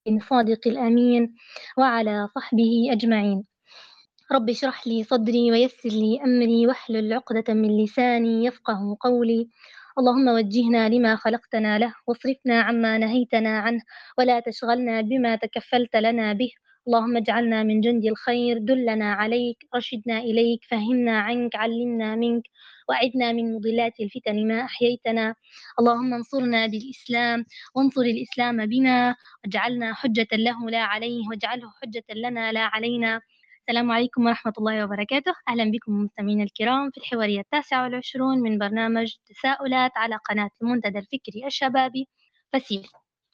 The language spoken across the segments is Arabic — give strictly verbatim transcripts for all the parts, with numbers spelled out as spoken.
صادق الأمين وعلى صحبه أجمعين. رب اشرح لي صدري ويسر لي أمري واحلل عقدة من لساني يفقه قولي. اللهم وجهنا لما خلقتنا له واصرفنا عما نهيتنا عنه ولا تشغلنا بما تكفلت لنا به. اللهم اجعلنا من جند الخير، دلنا عليك، رشدنا إليك، فهمنا عنك، علمنا منك، وأعذنا من مضلات الفتن ما أحييتنا. اللهم انصرنا بالإسلام وانصر الإسلام بنا، واجعلنا حجة له لا عليه، واجعله حجة لنا لا علينا. السلام عليكم ورحمة الله وبركاته. أهلا بكم مستمعينا الكرام في الحوارية التاسعة والعشرون من برنامج تساؤلات على قناة المنتدى الفكري الشبابي فسيل.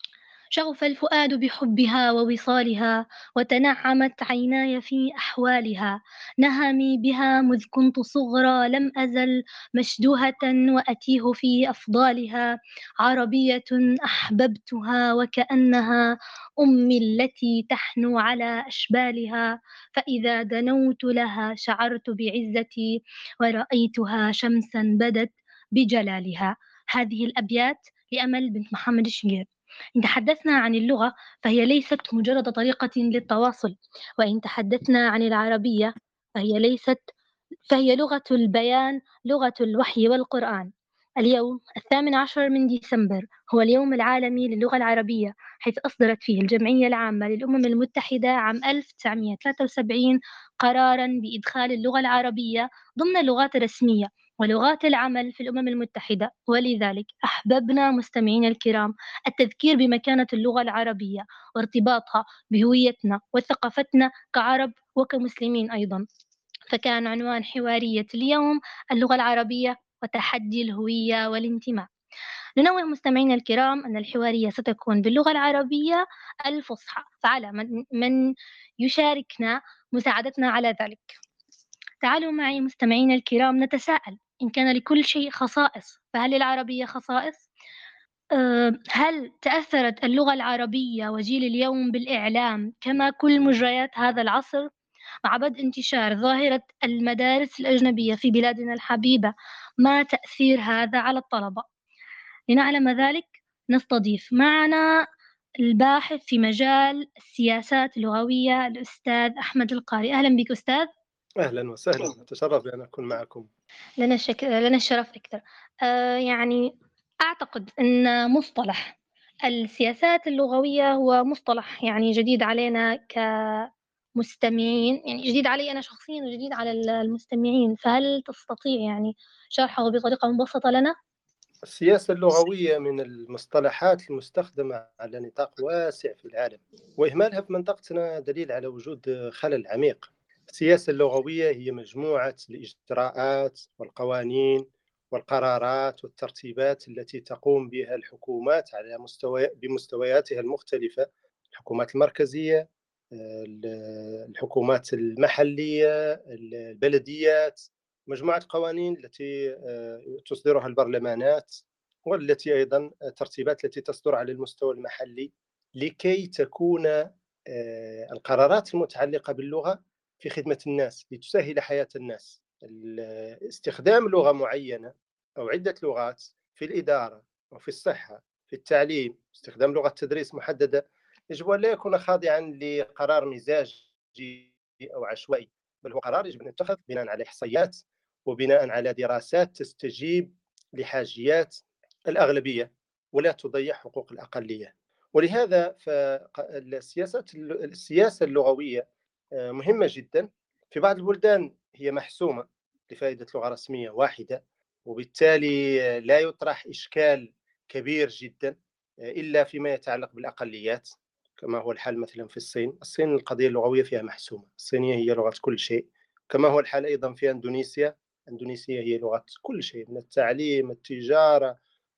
شغف الفؤاد بحبها ووصالها، وتنعمت عيناي في أحوالها. نهمي بها مذ كنت صغرى، لم أزل مشدوهة وأتيه في أفضالها. عربية أحببتها وكأنها أمي التي تحنو على أشبالها. فإذا دنوت لها شعرت بعزتي، ورأيتها شمسا بدت بجلالها. هذه الأبيات لأمل بنت محمد الشقير. إن تحدثنا عن اللغة فهي ليست مجرد طريقة للتواصل، وإن تحدثنا عن العربية فهي ليست فهي لغة البيان، لغة الوحي والقرآن. اليوم الثامن عشر من ديسمبر هو اليوم العالمي للغة العربية، حيث أصدرت فيه الجمعية العامة للأمم المتحدة عام ألف وتسعمائة وثلاثة وسبعين قرارا بإدخال اللغة العربية ضمن اللغات الرسمية ولغات العمل في الأمم المتحدة. ولذلك أحببنا مستمعين الكرام التذكير بمكانة اللغة العربية وارتباطها بهويتنا وثقافتنا كعرب وكمسلمين أيضا. فكان عنوان حوارية اليوم اللغة العربية وتحدي الهوية والانتماء. ننوه مستمعينا الكرام أن الحوارية ستكون باللغة العربية الفصحى، فعلى من, من يشاركنا مساعدتنا على ذلك. تعالوا معي مستمعينا الكرام نتساءل: إن كان لكل شيء خصائص فهل للعربية خصائص؟ أه، هل تأثرت اللغة العربية وجيل اليوم بالإعلام كما كل مجريات هذا العصر؟ مع بدء انتشار ظاهرة المدارس الأجنبية في بلادنا الحبيبة، ما تأثير هذا على الطلبة؟ لنعلم ذلك نستضيف معنا الباحث في مجال السياسات اللغوية الأستاذ أحمد القاري. أهلا بك أستاذ. أهلا وسهلا، أتشرف بأن أكون معكم. لنا, الشك... لنا الشرف أكثر. آه يعني أعتقد أن مصطلح السياسات اللغوية هو مصطلح يعني جديد علينا كمستمعين، يعني جديد علي أنا شخصيا وجديد على المستمعين، فهل تستطيع يعني شرحه بطريقة مبسطة لنا؟ السياسة اللغوية من المصطلحات المستخدمة على نطاق واسع في العالم، وإهمالها في منطقتنا دليل على وجود خلل عميق. السياسة اللغوية هي مجموعة الإجراءات والقوانين والقرارات والترتيبات التي تقوم بها الحكومات على مستوى بمستوياتها المختلفة: الحكومات المركزية، الحكومات المحلية، البلديات. مجموعة قوانين التي تصدرها البرلمانات، والتي أيضا ترتيبات التي تصدر على المستوى المحلي، لكي تكون القرارات المتعلقة باللغة في خدمة الناس، لتسهل حياة الناس. استخدام لغة معينة أو عدة لغات في الإدارة وفي الصحة في التعليم، استخدام لغة تدريس محددة، يجب أن لا يكون خاضعا لقرار مزاجي أو عشوائي، بل هو قرار يجب أن يتخذ بناء على إحصائيات وبناء على دراسات تستجيب لحاجيات الأغلبية ولا تضيع حقوق الأقلية. ولهذا فالسياسات السياسة اللغوية مهمة جدا. في بعض البلدان هي محسومة لفائدة لغة رسمية واحدة، وبالتالي لا يطرح إشكال كبير جدا إلا فيما يتعلق بالأقليات، كما هو الحال مثلا في الصين. الصين القضية اللغوية فيها محسومة، الصينية هي لغة كل شيء. كما هو الحال أيضا في أندونيسيا، أندونيسيا هي لغة كل شيء، من التعليم، التجارة،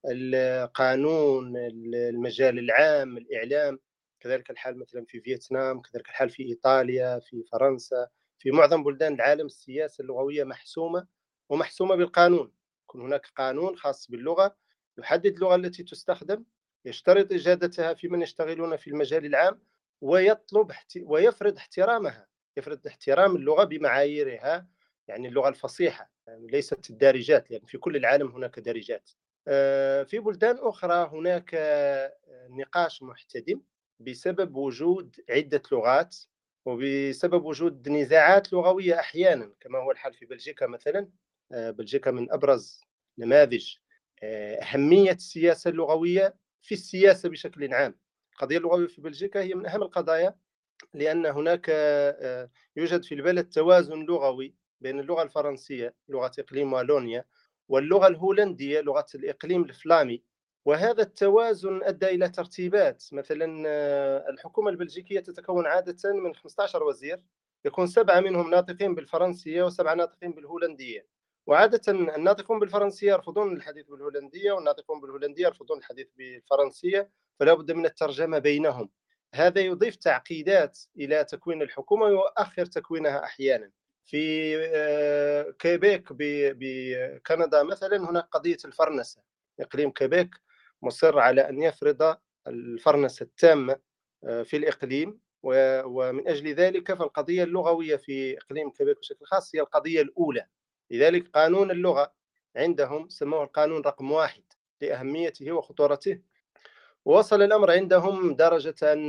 القانون، المجال العام، الإعلام. كذلك الحال مثلا في فيتنام، كذلك الحال في إيطاليا، في فرنسا. في معظم بلدان العالم السياسة اللغوية محسومة، ومحسومة بالقانون. يكون هناك قانون خاص باللغة يحدد اللغة التي تستخدم، يشترط إجادتها في من يشتغلون في المجال العام، ويطلب ويفرض احترامها، يفرض احترام اللغة بمعاييرها، يعني اللغة الفصيحة، يعني ليست الدارجات، لأن يعني في كل العالم هناك دارجات. في بلدان أخرى هناك نقاش محتدم بسبب وجود عدة لغات، وبسبب وجود نزاعات لغوية أحيانا، كما هو الحال في بلجيكا مثلا. آه، بلجيكا من أبرز نماذج آه، أهمية السياسة اللغوية في السياسة بشكل عام. القضية اللغوية في بلجيكا هي من أهم القضايا، لأن هناك آه، يوجد في البلد توازن لغوي بين اللغة الفرنسية لغة إقليم والونيا واللغة الهولندية لغة الإقليم الفلامي. وهذا التوازن أدى إلى ترتيبات. مثلا آه، الحكومة البلجيكية تتكون عادة من خمسة عشر وزير، يكون سبعة منهم ناطقين بالفرنسية وسبعة ناطقين بالهولندية. وعادة الناطقون بالفرنسية يرفضون الحديث بالهولندية، والناطقون بالهولندية يرفضون الحديث بالفرنسية، فلا بد من الترجمة بينهم. هذا يضيف تعقيدات إلى تكوين الحكومة ويؤخر تكوينها أحيانا. في آه، كيبيك بكندا مثلا هناك قضية الفرنسة. إقليم كيبيك مصر على أن يفرض الفرنسة التامة آه، في الإقليم، ومن أجل ذلك فالقضية اللغوية في إقليم كيبيك بشكل خاص هي القضية الأولى. لذلك قانون اللغة عندهم سموه القانون رقم واحد لأهميته وخطورته. ووصل الأمر عندهم درجة أن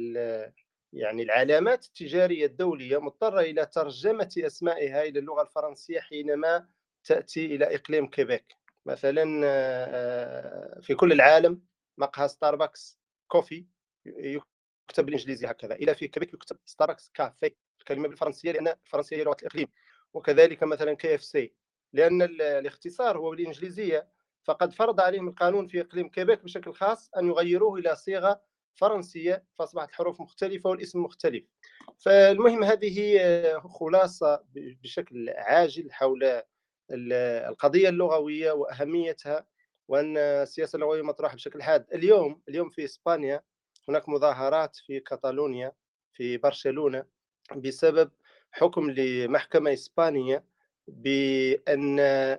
يعني العلامات التجارية الدولية مضطرة إلى ترجمة أسمائها إلى اللغة الفرنسية حينما تأتي إلى إقليم كيبيك. مثلا آه، في كل العالم مقهى ستاربكس كوفي يكتب بالإنجليزية هكذا، إلى في كيبيك يكتب ستاربكس كافي، الكلمة بالفرنسية لأن الفرنسية هي لغة الإقليم. وكذلك مثلا كي اف سي، لأن الاختصار هو بالإنجليزية، فقد فرض عليهم القانون في إقليم كيبيك بشكل خاص أن يغيروه إلى صيغة فرنسية، فأصبحت الحروف مختلفة والاسم مختلف. فالمهم هذه خلاصة بشكل عاجل حول القضية اللغوية وأهميتها، وأن السياسة اللغوية مطروحة بشكل حاد. اليوم اليوم في إسبانيا هناك مظاهرات في كاتالونيا في برشلونة بسبب حكم لمحكمة إسبانية بأن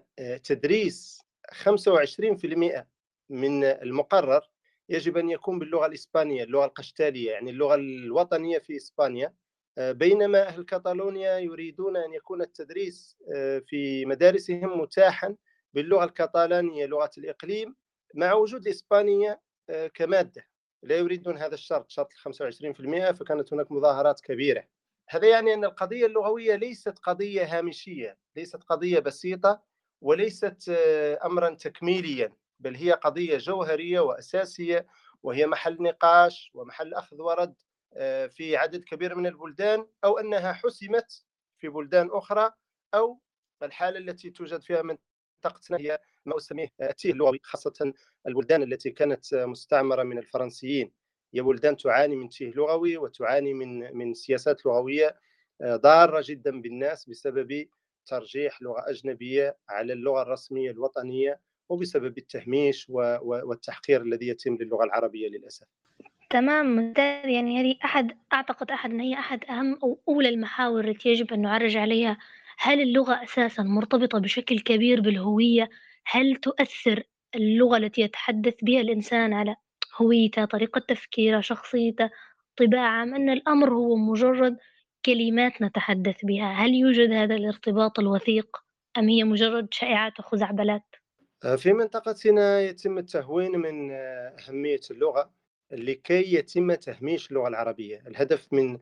تدريس خمسة وعشرين بالمئة من المقرر يجب أن يكون باللغة الإسبانية، اللغة القشتالية، يعني اللغة الوطنية في إسبانيا. بينما أهل كاتالونيا يريدون أن يكون التدريس في مدارسهم متاحا باللغة الكتالانية لغة الإقليم، مع وجود الإسبانية كمادة. لا يريدون هذا الشرط، شرط خمسة وعشرين بالمئة، فكانت هناك مظاهرات كبيرة. هذا يعني أن القضية اللغوية ليست قضية هامشية، ليست قضية بسيطة، وليست أمرا تكميليا، بل هي قضية جوهرية وأساسية، وهي محل نقاش ومحل أخذ ورد في عدد كبير من البلدان، أو أنها حسمت في بلدان أخرى، أو الحالة التي توجد فيها منطقتنا هي ما أسميه التيه اللغوي، خاصة البلدان التي كانت مستعمرة من الفرنسيين. هي بلدان تعاني من تيه لغوي وتعاني من من سياسات لغوية ضارة جدا بالناس بسبب ترجيح لغة أجنبية على اللغة الرسمية الوطنية، وبسبب التهميش والتحقير الذي يتم للغة العربية للأسف. تمام ممتاز. يعني هذه أحد أعتقد أحد أن هي أحد أهم أو أولى المحاور التي يجب أن نعرج عليها. هل اللغة أساسا مرتبطة بشكل كبير بالهوية؟ هل تؤثر اللغة التي يتحدث بها الإنسان على هويته، طريقة تفكيره، شخصيته، طباعه، أم أن الأمر هو مجرد كلمات نتحدث بها؟ هل يوجد هذا الارتباط الوثيق، أم هي مجرد شائعات وخزعبلات؟ في منطقتنا يتم التهوين من أهمية اللغة لكي يتم تهميش اللغة العربية. الهدف من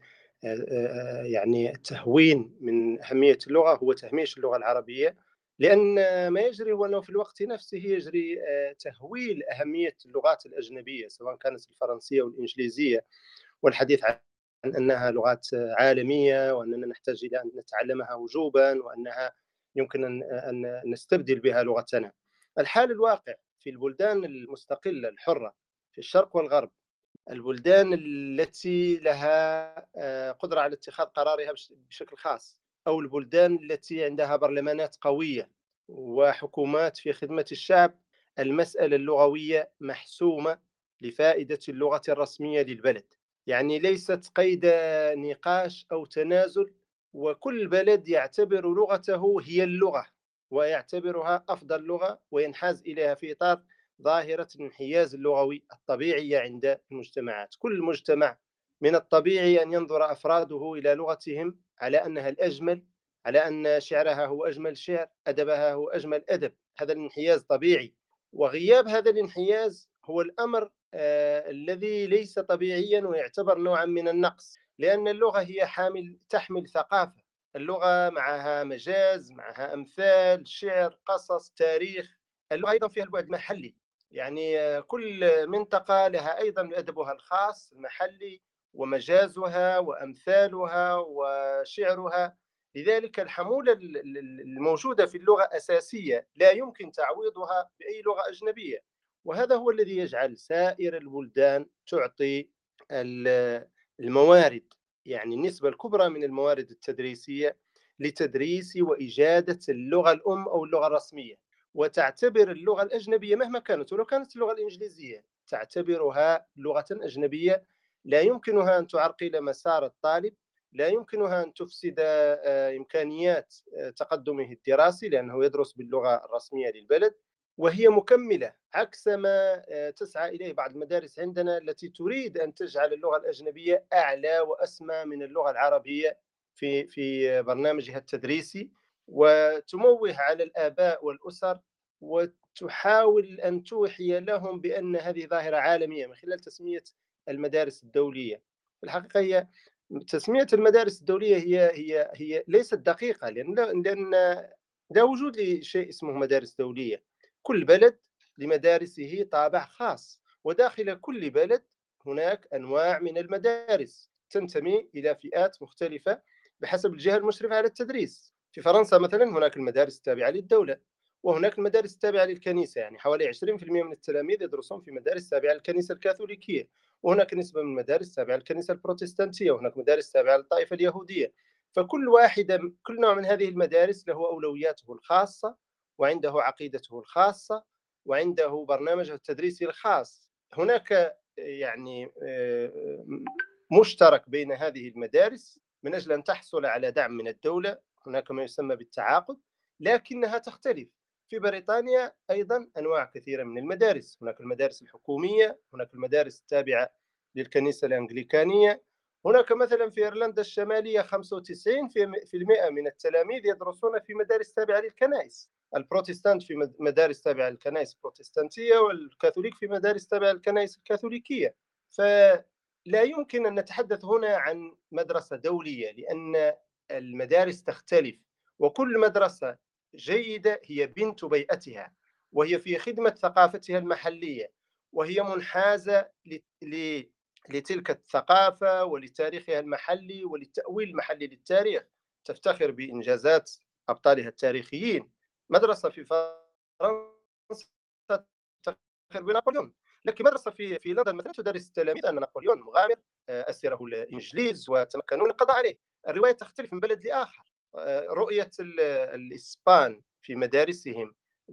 يعني التهوين من أهمية اللغة هو تهميش اللغة العربية، لأن ما يجري هو أنه في الوقت نفسه يجري تهويل أهمية اللغات الأجنبية، سواء كانت الفرنسية والإنجليزية، والحديث عن أنها لغات عالمية، وأننا نحتاج إلى أن نتعلمها وجوبا، وأنها يمكن أن نستبدل بها لغتنا. الحال الواقع في البلدان المستقلة الحرة في الشرق والغرب، البلدان التي لها قدرة على اتخاذ قرارها بشكل خاص، أو البلدان التي عندها برلمانات قوية وحكومات في خدمة الشعب، المسألة اللغوية محسومة لفائدة اللغة الرسمية للبلد. يعني ليست قيد نقاش أو تنازل، وكل بلد يعتبر لغته هي اللغة ويعتبرها أفضل لغة، وينحاز إليها في إطار ظاهرة الانحياز اللغوي الطبيعية عند المجتمعات. كل مجتمع من الطبيعي أن ينظر أفراده إلى لغتهم على أنها الأجمل، على أن شعرها هو أجمل شعر، أدبها هو أجمل أدب. هذا الانحياز طبيعي، وغياب هذا الانحياز هو الأمر آآ الذي ليس طبيعيًا ويعتبر نوعًا من النقص، لأن اللغة هي حامل تحمل ثقافة، اللغة معها مجاز، معها أمثال، شعر، قصص، تاريخ، اللغة أيضًا فيها البُعد المحلي، يعني آه، كل منطقة لها أيضًا أدبها الخاص المحلي ومجازها وأمثالها وشعرها، لذلك الحمولة ال ال ال الموجودة في اللغة أساسية، لا يمكن تعويضها بأي لغة أجنبية. وهذا هو الذي يجعل سائر البلدان تعطي الموارد، يعني النسبة الكبرى من الموارد التدريسية لتدريس وإجادة اللغة الأم أو اللغة الرسمية، وتعتبر اللغة الأجنبية مهما كانت، ولو كانت اللغة الإنجليزية تعتبرها لغة أجنبية لا يمكنها أن تعرقل مسار الطالب، لا يمكنها أن تفسد آه، إمكانيات آه، تقدمه الدراسي لأنه يدرس باللغة الرسمية للبلد، وهي مكملة عكس ما آه، تسعى إليه بعض المدارس عندنا التي تريد أن تجعل اللغة الأجنبية أعلى وأسمى من اللغة العربية في في برنامجها التدريسي، وتموه على الآباء والأسر وتحاول أن توحي لهم بأن هذه ظاهرة عالمية من خلال تسمية المدارس الدولية. في الحقيقة هي تسمية المدارس الدولية هي هي هي ليست دقيقة، لأن لأن لا وجود لشيء اسمه مدارس دولية. كل بلد لمدارسه طابع خاص، وداخل كل بلد هناك أنواع من المدارس تنتمي إلى فئات مختلفة بحسب الجهة المشرفة على التدريس. في فرنسا مثلا هناك المدارس التابعة للدولة، وهناك المدارس التابعة للكنيسة، يعني حوالي عشرين بالمئة من التلاميذ يدرسون في مدارس تابعة للكنيسة الكاثوليكية، وهناك نسبة من المدارس تابعة للكنيسة البروتستانتية، وهناك مدارس تابعة للطائفة اليهودية. فكل واحدة كل نوع من هذه المدارس له أولوياته الخاصة، وعنده عقيدته الخاصة، وعنده برنامجه التدريسي الخاص. هناك يعني آه، مشترك بين هذه المدارس من أجل أن تحصل على دعم من الدولة، هناك ما يسمى بالتعاقد، لكنها تختلف. في بريطانيا أيضا أنواع كثيرة من المدارس، هناك المدارس الحكومية، هناك المدارس التابعة للكنيسة الأنجليكانية، هناك مثلا في إيرلندا الشمالية خمسة وتسعين بالمئة من التلاميذ يدرسون في مدارس تابعة للكنائس، البروتستانت في مدارس تابعة للكنائس البروتستانتية، والكاثوليك في مدارس تابعة للكنائس الكاثوليكية. فلا يمكن أن نتحدث هنا عن مدرسة دولية، لأن المدارس تختلف، وكل مدرسة جيدة هي بنت بيئتها، وهي في خدمة ثقافتها المحلية، وهي منحازة لتلك الثقافة ولتاريخها المحلي وللتأويل المحلي للتاريخ، تفتخر بإنجازات أبطالها التاريخيين. مدرسة في فرنسا تفتخر بنابليون، لكن مدرسة في في لندن مثلا تدرس التلاميذ أن نابليون مغامر أسره الإنجليز وتمكنوا من القضاء عليه. الرواية تختلف من بلد لآخر. رؤية الإسبان في مدارسهم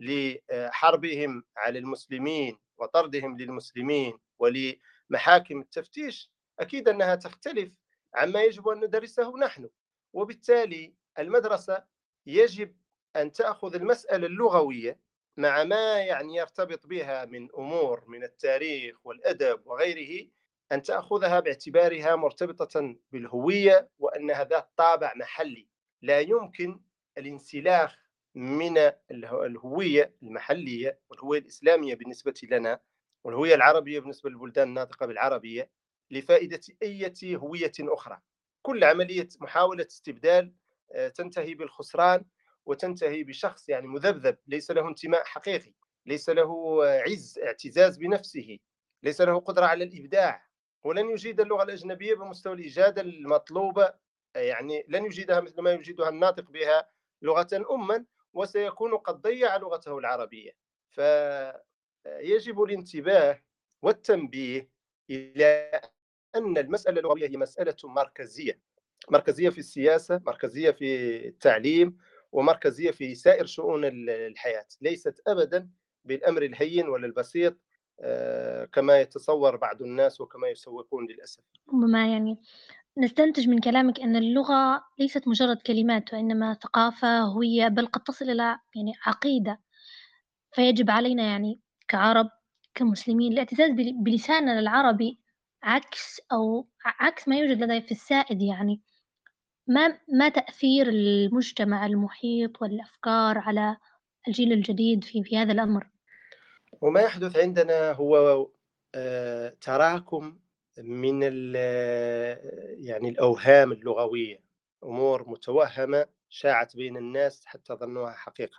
لحربهم على المسلمين وطردهم للمسلمين ولمحاكم التفتيش أكيد أنها تختلف عما يجب أن ندرسه نحن، وبالتالي المدرسة يجب أن تأخذ المسألة اللغوية مع ما يعني يرتبط بها من أمور من التاريخ والأدب وغيره، أن تأخذها باعتبارها مرتبطة بالهوية وأنها ذات طابع محلي. لا يمكن الانسلاخ من الهوية المحلية والهوية الإسلامية بالنسبة لنا والهوية العربية بالنسبة للبلدان الناطقة بالعربية لفائدة أي هوية أخرى. كل عملية محاولة استبدال تنتهي بالخسران وتنتهي بشخص يعني مذبذب، ليس له انتماء حقيقي، ليس له عز اعتزاز بنفسه، ليس له قدرة على الإبداع، ولن يجيد اللغة الأجنبية بمستوى الإجادة المطلوبة، يعني لن يجيدها مثل ما يجيدها الناطق بها لغة أما، وسيكون قد ضيع لغته العربية. فيجب الانتباه والتنبيه إلى أن المسألة اللغوية هي مسألة مركزية، مركزية في السياسة، مركزية في التعليم، ومركزية في سائر شؤون الحياة، ليست أبدا بالأمر الهين ولا البسيط كما يتصور بعض الناس وكما يسوقون للأسف. ربما يعني نستنتج من كلامِك أن اللغة ليست مجرد كلمات، وإنما ثقافة، هوية، بل قد تصل إلى يعني عقيدة، فيجب علينا يعني كعرب، كمسلمين الاعتزاز بل بلساننا العربي عكس أو ع عكس ما يوجد لدي في السائد يعني. ما ما تأثير المجتمع المحيط والأفكار على الجيل الجديد في في هذا الأمر؟ وما يحدث عندنا هو آآ تراكم من ال يعني الأوهام اللغوية، أمور متوهمة شاعت بين الناس حتى ظنوها حقيقة.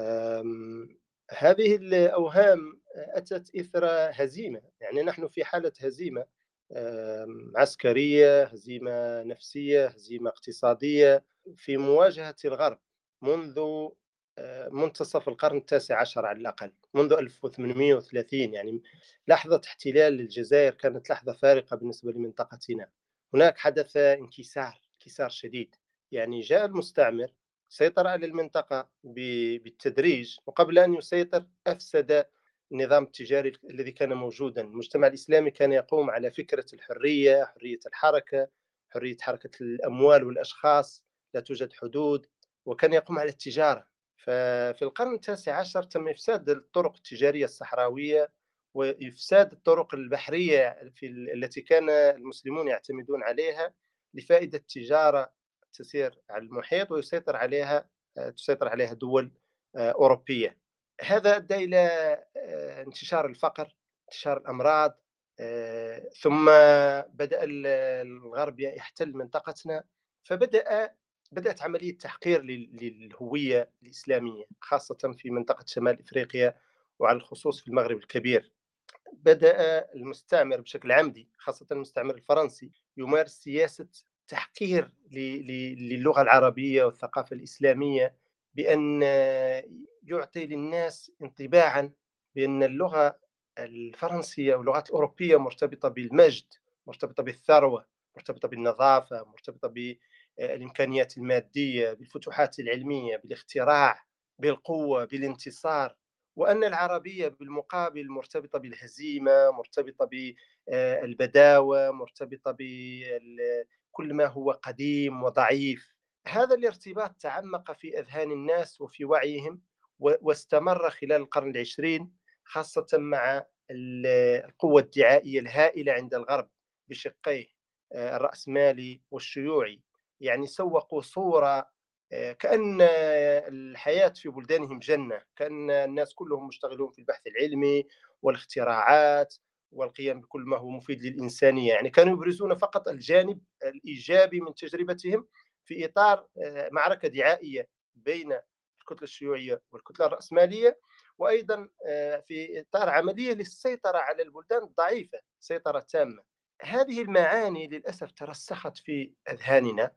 آمم هذه الأوهام أتت إثر هزيمة، يعني نحن في حالة هزيمة آمم عسكرية، هزيمة نفسية، هزيمة اقتصادية في مواجهة الغرب منذ آآ منتصف القرن التاسع عشر على الأقل، منذ ألف وثمانمائة وثلاثين، يعني لحظة احتلال الجزائر كانت لحظة فارقة بالنسبة لمنطقتنا. هناك حدث انكسار انكسار شديد، يعني جاء المستعمر سيطر على المنطقة بالتدريج، وقبل أن يسيطر أفسد النظام التجاري الذي كان موجودا. المجتمع الإسلامي كان يقوم على فكرة الحرية، حرية الحركة، حرية حركة الأموال والأشخاص، لا توجد حدود، وكان يقوم على التجارة. ففي القرن التاسع عشر تم إفساد الطرق التجارية الصحراوية وإفساد الطرق البحرية في ال- التي كان المسلمون يعتمدون عليها لفائدة التجارة تسير على المحيط ويسيطر عليها آه، تسيطر عليها دول آه، أوروبية. هذا أدى إلى آه، انتشار الفقر، انتشار الأمراض. آه، ثم بدأ ال- الغرب يحتل منطقتنا، فبدأ بدأت عملية تحقير لل- للهوية الإسلامية خاصة في منطقة شمال إفريقيا، وعلى الخصوص في المغرب الكبير. بدأ المستعمر بشكل عمدي، خاصة المستعمر الفرنسي، يمارس سياسة تحقير للغة العربية والثقافة الإسلامية، بأن يعطي للناس انطباعا بأن اللغة الفرنسية واللغات الأوروبية مرتبطة بالمجد، مرتبطة بالثروة، مرتبطة بالنظافة، مرتبطة بالإمكانيات المادية، بالفتوحات العلمية، بالاختراع، بالقوة، بالانتصار. وأن العربية بالمقابل مرتبطة بالهزيمة، مرتبطة بالبداوة، مرتبطة بكل ما هو قديم وضعيف. هذا الارتباط تعمق في أذهان الناس وفي وعيهم، واستمر خلال القرن العشرين، خاصة مع القوة الدعائية الهائلة عند الغرب بشقيه الرأسمالي والشيوعي. يعني سوقوا صورة كأن الحياة في بلدانهم جنة، كأن الناس كلهم مشتغلون في البحث العلمي والاختراعات والقيام بكل ما هو مفيد للإنسانية. يعني كانوا يبرزون فقط الجانب الإيجابي من تجربتهم في إطار معركة دعائية بين الكتلة الشيوعية والكتلة الرأسمالية، وأيضا في إطار عملية للسيطرة على البلدان الضعيفة سيطرة تامة. هذه المعاني للأسف ترسخت في أذهاننا،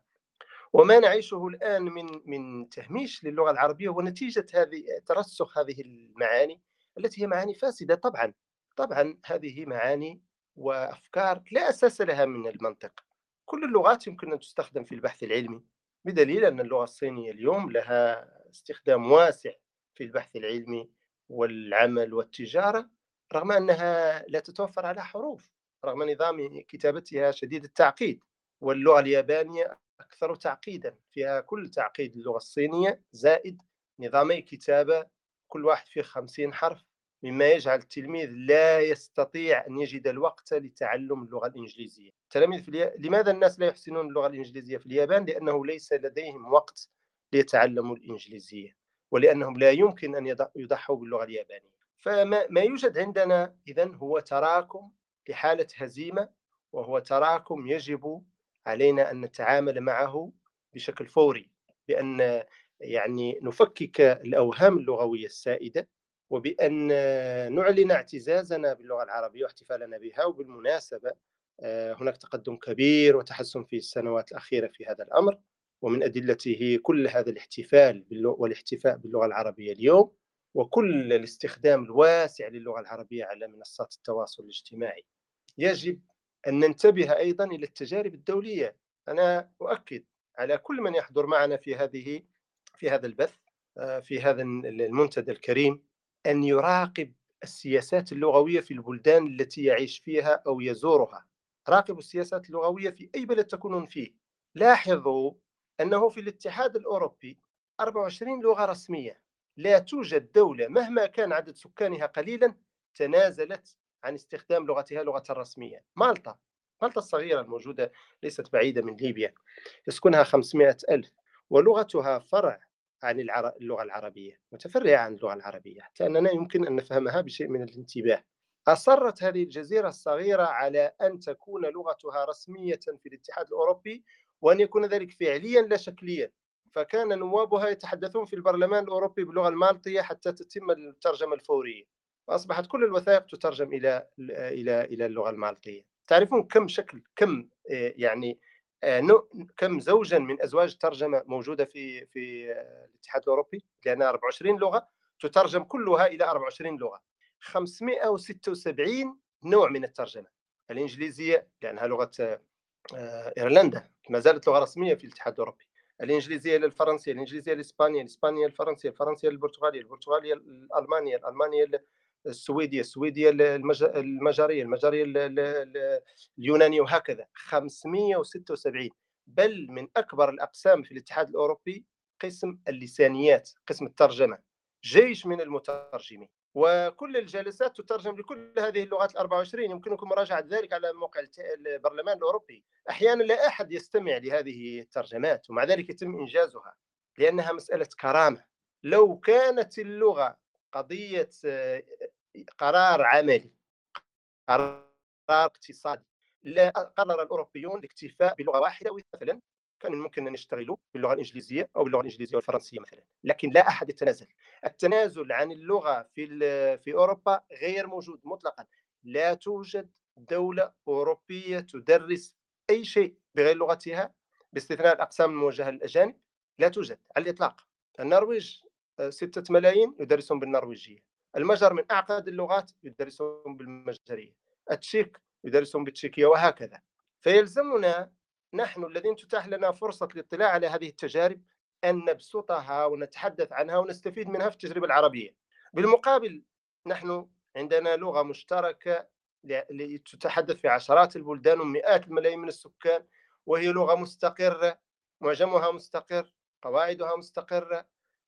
وما نعيشه الآن من من تهميش للغة العربية هو نتيجة هذه ترسخ هذه المعاني، التي هي معاني فاسدة طبعا. طبعا هذه معاني وأفكار لا أساس لها من المنطق. كل اللغات يمكن أن تستخدم في البحث العلمي، بدليل أن اللغة الصينية اليوم لها استخدام واسع في البحث العلمي والعمل والتجارة، رغم أنها لا تتوفر على حروف، رغم نظام كتابتها شديد التعقيد. واللغة اليابانية أكثر تعقيدا، فيها كل تعقيد اللغة الصينية زائد نظامي كتابة كل واحد فيه خمسين حرف، مما يجعل التلميذ لا يستطيع أن يجد الوقت لتعلم اللغة الإنجليزية. التلاميذ في اليا... لماذا الناس لا يحسنون اللغة الإنجليزية في اليابان؟ لأنه ليس لديهم وقت ليتعلموا الإنجليزية، ولأنهم لا يمكن أن يضحوا باللغة اليابانية. فما ما يوجد عندنا إذن هو تراكم لحالة هزيمة، وهو تراكم يجب علينا أن نتعامل معه بشكل فوري، بأن يعني نفكك الأوهام اللغوية السائدة، وبأن نعلن اعتزازنا باللغة العربية واحتفالنا بها. وبالمناسبة هناك تقدم كبير وتحسن في السنوات الأخيرة في هذا الأمر، ومن أدلته كل هذا الاحتفال والاحتفاء باللغة العربية اليوم، وكل الاستخدام الواسع للغة العربية على منصات التواصل الاجتماعي. يجب أن ننتبه أيضا إلى التجارب الدولية. أنا أؤكد على كل من يحضر معنا في هذه في هذا البث، في هذا المنتدى الكريم، أن يراقب السياسات اللغوية في البلدان التي يعيش فيها أو يزورها. راقبوا السياسات اللغوية في أي بلد تكونون فيه. لاحظوا أنه في الاتحاد الأوروبي أربع وعشرين لغة رسمية. لا توجد دولة مهما كان عدد سكانها قليلا تنازلت عن استخدام لغتها لغة رسمية. مالطا مالطا الصغيرة الموجودة ليست بعيدة من ليبيا، يسكنها خمسمائة ألف، ولغتها فرع عن اللغة العربية، متفرعة عن اللغة العربية، حتى أننا يمكن أن نفهمها بشيء من الانتباه. أصرت هذه الجزيرة الصغيرة على أن تكون لغتها رسمية في الاتحاد الأوروبي، وأن يكون ذلك فعليا لا شكليا. فكان نوابها يتحدثون في البرلمان الأوروبي باللغة المالطية حتى تتم الترجمة الفورية، وأصبحت كل الوثائق تترجم إلى إلى إلى اللغة المالطية. تعرفون كم شكل، كم آه، يعني آه، نوع- كم زوجا من أزواج الترجمة موجودة في في آه، الاتحاد الأوروبي، لأنها أربعة وعشرين لغة تترجم كلها إلى أربعة وعشرين لغة. خمسمائة وستة وسبعين نوع من الترجمة. الإنجليزية لأنها لغة آه، إيرلندا ما زالت لغة رسمية في الاتحاد الأوروبي. الإنجليزية للفرنسية، الإنجليزية للإسبانية، الإسبانية للفرنسية، الفرنسية للبرتغالية، البرتغالية للألمانية، الألمانية السويدية، السويدية المجرية، المجرية اليونانية، وهكذا. خمسمائة وستة وسبعين. بل من أكبر الأقسام في الاتحاد الأوروبي قسم اللسانيات، قسم الترجمة، جيش من المترجمين، وكل الجلسات تترجم لكل هذه اللغات الأربعة وعشرين. يمكنكم مراجعة ذلك على موقع البرلمان الأوروبي. أحيانا لا أحد يستمع لهذه الترجمات، ومع ذلك يتم إنجازها لأنها مسألة كرامة. لو كانت اللغة قضية آه، قرار عملي، قرار اقتصادي، لا قرر الأوروبيون الاكتفاء بلغة واحدة. مثلا كان ممكن أن يشتغلوا باللغة الإنجليزية أو باللغة الإنجليزية والفرنسية مثلا، لكن لا أحد يتنازل. التنازل عن اللغة في في أوروبا غير موجود مطلقا. لا توجد دولة أوروبية تدرس أي شيء بغير لغتها باستثناء الأقسام الموجهة للأجانب. لا توجد على الإطلاق. النرويج آه، ستة ملايين يدرسون بالنرويجية. المجر من أعقد اللغات يدرسون بالمجرية. التشيك يدرسون بالتشيكية، وهكذا. فيلزمنا نحن الذين تتاح لنا فرصة الاطلاع على هذه التجارب أن نبسطها ونتحدث عنها ونستفيد منها في التجربة العربية. بالمقابل نحن عندنا لغة مشتركة تتحدث في عشرات البلدان ومئات الملايين من السكان، وهي لغة مستقرة، معجمها مستقر، قواعدها مستقرة،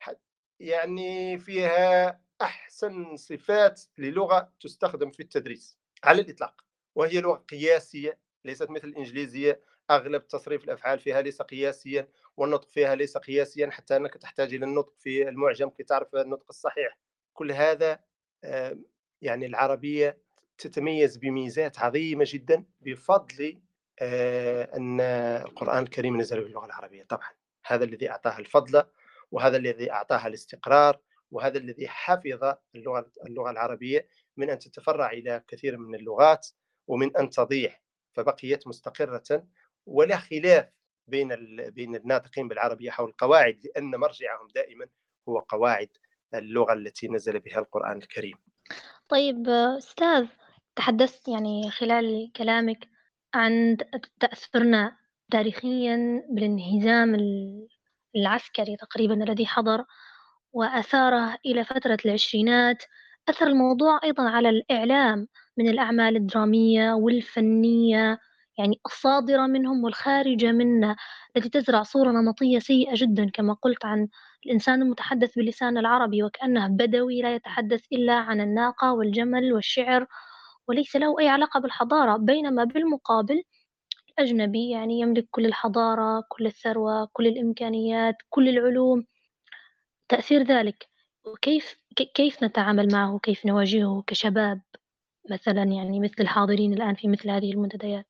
يعني فيها أحسن صفات للغة تستخدم في التدريس على الإطلاق. وهي لغة قياسية، ليست مثل الإنجليزية أغلب تصريف الأفعال فيها ليس قياسيا، والنطق فيها ليس قياسيا، حتى أنك تحتاج إلى النطق في المعجم كي تعرف النطق الصحيح. كل هذا آه، يعني العربية تتميز بميزات عظيمة جدا بفضل آه، أن القرآن الكريم نزل باللغة العربية. طبعا هذا الذي أعطاها الفضل، وهذا الذي أعطاها الاستقرار، وهذا الذي حفظ اللغة, اللغة العربية من أن تتفرع إلى كثير من اللغات ومن أن تضيع، فبقيت مستقرة. ولا خلاف بين بين الناطقين بالعربية حول القواعد، لأن مرجعهم دائما هو قواعد اللغة التي نزل بها القرآن الكريم. طيب أستاذ، تحدثت يعني خلال كلامك عن تأثرنا تاريخيًا بالانهزام العسكري تقريبًا الذي حضر وأثاره إلى فترة العشرينات. أثر الموضوع أيضًا على الإعلام من الأعمال الدرامية والفنية، يعني الصادرة منهم والخارجة منه، التي تزرع صورة نمطية سيئة جدًا كما قلت عن الإنسان المتحدث باللسان العربي، وكأنه بدوي لا يتحدث إلا عن الناقة والجمل والشعر، وليس له أي علاقة بالحضارة. بينما بالمقابل الأجنبي يعني يملك كل الحضارة، كل الثروة، كل الإمكانيات، كل العلوم. تأثير ذلك، وكيف ك كيف نتعامل معه، كيف نواجهه كشباب مثلًا يعني مثل الحاضرين الآن في مثل هذه المنتديات؟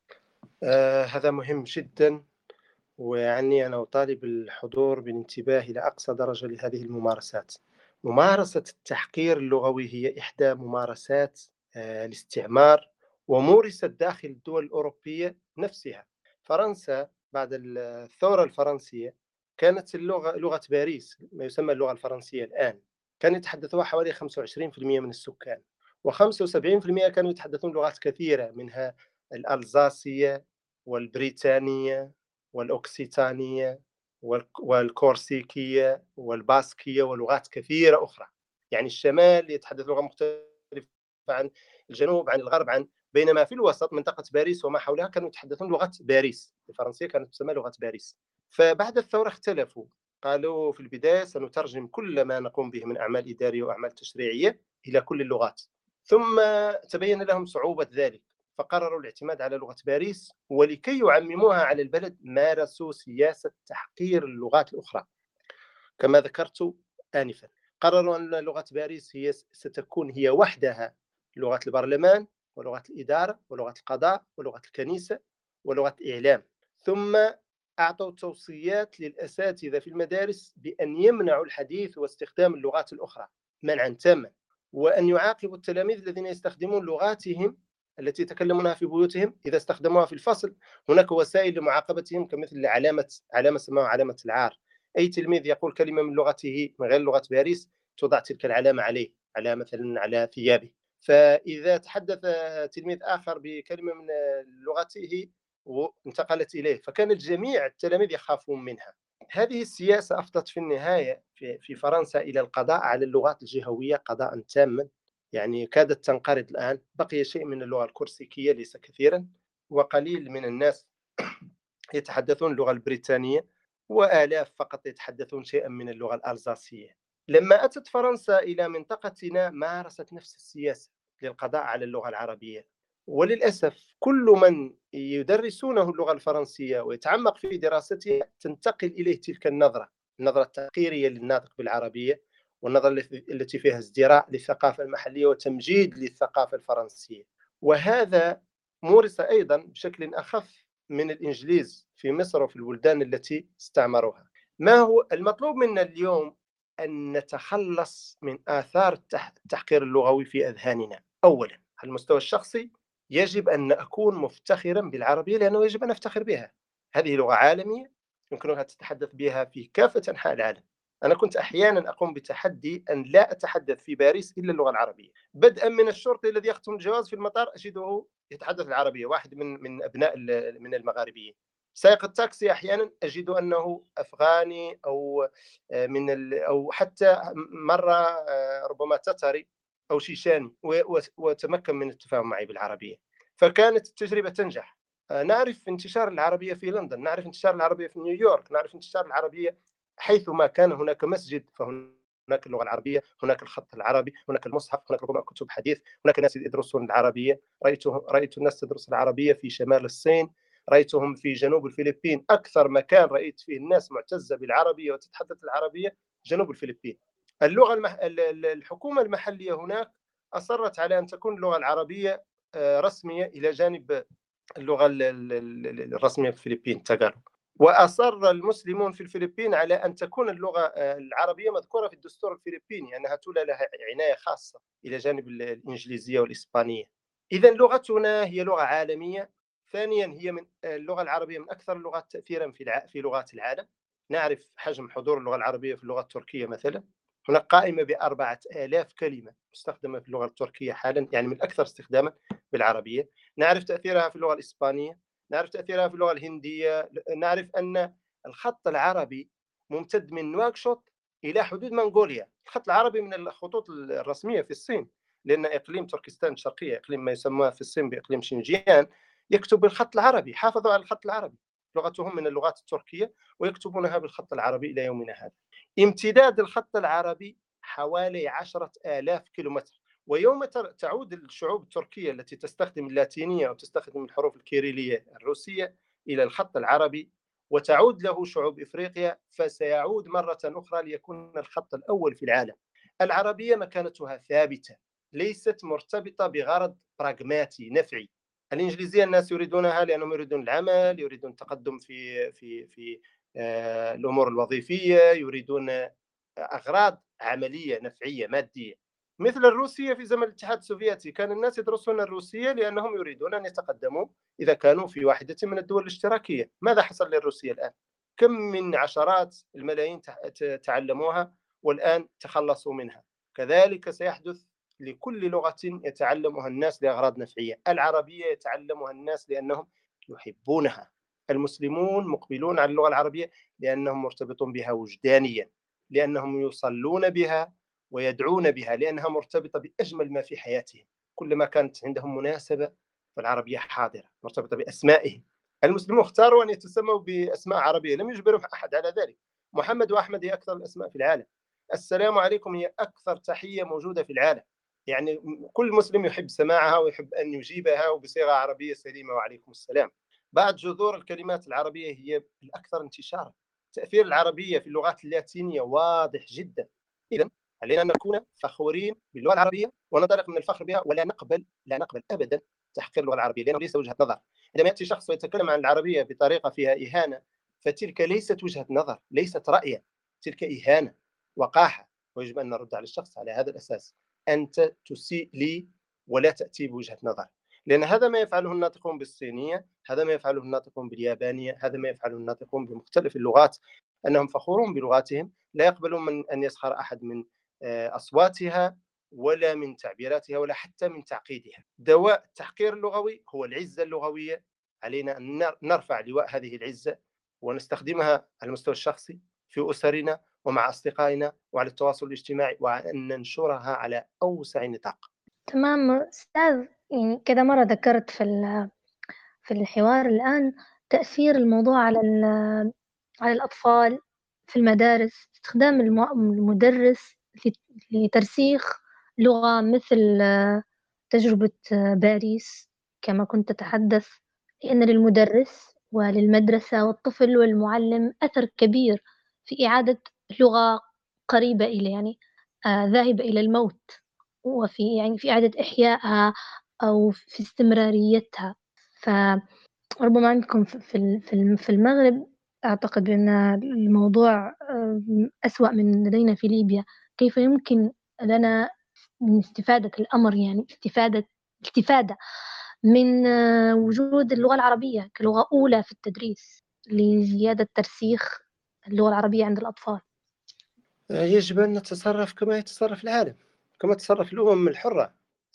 آه هذا مهم جدا، ويعني أنا أطالب الحضور بالانتباه إلى أقصى درجة لهذه الممارسات. ممارسة التحقير اللغوي هي إحدى ممارسات آه، الاستعمار، ومورست داخل الدول الأوروبية نفسها. فرنسا بعد الثورة الفرنسية كانت اللغة لغة باريس، ما يسمى اللغة الفرنسية الآن، كان يتحدثها حوالي خمسة وعشرين بالمئة من السكان، و75% كانوا يتحدثون لغات كثيرة منها الألزاسية والبريطانية والأوكسيتانية والكورسيكية والباسكية ولغات كثيرة أخرى. يعني الشمال يتحدث لغة مختلفة عن الجنوب، عن الغرب، عن بينما في الوسط منطقة باريس وما حولها كانوا يتحدثون لغة باريس الفرنسية، كانت تسمى لغة باريس. فبعد الثورة اختلفوا، قالوا في البداية سنترجم كل ما نقوم به من أعمال إدارية وأعمال تشريعية إلى كل اللغات، ثم تبين لهم صعوبة ذلك فقرروا الاعتماد على لغة باريس، ولكي يعمموها على البلد مارسوا سياسة تحقير اللغات الأخرى كما ذكرت آنفا. قرروا أن لغة باريس هي ستكون هي وحدها لغة البرلمان ولغة الإدارة ولغة القضاء ولغة الكنيسة ولغة الإعلام. ثم أعطوا توصيات للأساتذة في المدارس بأن يمنعوا الحديث واستخدام اللغات الأخرى منعا تاما، وأن يعاقبوا التلاميذ الذين يستخدمون لغاتهم التي يتكلمونها في بيوتهم إذا استخدموها في الفصل. هناك وسائل لمعاقبتهم كمثل علامة علامة سموها علامة العار. أي تلميذ يقول كلمة من لغته من غير لغة باريس توضع تلك العلامة عليه، على مثلا على ثيابه. فإذا تحدث تلميذ آخر بكلمة من لغته وانتقلت إليه، فكان الجميع التلاميذ يخافون منها. هذه السياسة أفضت في النهاية في, في فرنسا إلى القضاء على اللغات الجهوية قضاء تاما، يعني كادت تنقرض الآن. بقي شيء من اللغة الكورسيكية ليس كثيرا، وقليل من الناس يتحدثون اللغة البريطانية، وآلاف فقط يتحدثون شيئا من اللغة الألزاسية. لما أتت فرنسا إلى منطقتنا مارست نفس السياسة للقضاء على اللغة العربية، وللأسف كل من يدرسونه اللغة الفرنسية ويتعمق في دراستها تنتقل إليه تلك النظرة، النظرة التحقيرية للناطق بالعربية، والنظرة التي فيها ازدراء للثقافة المحلية وتمجيد للثقافة الفرنسية. وهذا مورس أيضا بشكل أخف من الإنجليز في مصر وفي البلدان التي استعمروها. ما هو المطلوب منا اليوم؟ أن نتخلص من آثار التحقير اللغوي في أذهاننا. أولا على المستوى الشخصي يجب أن أكون مفتخرا بالعربية، لأنه يجب أن أفتخر بها. هذه لغة عالمية يمكنك تتحدث بها في كافة أنحاء العالم. أنا كنت أحيانا أقوم بتحدي أن لا أتحدث في باريس إلا اللغة العربية، بدءا من الشرطي الذي يختم الجواز في المطار أجده يتحدث العربية، واحد من من أبناء من المغاربيين. سائق التاكسي أحيانا أجد أنه أفغاني أو من أو حتى مرة ربما تتري أو شيشاني، وتمكن من التفاهم معي بالعربية. فكانت التجربة تنجح. نعرف انتشار العربية في لندن، نعرف انتشار العربية في نيويورك، نعرف انتشار العربية حيثما كان هناك مسجد فهناك اللغة العربية، هناك الخط العربي، هناك المصحف، هناك ربما كتب حديث، هناك ناس يدرسون العربية. رأيت رأيت الناس تدرس العربية في شمال الصين، رأيتهم في جنوب الفلبين. أكثر مكان رأيت فيه الناس معتزة بالعربية وتتحدث العربية جنوب الفلبين. اللغة المح... الحكومة المحلية هناك أصرت على أن تكون اللغة العربية رسمية إلى جانب اللغة الرسمية في الفلبين تاغالوغ. وأصر المسلمون في الفلبين على أن تكون اللغة العربية مذكورة في الدستور الفلبيني، أنها تولى لها عناية خاصة إلى جانب الإنجليزية والإسبانية. إذن لغتنا هي لغة عالمية. ثانيا هي من اللغة العربية من أكثر اللغات تأثيرا في الع... في لغات العالم. نعرف حجم حضور اللغة العربية في اللغة التركية مثلا، هناك قائمة بأربعة آلاف كلمة مستخدمة في اللغة التركية حالا، يعني من الأكثر استخداما بالعربية. نعرف تأثيرها في اللغة الإسبانية، نعرف تأثيرها في اللغة الهندية. نعرف أن الخط العربي ممتد من نواكشوط إلى حدود منغوليا. الخط العربي من الخطوط الرسمية في الصين، لأن إقليم تركستان الشرقية، إقليم ما يسمى في الصين بإقليم شينجيان، يكتب بالخط العربي. حافظوا على الخط العربي، لغتهم من اللغات التركية ويكتبونها بالخط العربي إلى يومنا هذا. امتداد الخط العربي حوالي عشرة آلاف كيلومتر. ويوم تعود الشعوب التركية التي تستخدم اللاتينية وتستخدم الحروف الكيريلية الروسية إلى الخط العربي، وتعود له شعوب إفريقيا، فسيعود مرة أخرى ليكون الخط الأول في العالم. العربية مكانتها ثابتة، ليست مرتبطة بغرض براغماتي نفعي. الإنجليزية الناس يريدونها لأنهم يريدون العمل، يريدون التقدم في في في آه الأمور الوظيفية، يريدون أغراض عملية نفعية مادية. مثل الروسية في زمن الاتحاد السوفيتي، كان الناس يدرسون الروسية لأنهم يريدون أن يتقدموا إذا كانوا في واحدة من الدول الاشتراكية. ماذا حصل للروسية الآن؟ كم من عشرات الملايين تعلموها والآن تخلصوا منها. كذلك سيحدث لكل لغة يتعلمها الناس لأغراض نفعية. العربية يتعلمها الناس لأنهم يحبونها. المسلمون مقبلون على اللغة العربية لأنهم مرتبطون بها وجدانيا، لأنهم يصلون بها ويدعون بها، لأنها مرتبطة بأجمل ما في حياتهم. كلما كانت عندهم مناسبة فالعربية حاضرة، مرتبطة بأسمائهم. المسلمون اختاروا أن يتسموا بأسماء عربية، لم يجبرهم أحد على ذلك. محمد وأحمد هي أكثر الأسماء في العالم. السلام عليكم هي أكثر تحية موجودة في العالم. يعني كل مسلم يحب سماعها ويحب أن يجيبها وبصيغة عربية سليمة، وعليكم السلام. بعد جذور الكلمات العربية هي الأكثر انتشارا. تأثير العربية في اللغات اللاتينية واضح جدا. إذن علينا أن نكون فخورين باللغة العربية وننطلق من الفخر بها، ولا نقبل لا نقبل أبدا تحقير اللغة العربية، لأنه ليس وجهة نظر. عندما يأتي شخص ويتكلم عن العربية بطريقة فيها إهانة، فتلك ليست وجهة نظر، ليست رأيا، تلك إهانة وقاحة، ويجب أن نرد على الشخص على هذا الأساس. أنت تسيء لي ولا تأتي بوجهة نظر، لأن هذا ما يفعله الناطقون بالصينية، هذا ما يفعله الناطقون باليابانية، هذا ما يفعله الناطقون بمختلف اللغات، أنهم فخورون بلغاتهم، لا يقبلون من أن يسخر أحد من آه، أصواتها ولا من تعبيراتها ولا حتى من تعقيدها. دواء التحقير اللغوي هو العزة اللغوية. علينا أن نرفع لواء هذه العزة ونستخدمها على المستوى الشخصي في أسرنا ومع أصدقائنا وعلى التواصل الاجتماعي، وأن ننشرها على أوسع نطاق. تمام أستاذ، يعني كذا مرة ذكرت في في الحوار الآن تأثير الموضوع على على الأطفال في المدارس، استخدام المدرس لترسيخ لغة مثل تجربة باريس كما كنت تتحدث، لأن للمدرس وللمدرسة والطفل والمعلم أثر كبير في إعادة لغة قريبة إلى يعني آه ذاهبة إلى الموت، وفي يعني في إعادة إحيائها أو في استمراريتها. فربما عندكم في في في المغرب أعتقد بأن الموضوع أسوأ من لدينا في ليبيا. كيف يمكن لنا من استفادة الأمر، يعني استفادة الاستفادة من وجود اللغة العربية كلغة أولى في التدريس لزيادة ترسيخ اللغة العربية عند الأطفال؟ يجب أن نتصرف كما يتصرف العالم، كما تتصرف الأمم الحرة.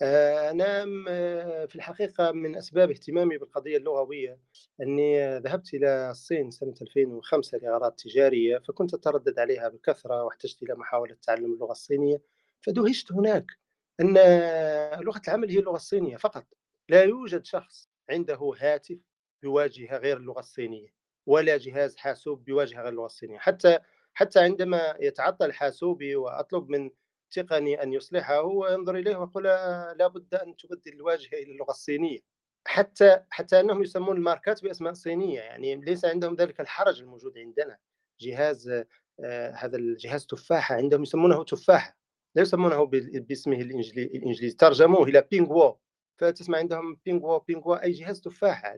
أنا في الحقيقة من أسباب اهتمامي بالقضية اللغوية أني ذهبت إلى الصين سنة ألفين وخمسة لأغراض تجارية، فكنت أتردد عليها بكثرة واحتجت إلى محاولة تعلم اللغة الصينية. فدهشت هناك أن لغة العمل هي اللغة الصينية فقط، لا يوجد شخص عنده هاتف بواجهة غير اللغة الصينية، ولا جهاز حاسوب بواجهة غير اللغة الصينية. حتى حتى عندما يتعطل حاسوبي وأطلب من تقني أن يصلحه وينظر إليه ويقول لا بد أن تبدل الواجهة إلى اللغة الصينية. حتى حتى أنهم يسمون الماركات بأسماء صينية، يعني ليس عندهم ذلك الحرج الموجود عندنا. جهاز آه هذا الجهاز تفاحة عندهم يسمونه تفاحة، لا يسمونه باسمه الإنجليزي، ترجموه إلى بينغوو، فتسمع عندهم بينغوو بينغوو أي جهاز تفاحة،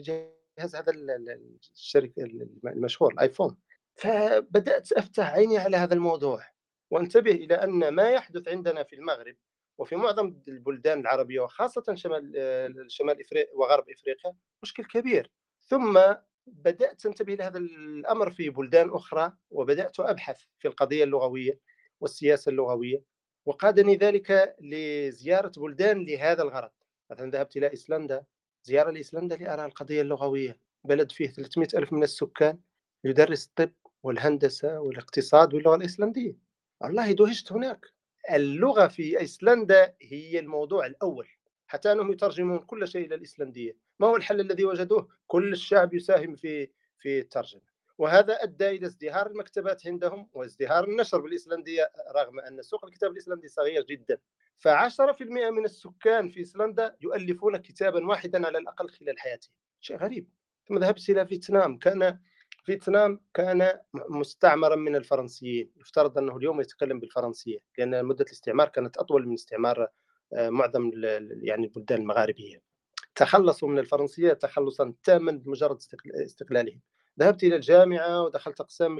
جهاز هذا الشركة المشهور الآيفون. فبدأت أفتح عيني على هذا الموضوع وانتبه إلى أن ما يحدث عندنا في المغرب وفي معظم البلدان العربية وخاصة شمال شمال إفريقيا وغرب إفريقيا مشكل كبير. ثم بدأت أنتبه لهذا الأمر في بلدان أخرى وبدأت أبحث في القضية اللغوية والسياسة اللغوية، وقادني ذلك لزيارة بلدان لهذا الغرض. مثلا ذهبت إلى إيسلندا، زيارة لإيسلندا لأرى القضية اللغوية. بلد فيه ثلاثمئة ألف من السكان يدرس الطب والهندسة والاقتصاد واللغة الإيسلندية. والله دهشت هناك. اللغة في أيسلندا هي الموضوع الأول، حتى أنهم يترجمون كل شيء إلى الإسلندية. ما هو الحل الذي وجدوه؟ كل الشعب يساهم في في الترجمة، وهذا أدى إلى ازدهار المكتبات عندهم وازدهار النشر بالإسلندية، رغم أن سوق الكتاب الإسلندي صغير جدا. فعشرة في المئة من السكان في إيسلندا يؤلفون كتابا واحدا على الأقل خلال حياتهم، شيء غريب. ثم ذهبت إلى فيتنام. كان فيتنام كان مستعمرا من الفرنسيين، يفترض أنه اليوم يتكلم بالفرنسية، لأن مدة الاستعمار كانت أطول من استعمار معظم يعني البلدان المغاربية. تخلصوا من الفرنسية تخلصا تاما بمجرد استقلالهم. ذهبت إلى الجامعة ودخلت أقسام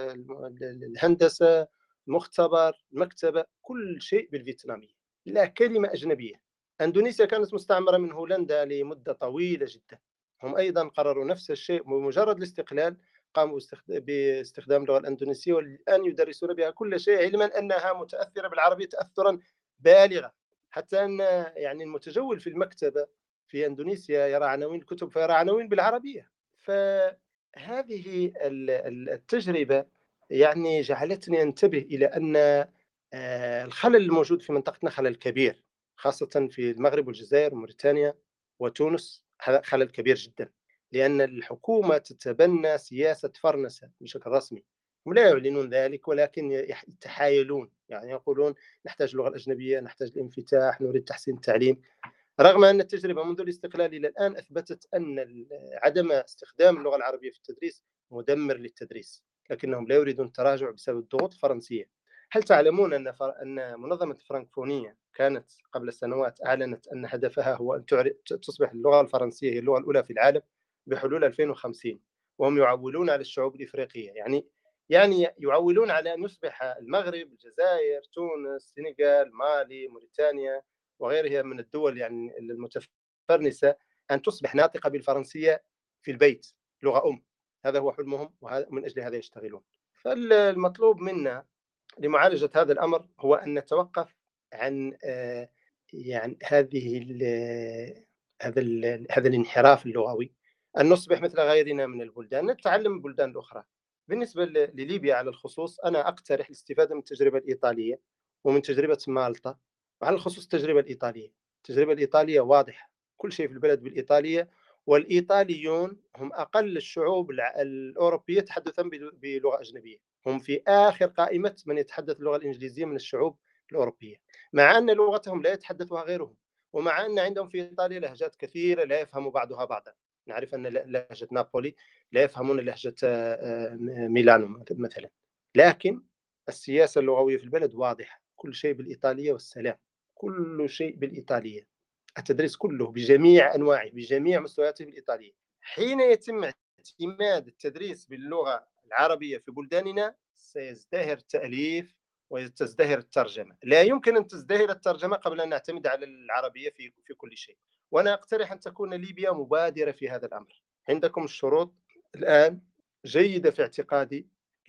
الهندسة، مختبر، مكتبة، كل شيء بالفيتنامية، لا كلمة أجنبية. أندونيسيا كانت مستعمرة من هولندا لمدة طويلة جدا، هم أيضا قرروا نفس الشيء بمجرد الاستقلال، قاموا باستخدام اللغة الأندونيسية والآن يدرسون بها كل شيء، علما أنها متأثرة بالعربية تأثرا بالغا. حتى أن يعني المتجول في المكتبة في أندونيسيا يرى عناوين الكتب فيرى عناوين بالعربية. فهذه التجربة يعني جعلتني أنتبه إلى أن الخلل الموجود في منطقتنا خلل كبير، خاصة في المغرب والجزائر وموريتانيا وتونس. هذا خلل كبير جدا، لأن الحكومة تتبنى سياسة فرنسة بشكل رسمي. هم لا يعلنون ذلك ولكن يتحايلون، يعني يقولون نحتاج اللغة الأجنبية، نحتاج الانفتاح، نريد تحسين التعليم، رغم أن التجربة منذ الاستقلال إلى الآن أثبتت أن عدم استخدام اللغة العربية في التدريس مدمر للتدريس، لكنهم لا يريدون التراجع بسبب الضغوط الفرنسية. هل تعلمون أن فر أن منظمة الفرنكفونية كانت قبل سنوات أعلنت أن هدفها هو أن تعر ت تصبح اللغة الفرنسية هي اللغة الأولى في العالم بحلول ألفين وخمسين، وهم يعوّلون على الشعوب الإفريقية، يعني يعني يعوّلون على أن يصبح المغرب، الجزائر، تونس، السنغال، مالي، موريتانيا وغيرها من الدول يعني المتفرنسة أن تصبح ناطقة بالفرنسية في البيت، لغة أم. هذا هو حلمهم وه ومن أجل هذا يشتغلون. فال المطلوب منا لمعالجة هذا الأمر هو أن نتوقف عن آه، يعني هذه ال هذا ال هذا الانحراف اللغوي، أن نصبح مثل غيرنا من البلدان، نتعلم البلدان الأخرى. بالنسبة ل- لليبيا على الخصوص، أنا أقترح الاستفادة من التجربة الإيطالية ومن تجربة مالطا، وعلى الخصوص التجربة الإيطالية. التجربة الإيطالية واضحة، كل شيء في البلد بالإيطالية، والإيطاليون هم أقل الشعوب الأوروبية تحدثا بلغة أجنبية، هم في آخر قائمة من يتحدث اللغة الإنجليزية من الشعوب الأوروبية، مع أن لغتهم لا يتحدثها غيرهم، ومع أن عندهم في إيطاليا لهجات كثيرة لا يفهم بعضها بعضا. نعرف أن لهجة نابولي لا يفهمون لهجة ميلانو مثلا، لكن السياسة اللغوية في البلد واضحة، كل شيء بالإيطالية والسلام، كل شيء بالإيطالية، التدريس كله بجميع أنواعه بجميع مستوياته بالإيطالية. حين يتم اعتماد التدريس باللغة العربية في بلداننا سيزدهر التأليف وتزدهر الترجمة. لا يمكن أن تزدهر الترجمة قبل أن نعتمد على العربية في, في كل شيء. وأنا أقترح أن تكون ليبيا مبادرة في هذا الأمر. عندكم الشروط الآن جيدة في اعتقادي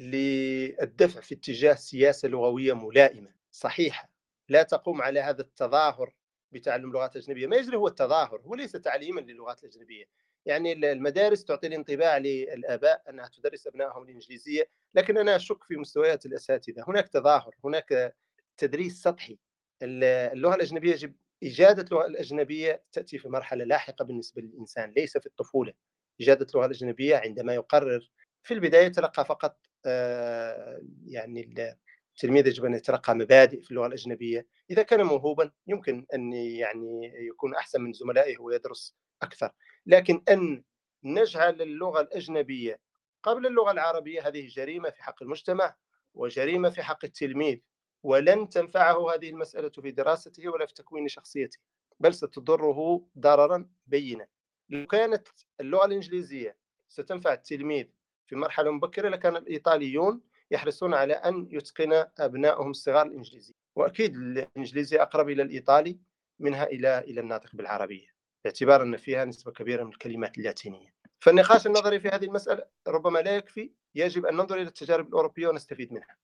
للدفع في اتجاه سياسة لغوية ملائمة صحيحة، لا تقوم على هذا التظاهر بتعلم لغات أجنبية. ما يجري هو التظاهر، هو ليس تعليما للغات الأجنبية. يعني المدارس تعطي الانطباع للآباء أنها تدرس أبنائهم الإنجليزية، لكن أنا أشك في مستويات الأساتذة. هناك تظاهر، هناك تدريس سطحي. اللغة الأجنبية يجب إجادة اللغة الأجنبية تأتي في مرحلة لاحقة بالنسبة للإنسان، ليس في الطفولة. إجادة اللغة الأجنبية عندما يقرر في البداية يتلقى فقط آه، يعني التلميذ يجب أن يتلقى مبادئ في اللغة الأجنبية. إذا كان موهوبا يمكن أن يعني يكون أحسن من زملائه ويدرس أكثر، لكن أن نجعل اللغة الأجنبية قبل اللغة العربية هذه جريمة في حق المجتمع وجريمة في حق التلميذ، ولن تنفعه هذه المسألة في دراسته ولا في تكوين شخصيته، بل ستضره ضررا بينا. لو كانت اللغة الإنجليزية ستنفع التلميذ في مرحلة مبكرة لكان الإيطاليون يحرصون على أن يتقن أبنائهم الصغار الإنجليزية، وأكيد الإنجليزية أقرب إلى الإيطالي منها إلى إلى الناطق بالعربية، باعتبار أن فيها نسبة كبيرة من الكلمات اللاتينية. فالنقاش النظري في هذه المسألة ربما لا يكفي، يجب أن ننظر إلى التجارب الأوروبية ونستفيد منها.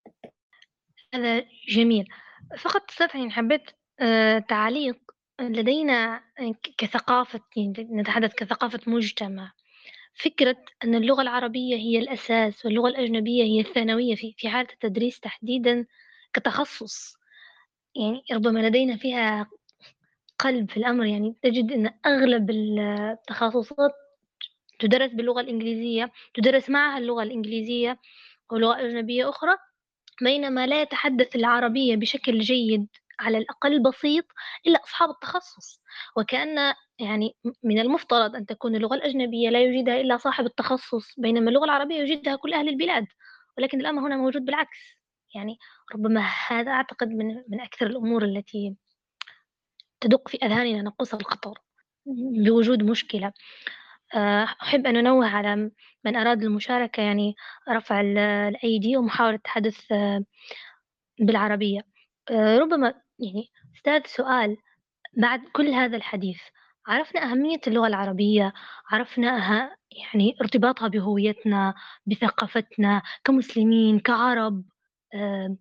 هذا جميل. فقط صراحة حبيت آه، تعليق لدينا ك- كثقافة، يعني نتحدث كثقافة مجتمع. فكرة أن اللغة العربية هي الأساس واللغة الأجنبية هي الثانوية في في حالة التدريس تحديدا كتخصص، يعني ربما لدينا فيها قلب في الأمر. يعني تجد أن أغلب التخصصات تدرس باللغة الإنجليزية، تدرس معها اللغة الإنجليزية أو لغة أجنبية أخرى، بينما لا يتحدث العربية بشكل جيد على الأقل بسيط إلا أصحاب التخصص. وكأن يعني من المفترض أن تكون اللغة الأجنبية لا يجيدها إلا صاحب التخصص، بينما اللغة العربية يجيدها كل أهل البلاد. ولكن الأمر هنا موجود بالعكس. يعني ربما هذا أعتقد من من أكثر الأمور التي تدق في أذهاننا ناقوس الخطر بوجود مشكلة. آه، أحب أن أنوه على من أراد المشاركة، يعني رفع ال- الأيدي ومحاولة التحدث آه، بالعربية. آه، ربما يعني أستاذ سؤال، بعد كل هذا الحديث عرفنا أهمية اللغة العربية، عرفنا أه يعني ارتباطها بهويتنا، بثقافتنا كمسلمين كعرب. آه،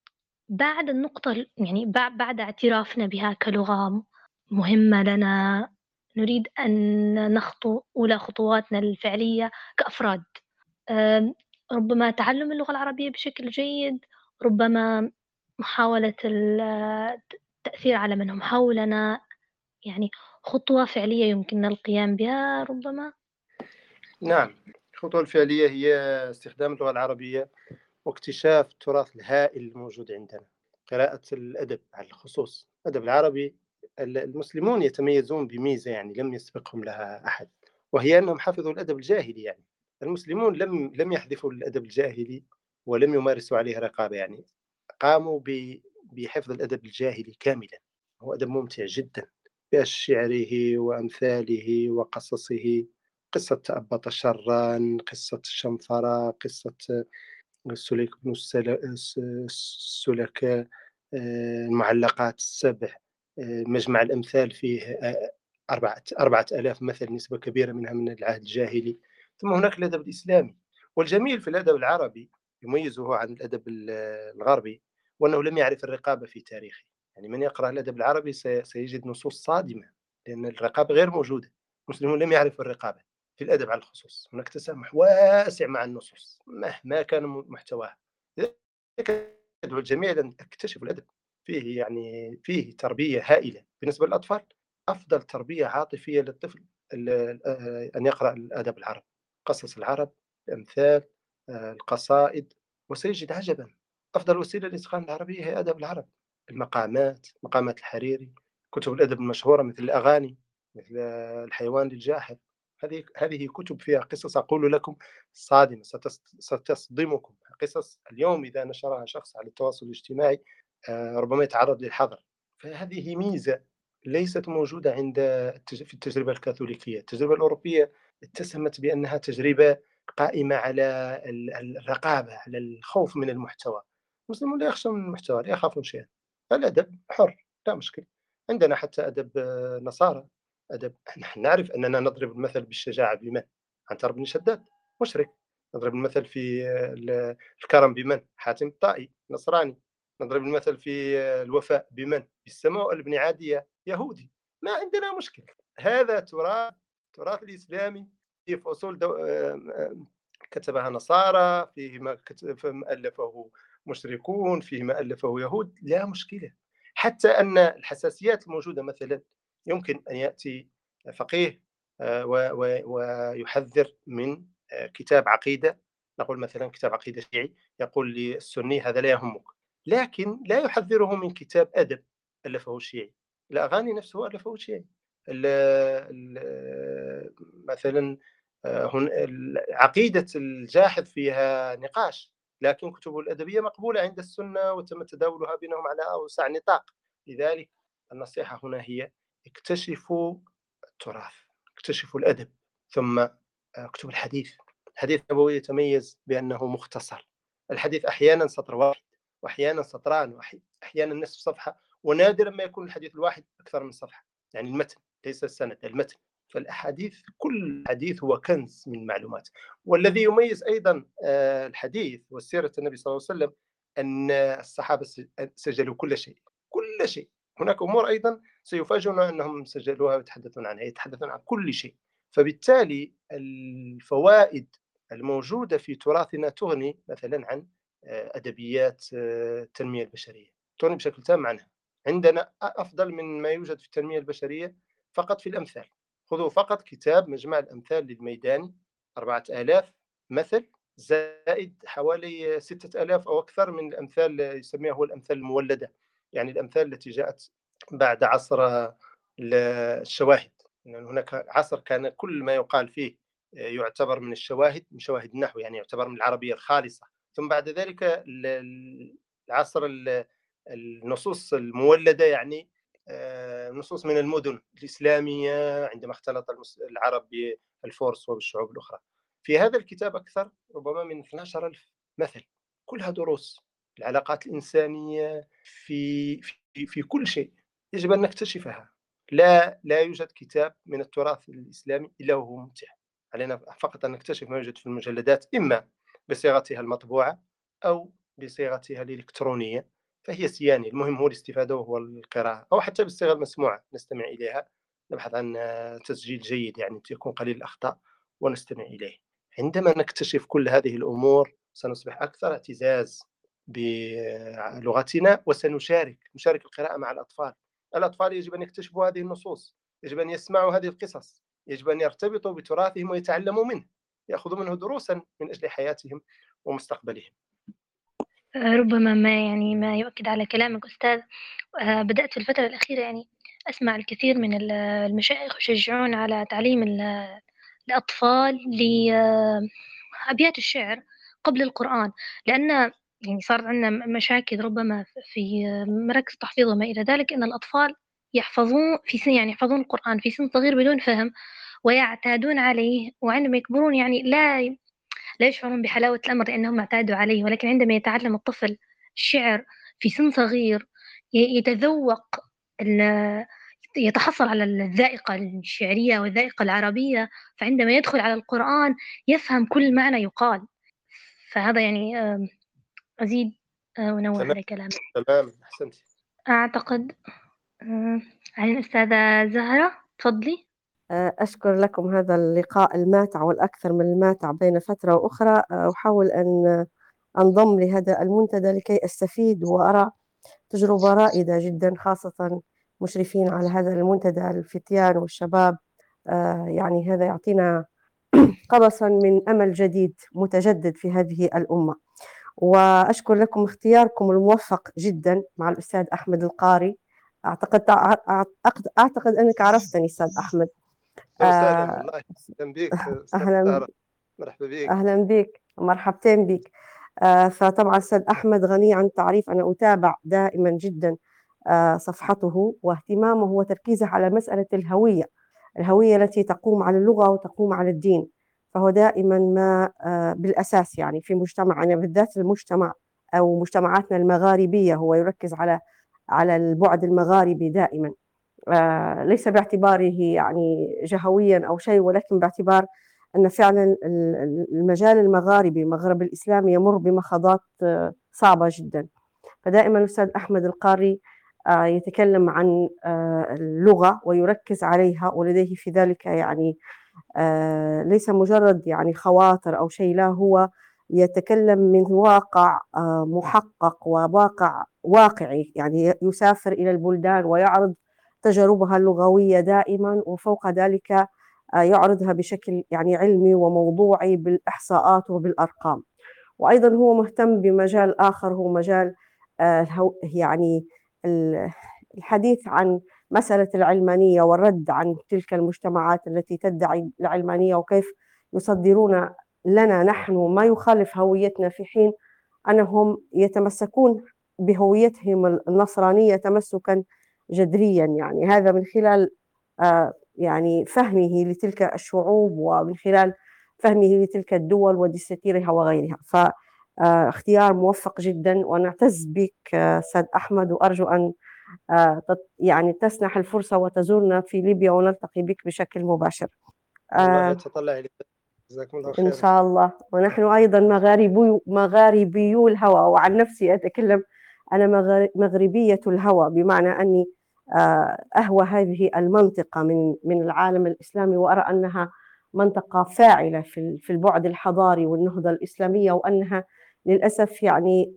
بعد النقطة ال- يعني بع- بعد اعترافنا بها كلغة مهمة لنا، نريد أن نخطو أولى خطواتنا الفعلية كأفراد. آمم، ربما تعلُّم اللغة العربية بشكل جيد، ربما محاولة ال التأثير على من هم حولنا، يعني خطوة فعلية يمكننا القيام بها ربما. نعم، الخطوة الفعلية هي استخدام اللغة العربية واكتشاف التراث الهائل الموجود عندنا، قراءة الأدب على الخصوص. الأدب العربي، المسلمون يتميزون بميزة يعني لم يسبقهم لها أحد، وهي أنهم حفظوا الأدب الجاهلي. يعني المسلمون لم لم يحذفوا الأدب الجاهلي ولم يمارسوا عليه رقابة. يعني قاموا ب بحفظ الأدب الجاهلي كاملًا، هو أدب ممتع جدًا بأشعاره وأمثاله وقصصه، قصة أبا شرًا، قصة شنفرة، قصة سليك بن السل الس السلكاء، آآ المعلقات السبع، آآ مجمع الأمثال فيه أ أربعة أربعة آلاف مثل، نسبة كبيرة منها من العهد الجاهلي. ثم هناك الأدب الإسلامي، والجميل في الأدب العربي يميزه عن الأدب ال الغربي هو أنه لم يعرف الرقابة في تاريخه. يعني من يقرأ الأدب العربي سي سيجد نصوص صادمة، لأن الرقابة غير موجودة، المسلمون لم يعرفوا الرقابة. في الأدب على الخصوص هناك تسامح واسع مع النصوص مهما كان م محتواها. لذلك أدعو الجميع إلى أن يكتشفوا الأدب، فيه يعني فيه تربية هائلة. بالنسبة للأطفال أفضل تربية عاطفية للطفل ال آآ أن يقرأ الأدب العربي، قصص العرب، الأمثال، آآ القصائد، وسيجد عجبًا. أفضل وسيلة لإتقان العربية هي أدب العرب، المقامات، مقامات الحريري، كتب الأدب المشهورة مثل الأغاني، مثل آه، الحيوان الجاحظ. هذه هذه كتب فيها قصص أقول لكم صادمة، ستس ستصدمكم. قصص اليوم إذا نشرها شخص على التواصل الاجتماعي آآ ربما يتعرض للحظر. فهذه ميزة ليست موجودة عند التج في التجربة الكاثوليكية. التجربة الأوروبية اتسمت بأنها تجربة قائمة على ال ال الرقابة، على الخوف من المحتوى. المسلمون لا يخشون من المحتوى، لا يخافون شيئًا. الأدب حر، لا مشكل. عندنا حتى أدب آه، نصارى، أدب نحن نعرف أننا نضرب المثل بالشجاعة بمن؟ عنتر بن شداد مشرك، نضرب المثل في آه، ال الكرم بمن؟ حاتم الطائي نصراني، نضرب المثل في آه، الوفاء بمن؟ بالسماء بن عادية يهودي. ما عندنا مشكل. هذا تراث التراث الإسلامي، فيه فصول دو... آم، آم، كتبها نصارى، فيه ما كتب ما ألفه مشركون، فيه ما ألفه يهود، لا مشكلة. حتى أن الحساسيات الموجودة مثلا يمكن أن يأتي فقيه آه، و- و- ويحذر من آه، كتاب عقيدة، نقول مثلا كتاب عقيدة شيعي، يقول للسني هذا لا يهمك، لكن لا يحذره من كتاب أدب ألفه الشيعي. الأغاني نفسه ألفه الشيعي. ال ال مثلا آه، هن عقيدة الجاحظ فيها نقاش، لكن كتبه الأدبية مقبولة عند السنة وتم تداولها بينهم على أوسع نطاق. لذلك النصيحة هنا هي اكتشفوا التراث، اكتشفوا الأدب، ثم آه، اكتبوا الحديث. الحديث النبوي يتميز بأنه مختصر. الحديث أحيانا سطر واحد، وأحيانا سطران، وأحيانا نصف صفحة، ونادرا ما يكون الحديث الواحد أكثر من صفحة. يعني المتن ليس السند، المتن. فالأحاديث كل حديث هو كنز من المعلومات. والذي يميز أيضا آه، الحديث وسيرة النبي صلى الله عليه وسلم أن الصحابة سجلوا كل شيء، كل شيء. هناك أمور أيضا سيفاجئون أنهم سجلوها ويتحدثون عنها، يتحدثون عن كل شيء. فبالتالي الفوائد الموجودة في تراثنا تغني مثلا عن آه، أدبيات آه، التنمية البشرية، تغني بشكل تام عنها. عندنا أفضل من ما يوجد في التنمية البشرية فقط في الأمثال. خذوا فقط كتاب مجمع الأمثال للميداني، أربعة آلاف مثل، زائد حوالي ستة آلاف أو أكثر من الأمثال يسميها هو الأمثال المولدة، يعني الأمثال التي جاءت بعد عصر الشواهد. يعني هناك عصر كان كل ما يقال فيه يعتبر من الشواهد، من شواهد النحو، يعني يعتبر من العربية الخالصة. ثم بعد ذلك العصر النصوص المولدة، يعني آه، نصوص من المدن الإسلامية عندما اختلط العرب بالفرس وبالشعوب الأخرى. في هذا الكتاب أكثر ربما من اثني عشر ألف مثل، كلها دروس العلاقات الإنسانية في في في كل شيء يجب أن نكتشفها. لا لا يوجد كتاب من التراث الإسلامي إلا وهو ممتع. علينا فقط أن نكتشف ما يوجد في المجلدات، إما بصيغتها المطبوعة أو بصيغتها الإلكترونية، فهي سياني. المهم هو الاستفادة وهو القراءة، أو حتى بالصيغة المسموعة نستمع إليها، نبحث عن تسجيل جيد يعني يكون قليل الأخطاء ونستمع إليه. عندما نكتشف كل هذه الأمور سنصبح أكثر اعتزاز بلغتنا، وسنشارك نشارك القراءة مع الأطفال. الأطفال يجب أن يكتشفوا هذه النصوص، يجب أن يسمعوا هذه القصص، يجب أن يرتبطوا بتراثهم ويتعلموا منه، يأخذوا منه دروسا من أجل حياتهم ومستقبلهم. آه، ربما ما يعني ما يؤكد على كلامك أستاذ. آه، بدأت في الفترة الأخيرة يعني أسمع الكثير من ال- المشايخ يشجعون على تعليم ال- الأطفال لأبيات الشعر قبل القرآن، لأن يعني صارت عندنا مشاكل ربما في مراكز التحفيظ وما إلى ذلك، إن الأطفال يحفظون في سن يعني يحفظون القرآن في سن صغير بدون فهم ويعتادون عليه، وعندما يكبرون يعني لا لا يشعرون بحلاوة الأمر لأنهم اعتادوا عليه، ولكن عندما يتعلم الطفل الشعر في سن صغير يتذوق يتحصل على الذائقة الشعرية والذائقة العربية، فعندما يدخل على القرآن يفهم كل معنى يقال. فهذا يعني أزيد ونوه تمام على كلامي. تمام أحسنت. أعتقد عن الأستاذة زهرة، تفضلي. أشكر لكم هذا اللقاء الماتع والأكثر من الماتع بين فترة وأخرى. أحاول أن أنضم لهذا المنتدى لكي أستفيد وأرى تجربة رائدة جدا، خاصة مشرفين على هذا المنتدى الفتيان والشباب. يعني هذا يعطينا قبسا من أمل جديد متجدد في هذه الأمة. وأشكر لكم اختياركم الموفق جدا مع الأستاذ أحمد القاري. أعتقد أعتقد, أعتقد أنك عرفتني أستاذ أحمد. وسهلا والله. أهلا بك أهلا مرحبا بك. أهلا بك مرحبتين بك. آه فطبعا أستاذ أحمد غني عن التعريف، أنا أتابع دائما جدا آه صفحته واهتمامه وتركيزه على مسألة الهوية الهوية التي تقوم على اللغة وتقوم على الدين. فهو دائما ما آه بالأساس يعني في مجتمعنا بالذات المجتمع أو مجتمعاتنا المغاربية هو يركز على على البعد المغاربي دائما، آه ليس باعتباره يعني جهويا أو شيء، ولكن باعتبار أن فعلا المجال المغاربي المغرب الإسلامي يمر بمخاضات آه صعبة جدا. فدائما الأستاذ أحمد القاري آه يتكلم عن آه اللغة ويركز عليها، ولديه في ذلك يعني آه ليس مجرد يعني خواطر أو شيء، لا، هو يتكلم من واقع آه محقق وواقع واقعي، يعني يسافر إلى البلدان ويعرض تجاربها اللغوية دائما، وفوق ذلك آه يعرضها بشكل يعني علمي وموضوعي بالإحصاءات وبالأرقام. وأيضا هو مهتم بمجال آخر، هو مجال آه يعني الحديث عن مسألة العلمانية والرد عن تلك المجتمعات التي تدعي العلمانية، وكيف يصدرون لنا نحن ما يخالف هويتنا في حين أنهم يتمسكون بهويتهم النصرانية تمسكا جذريا. يعني هذا من خلال آه يعني فهمه لتلك الشعوب ومن خلال فهمه لتلك الدول ودساتيرها وغيرها. فاختيار موفق جدا، ونعتز بك أستاذ أحمد، وأرجو أن يعني تسنح الفرصة وتزورنا في ليبيا ونلتقي بك بشكل مباشر. والله أتطلع إليك، جزاكم الله خير. إن شاء الله. ونحن أيضا مغاربي مغاربيو الهوى، وعن نفسي أتكلم أنا مغربية الهوى، بمعنى أني أهوى هذه المنطقة من من العالم الإسلامي، وأرى أنها منطقة فاعلة في في البعد الحضاري والنهضة الإسلامية، وأنها للأسف يعني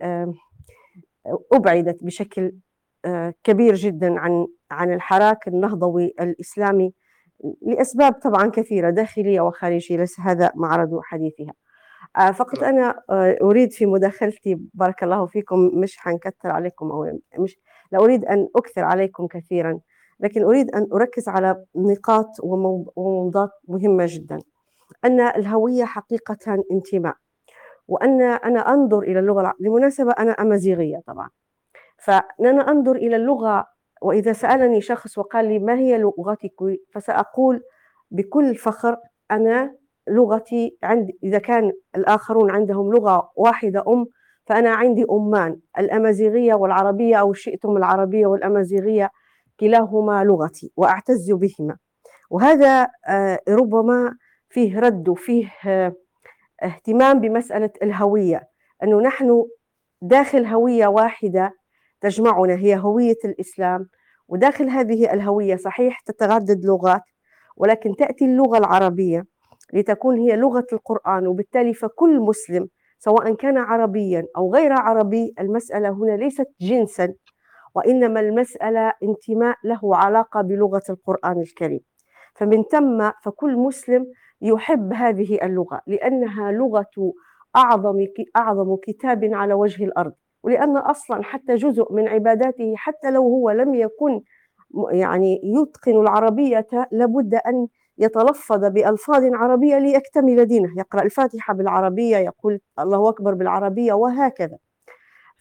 أبعدت بشكل كبير جدا عن عن الحراك النهضوي الإسلامي لأسباب طبعا كثيرة داخلية وخارجية، ليس هذا معرض حديثها. فقط أنا أريد في مداخلتي، بارك الله فيكم، مش حنكثر عليكم أو مش لا أريد أن أكثر عليكم كثيرا، لكن أريد أن أركز على نقاط وموضوعات مهمة جدا. أن الهوية حقيقة انتماء، وأن أنا أنظر إلى اللغة. لمناسبة أنا أمازيغية طبعا، فأنا أنظر إلى اللغة، وإذا سألني شخص وقال لي ما هي لغتك فسأقول بكل فخر أنا لغتي عند إذا كان الآخرون عندهم لغة واحدة أم، فأنا عندي أمان، الأمازيغية والعربية، أو شئتم العربية والأمازيغية، كلاهما لغتي وأعتز بهما. وهذا ربما فيه رد وفيه اهتمام بمسألة الهوية، أنه نحن داخل هوية واحدة تجمعنا هي هوية الإسلام، وداخل هذه الهوية صحيح تتعدد لغات، ولكن تأتي اللغة العربية لتكون هي لغة القرآن، وبالتالي فكل مسلم سواء كان عربيا أو غير عربي، المسألة هنا ليست جنسا، وإنما المسألة انتماء له علاقة بلغة القرآن الكريم. فمن ثم فكل مسلم يحب هذه اللغة، لأنها لغة أعظم أعظم كتاب على وجه الأرض، ولأن أصلا حتى جزء من عباداته حتى لو هو لم يكن يعني يتقن العربية لابد أن يتلفظ بألفاظ عربية ليكتمل دينه، يقرأ الفاتحة بالعربية، يقول الله أكبر بالعربية، وهكذا.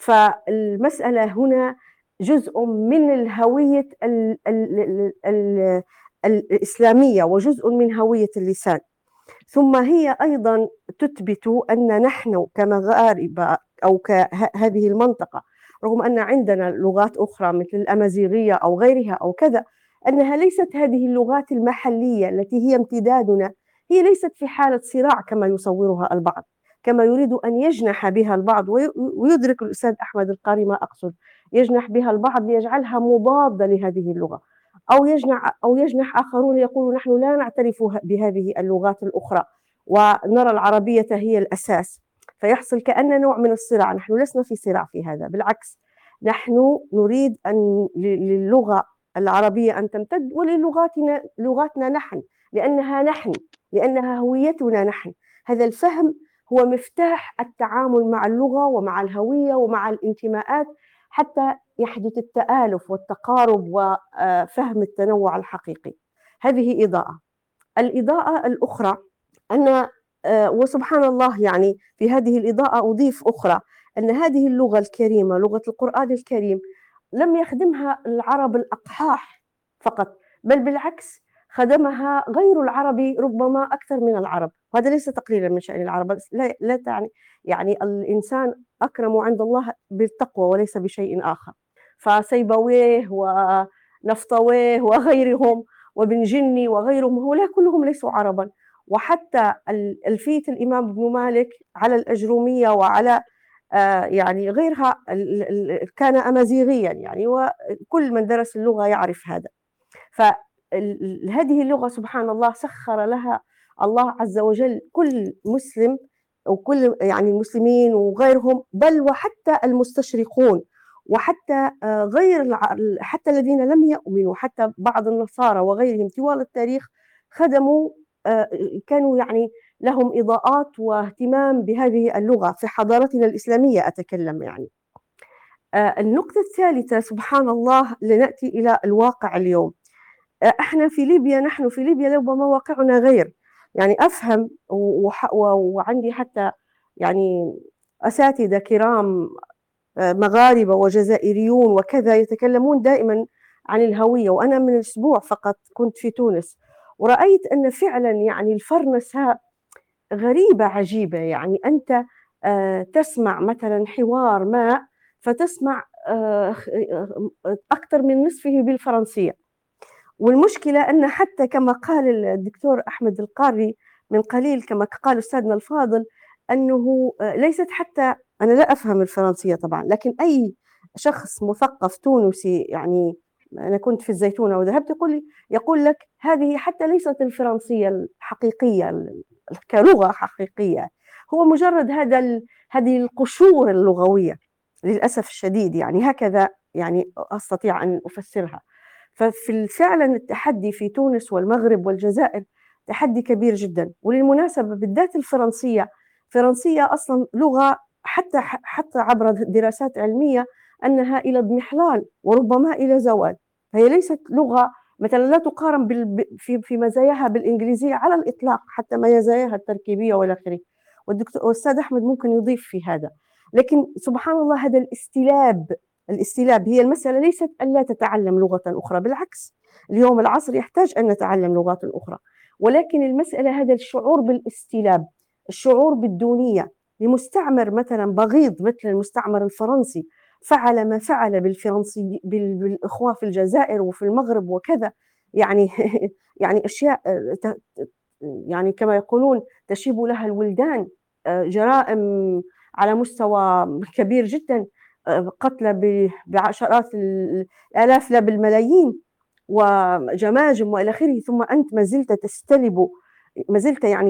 فالمسألة هنا جزء من الهوية ال ال ال ال الإسلامية وجزء من هوية اللسان. ثم هي أيضا تثبت أن نحن كمغاربة أو كهذه المنطقة، رغم أن عندنا لغات أخرى مثل الأمازيغية أو غيرها أو كذا، أنها ليست هذه اللغات المحلية التي هي امتدادنا، هي ليست في حالة صراع كما يصورها البعض، كما يريد أن يجنح بها البعض. ويدرك الأستاذ أحمد القاري ما أقصد، يجنح بها البعض ليجعلها مضادة لهذه اللغة، أو يجنح أو يجنح آخرون يقولوا نحن لا نعترف بهذه اللغات الأخرى ونرى العربية هي الأساس، فيحصل كأن نوع من الصراع. نحن لسنا في صراع في هذا، بالعكس نحن نريد أن للغة العربية أن تمتد وللغاتنا لغاتنا نحن، لأنها نحن لأنها هويتنا نحن. هذا الفهم هو مفتاح التعامل مع اللغة ومع الهوية ومع الانتماءات، حتى يحدث التآلف والتقارب وفهم التنوع الحقيقي. هذه إضاءة. الإضاءة الأخرى أن وسبحان الله يعني في هذه الإضاءة أضيف أخرى، أن هذه اللغة الكريمة لغة القرآن الكريم لم يخدمها العرب الأقحاح فقط، بل بالعكس خدمها غير العربي ربما أكثر من العرب. وهذا ليس تقليلا من شأن العرب، لا, لا تعني يعني الإنسان أكرم عند الله بالتقوى وليس بشيء آخر. فسيبويه ونفطويه وغيرهم وابن جني وغيرهم هؤلاء كلهم ليسوا عربا. وحتى ألفية الإمام ابن مالك على الأجرومية وعلى آه يعني غيرها كان أمازيغيا يعني، وكل من درس اللغة يعرف هذا. فهذه اللغة سبحان الله سخر لها الله عز وجل كل مسلم وكل يعني المسلمين وغيرهم، بل وحتى المستشرقون وحتى غير حتى الذين لم يؤمنوا، حتى بعض النصارى وغيرهم طوال التاريخ خدموا، كانوا يعني لهم إضاءات واهتمام بهذه اللغة في حضارتنا الإسلامية أتكلم يعني. النقطة الثالثة سبحان الله لنأتي إلى الواقع اليوم. احنا في ليبيا، نحن في ليبيا ربما واقعنا غير، يعني أفهم وعندي حتى يعني أساتذة كرام مغاربة وجزائريون وكذا يتكلمون دائما عن الهوية. وأنا من أسبوع فقط كنت في تونس ورأيت أن فعلا يعني الفرنسة غريبة عجيبة. يعني أنت تسمع مثلا حوار ما فتسمع أكثر من نصفه بالفرنسية. والمشكلة أن حتى كما قال الدكتور أحمد القاري من قليل، كما قال أستاذنا الفاضل، أنه ليست حتى أنا لا أفهم الفرنسية طبعا، لكن أي شخص مثقف تونسي يعني أنا كنت في الزيتونة وذهبت يقول لي يقول لك هذه حتى ليست الفرنسية الحقيقية كلغة حقيقية، هو مجرد هذا هذه القشور اللغوية للأسف الشديد. يعني هكذا يعني أستطيع أن أفسرها. ففي فعلا التحدي في تونس والمغرب والجزائر تحدي كبير جدا. وللمناسبة بالذات الفرنسية، فرنسية أصلا لغة حتى حتى عبر دراسات علمية أنها إلى اضمحلال وربما إلى زوال. فهي ليست لغة مثلا لا تقارن في في مزاياها بالإنجليزية على الإطلاق، حتى مزاياها التركيبية والى آخره. والدكتور والأستاذ أحمد ممكن يضيف في هذا. لكن سبحان الله هذا الاستلاب الاستلاب هي المسألة ليست أن لا تتعلم لغة أخرى، بالعكس اليوم العصر يحتاج أن نتعلم لغات أخرى، ولكن المسألة هذا الشعور بالاستلاب، الشعور بالدونية لمستعمر مثلا بغيض مثل المستعمر الفرنسي فعل ما فعل بالفرنسي بالإخوة في الجزائر وفي المغرب وكذا، يعني يعني أشياء يعني كما يقولون تشيب لها الولدان، جرائم على مستوى كبير جدا، قتلى بعشرات الآلاف لا بالملايين وجماجم وإلى آخره. ثم أنت ما زلت تستلب، ما زلت يعني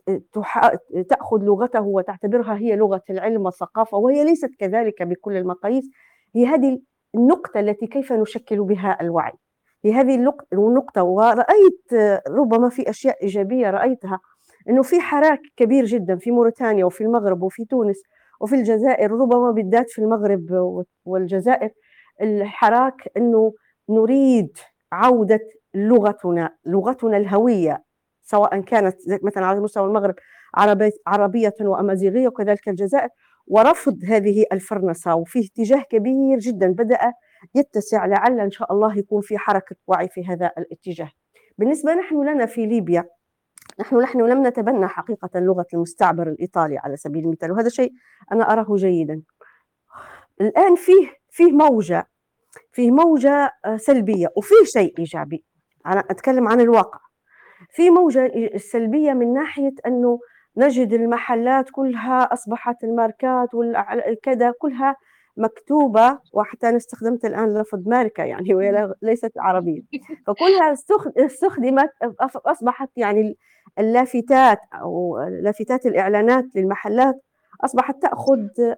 تأخذ لغته وتعتبرها هي لغة العلم والثقافة، وهي ليست كذلك بكل المقاييس. هي هذه النقطة التي كيف نشكل بها الوعي، هي هذه النقطة. ورأيت ربما في أشياء إيجابية رأيتها، أنه في حراك كبير جدا في موريتانيا وفي المغرب وفي تونس وفي الجزائر، ربما بالذات في المغرب والجزائر، الحراك أنه نريد عودة لغتنا لغتنا الهوية، سواء كانت مثلا على مستوى المغرب عربية وأمازيغية وكذلك الجزائر، ورفض هذه الفرنسة. وفيه اتجاه كبير جدا بدأ يتسع، لعل إن شاء الله يكون في حركة وعي في هذا الاتجاه. بالنسبة نحن لنا في ليبيا، نحن نحن لم نتبنى حقيقة لغة المستعمر الإيطالي على سبيل المثال، وهذا شيء أنا أراه جيدا. الآن فيه فيه موجة فيه موجة سلبية وفيه شيء إيجابي. أنا أتكلم عن الواقع. في موجة سلبية من ناحية أنه نجد المحلات كلها أصبحت الماركات والكذا كلها مكتوبة، وحتى أنا استخدمت الآن لفظ ماركة يعني وهي ليست عربية، فكلها استخدمت، أصبحت يعني اللافتات أو لافتات الإعلانات للمحلات أصبحت تأخذ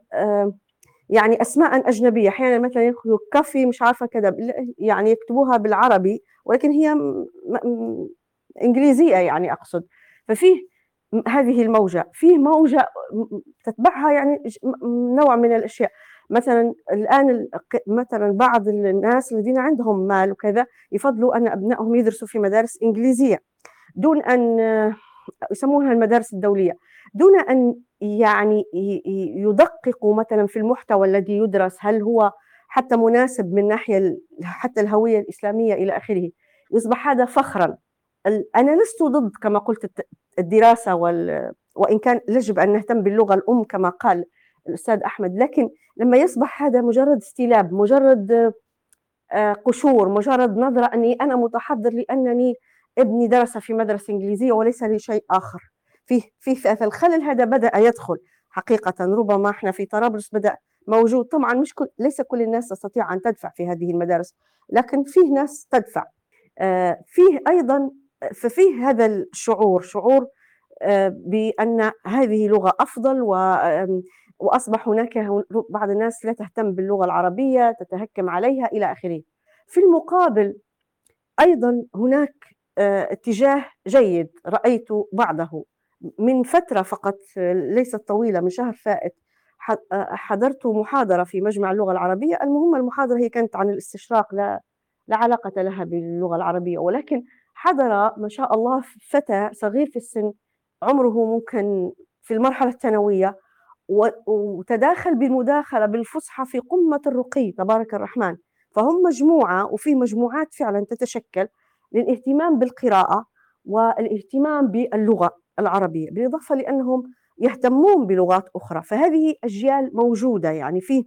يعني أسماء أجنبية. أحيانا مثلا يأخذوا كافي مش عارفة كذا، يعني يكتبوها بالعربي ولكن هي م م إنجليزية يعني أقصد. ففيه هذه الموجة، فيه موجة تتبعها يعني نوع من الأشياء. مثلا الآن مثلا بعض الناس الذين عندهم مال وكذا يفضلوا أن أبنائهم يدرسوا في مدارس إنجليزية دون أن يسمونها المدارس الدولية، دون أن يعني يدققوا مثلا في المحتوى الذي يدرس، هل هو حتى مناسب من ناحية حتى الهوية الإسلامية إلى آخره. يصبح هذا فخرا. أنا لست ضد كما قلت الدراسة وال... وإن كان يجب أن نهتم باللغة الأم كما قال الأستاذ أحمد، لكن لما يصبح هذا مجرد استلاب، مجرد قشور، مجرد نظرة أني أنا متحضر لأنني ابني درس في مدرسة إنجليزية وليس لي شيء آخر، فيه فيه فالخلل هذا بدأ يدخل حقيقة. ربما احنا في طرابلس بدأ موجود، طبعا مش كل ليس كل الناس تستطيع أن تدفع في هذه المدارس، لكن فيه ناس تدفع. آه فيه أيضا ففيه هذا الشعور، شعور آه بأن هذه لغة أفضل، وأصبح هناك بعض الناس لا تهتم باللغة العربية، تتهكم عليها إلى آخره. في المقابل أيضا هناك آه اتجاه جيد رأيت بعضه من فترة فقط ليست طويلة، من شهر فائت حضرت محاضرة في مجمع اللغة العربية. المهم المحاضرة هي كانت عن الاستشراق، لا لا علاقة لها باللغة العربية، ولكن حضر ما شاء الله فتى صغير في السن، عمره ممكن في المرحلة الثانوية، وتداخل بالمداخلة بالفصحى في قمة الرقي تبارك الرحمن. فهم مجموعة، وفي مجموعات فعلا تتشكل للاهتمام بالقراءة والاهتمام باللغة العربية، بالإضافة لأنهم يهتمون بلغات أخرى. فهذه أجيال موجودة، يعني فيه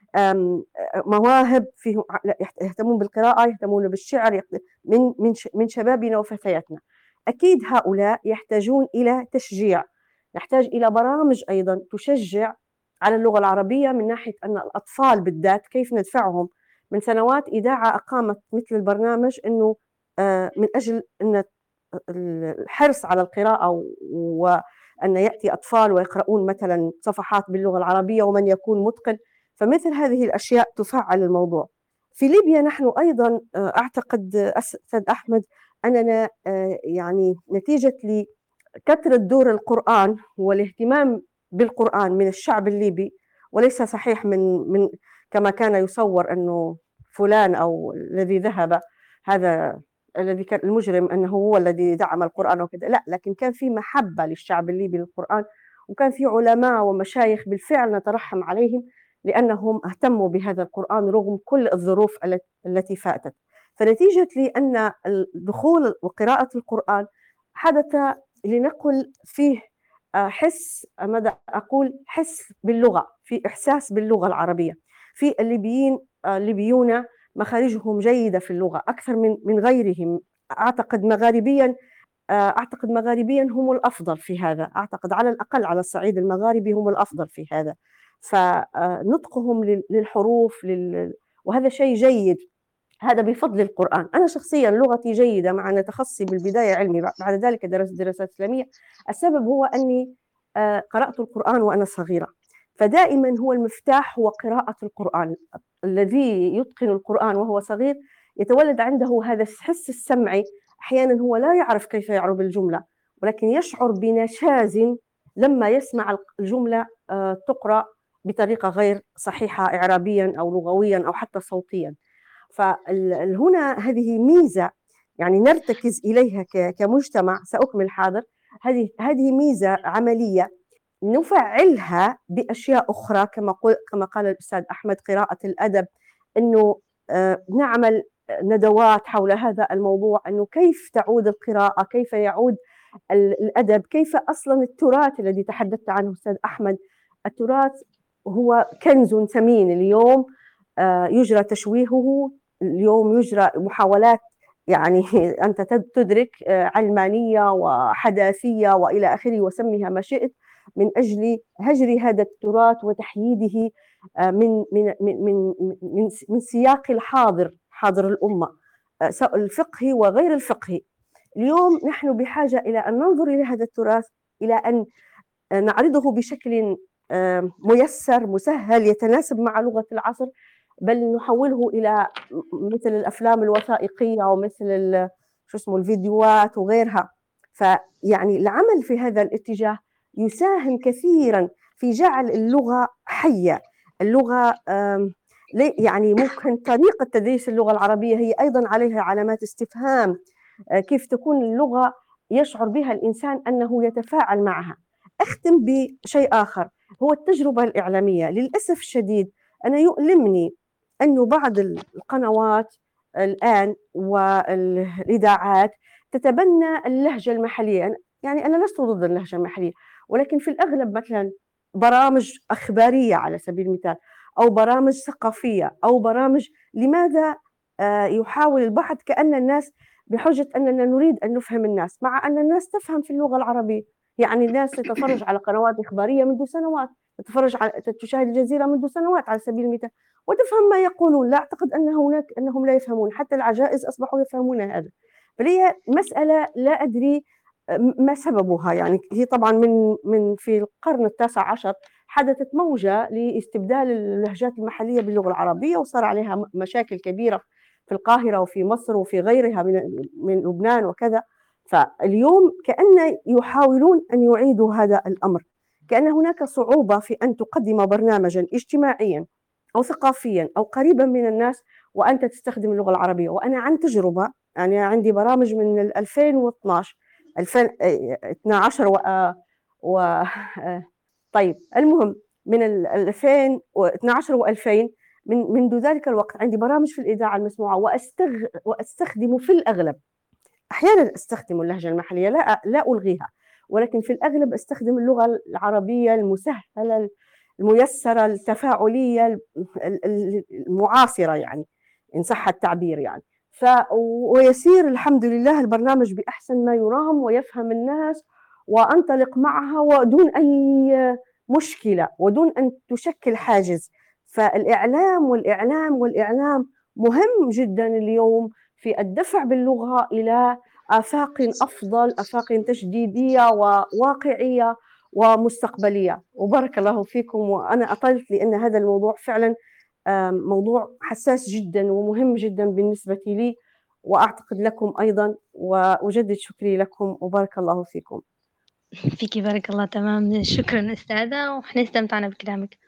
مواهب، فيه يهتمون بالقراءة، يهتمون بالشعر من من من شبابنا وفتياتنا. أكيد هؤلاء يحتاجون إلى تشجيع، نحتاج إلى برامج أيضا تشجع على اللغة العربية، من ناحية أن الأطفال بالذات كيف ندفعهم. من سنوات إذاعة أقامت مثل البرنامج أنه من أجل أن الحرص على القراءة وأن يأتي أطفال ويقرؤون مثلا صفحات باللغة العربية ومن يكون متقن، فمثل هذه الأشياء تفعل الموضوع. في ليبيا نحن أيضا أعتقد أستاذ أحمد أننا يعني نتيجة لكثرة دور القرآن والاهتمام بالقرآن من الشعب الليبي، وليس صحيح من من كما كان يصور أنه فلان أو الذي ذهب هذا الذي كان المجرم أنه هو الذي دعم القرآن وكذا، لا، لكن كان في محبة للشعب الليبي للقرآن، وكان في علماء ومشايخ بالفعل نترحم عليهم لأنهم اهتموا بهذا القرآن رغم كل الظروف التي فاتت. فنتيجة لأن الدخول وقراءة القرآن حدث لنقل فيه حس، ماذا أقول، حس باللغة، في إحساس باللغة العربية. في الليبيين الليبيون مخارجهم جيدة في اللغة أكثر من من غيرهم. أعتقد مغاربيا أعتقد مغاربيا هم الأفضل في هذا، أعتقد على الأقل على الصعيد المغاربي هم الأفضل في هذا. فنطقهم للحروف لل... وهذا شيء جيد، هذا بفضل القرآن. أنا شخصيا لغتي جيدة مع أن تخصصي بالبداية علمي، بعد ذلك درست دراسات إسلامية. السبب هو أني قرأت القرآن وأنا صغيرة، فدائما هو المفتاح هو قراءة القرآن. الذي يتقن القرآن وهو صغير يتولد عنده هذا الحس السمعي، أحيانا هو لا يعرف كيف يعرب الجملة، ولكن يشعر بنشاز لما يسمع الجملة تقرأ بطريقة غير صحيحة إعرابيا أو لغويا أو حتى صوتيا. فهنا هذه ميزة يعني نرتكز إليها كمجتمع. سأكمل حاضر. هذه هذه ميزة عملية نفعلها بأشياء أخرى، كما قل كما قال الأستاذ أحمد، قراءة الأدب، إنه آه، نعمل ندوات حول هذا الموضوع، إنه كيف تعود القراءة، كيف يعود الأدب، كيف أصلا التراث الذي تحدثت عنه أستاذ أحمد. التراث هو كنز ثمين، اليوم آه، يجرى تشويهه، اليوم يجرى محاولات، يعني أنت تدرك آه، علمانية وحداثية وإلى آخره، وسميها ما شئت، من أجل هجر هذا التراث وتحييده آه، من من من من من من سياق الحاضر، حاضر الأمة، آه، الفقهي وغير الفقهي. اليوم نحن بحاجة إلى أن ننظر إلى هذا التراث، إلى أن نعرضه بشكل ميسر مسهل يتناسب مع لغة العصر، بل نحوله إلى مثل الأفلام الوثائقية ومثل شو اسمه الفيديوهات وغيرها. فيعني العمل في هذا الاتجاه يساهم كثيرا في جعل اللغة حية. اللغة يعني ممكن طريقة تدريس اللغة العربية هي أيضا عليها علامات استفهام، كيف تكون اللغة يشعر بها الإنسان أنه يتفاعل معها. أختم بشيء آخر، هو التجربة الإعلامية. للأسف الشديد أنا يؤلمني أنه بعض القنوات الآن والإذاعات تتبنى اللهجة المحلية. يعني أنا لست ضد اللهجة المحلية، ولكن في الأغلب مثلا برامج أخبارية على سبيل المثال، أو برامج ثقافية، أو برامج، لماذا يحاول البعض كأن الناس بحجة أننا نريد أن نفهم الناس، مع أن الناس تفهم في اللغة العربية. يعني الناس تتفرج على قنوات إخبارية منذ سنوات، تتفرج على تشاهد الجزيرة منذ سنوات على سبيل المثال، وتفهم ما يقولون. لا أعتقد أن هناك أنهم لا يفهمون، حتى العجائز أصبحوا يفهمون هذا. فهي مسألة لا أدري ما سببها. يعني هي طبعا من من في القرن التاسع عشر حدثت موجة لاستبدال اللهجات المحلية باللغة العربية، وصار عليها مشاكل كبيرة في القاهرة وفي مصر وفي غيرها من من لبنان وكذا. فاليوم كأن يحاولون أن يعيدوا هذا الأمر، كأن هناك صعوبة في أن تقدم برنامجا اجتماعيا أو ثقافيا أو قريبا من الناس وأنت تستخدم اللغة العربية. وأنا عن تجربة، يعني عندي برامج من ألفين واثناشر ألفين واثني عشر و... و... طيب المهم من ألفين واثني عشر و2000، من منذ ذلك الوقت عندي برامج في الإذاعة المسموعة، وأستغ... وأستخدم في الأغلب، أحيانا أستخدم اللهجة المحلية، لا لا ألغيها، ولكن في الأغلب أستخدم اللغة العربية المسهلة الميسرة التفاعلية المعاصرة، يعني إن صح التعبير. يعني ف ويسير الحمد لله البرنامج بأحسن ما يرام ويفهم الناس، وأنطلق معها ودون أي مشكلة ودون أن تشكل حاجز. فالإعلام والإعلام والإعلام مهم جدا اليوم في الدفع باللغة إلى آفاق أفضل، آفاق تجديدية وواقعية ومستقبلية. وبارك الله فيكم. وأنا أطلت لأن هذا الموضوع فعلا موضوع حساس جدا ومهم جدا بالنسبة لي، وأعتقد لكم أيضا، وأجدد شكري لكم وبارك الله فيكم. فيكي بارك الله. تمام، شكرا أستاذة، وإحنا استمتعنا بكلامك.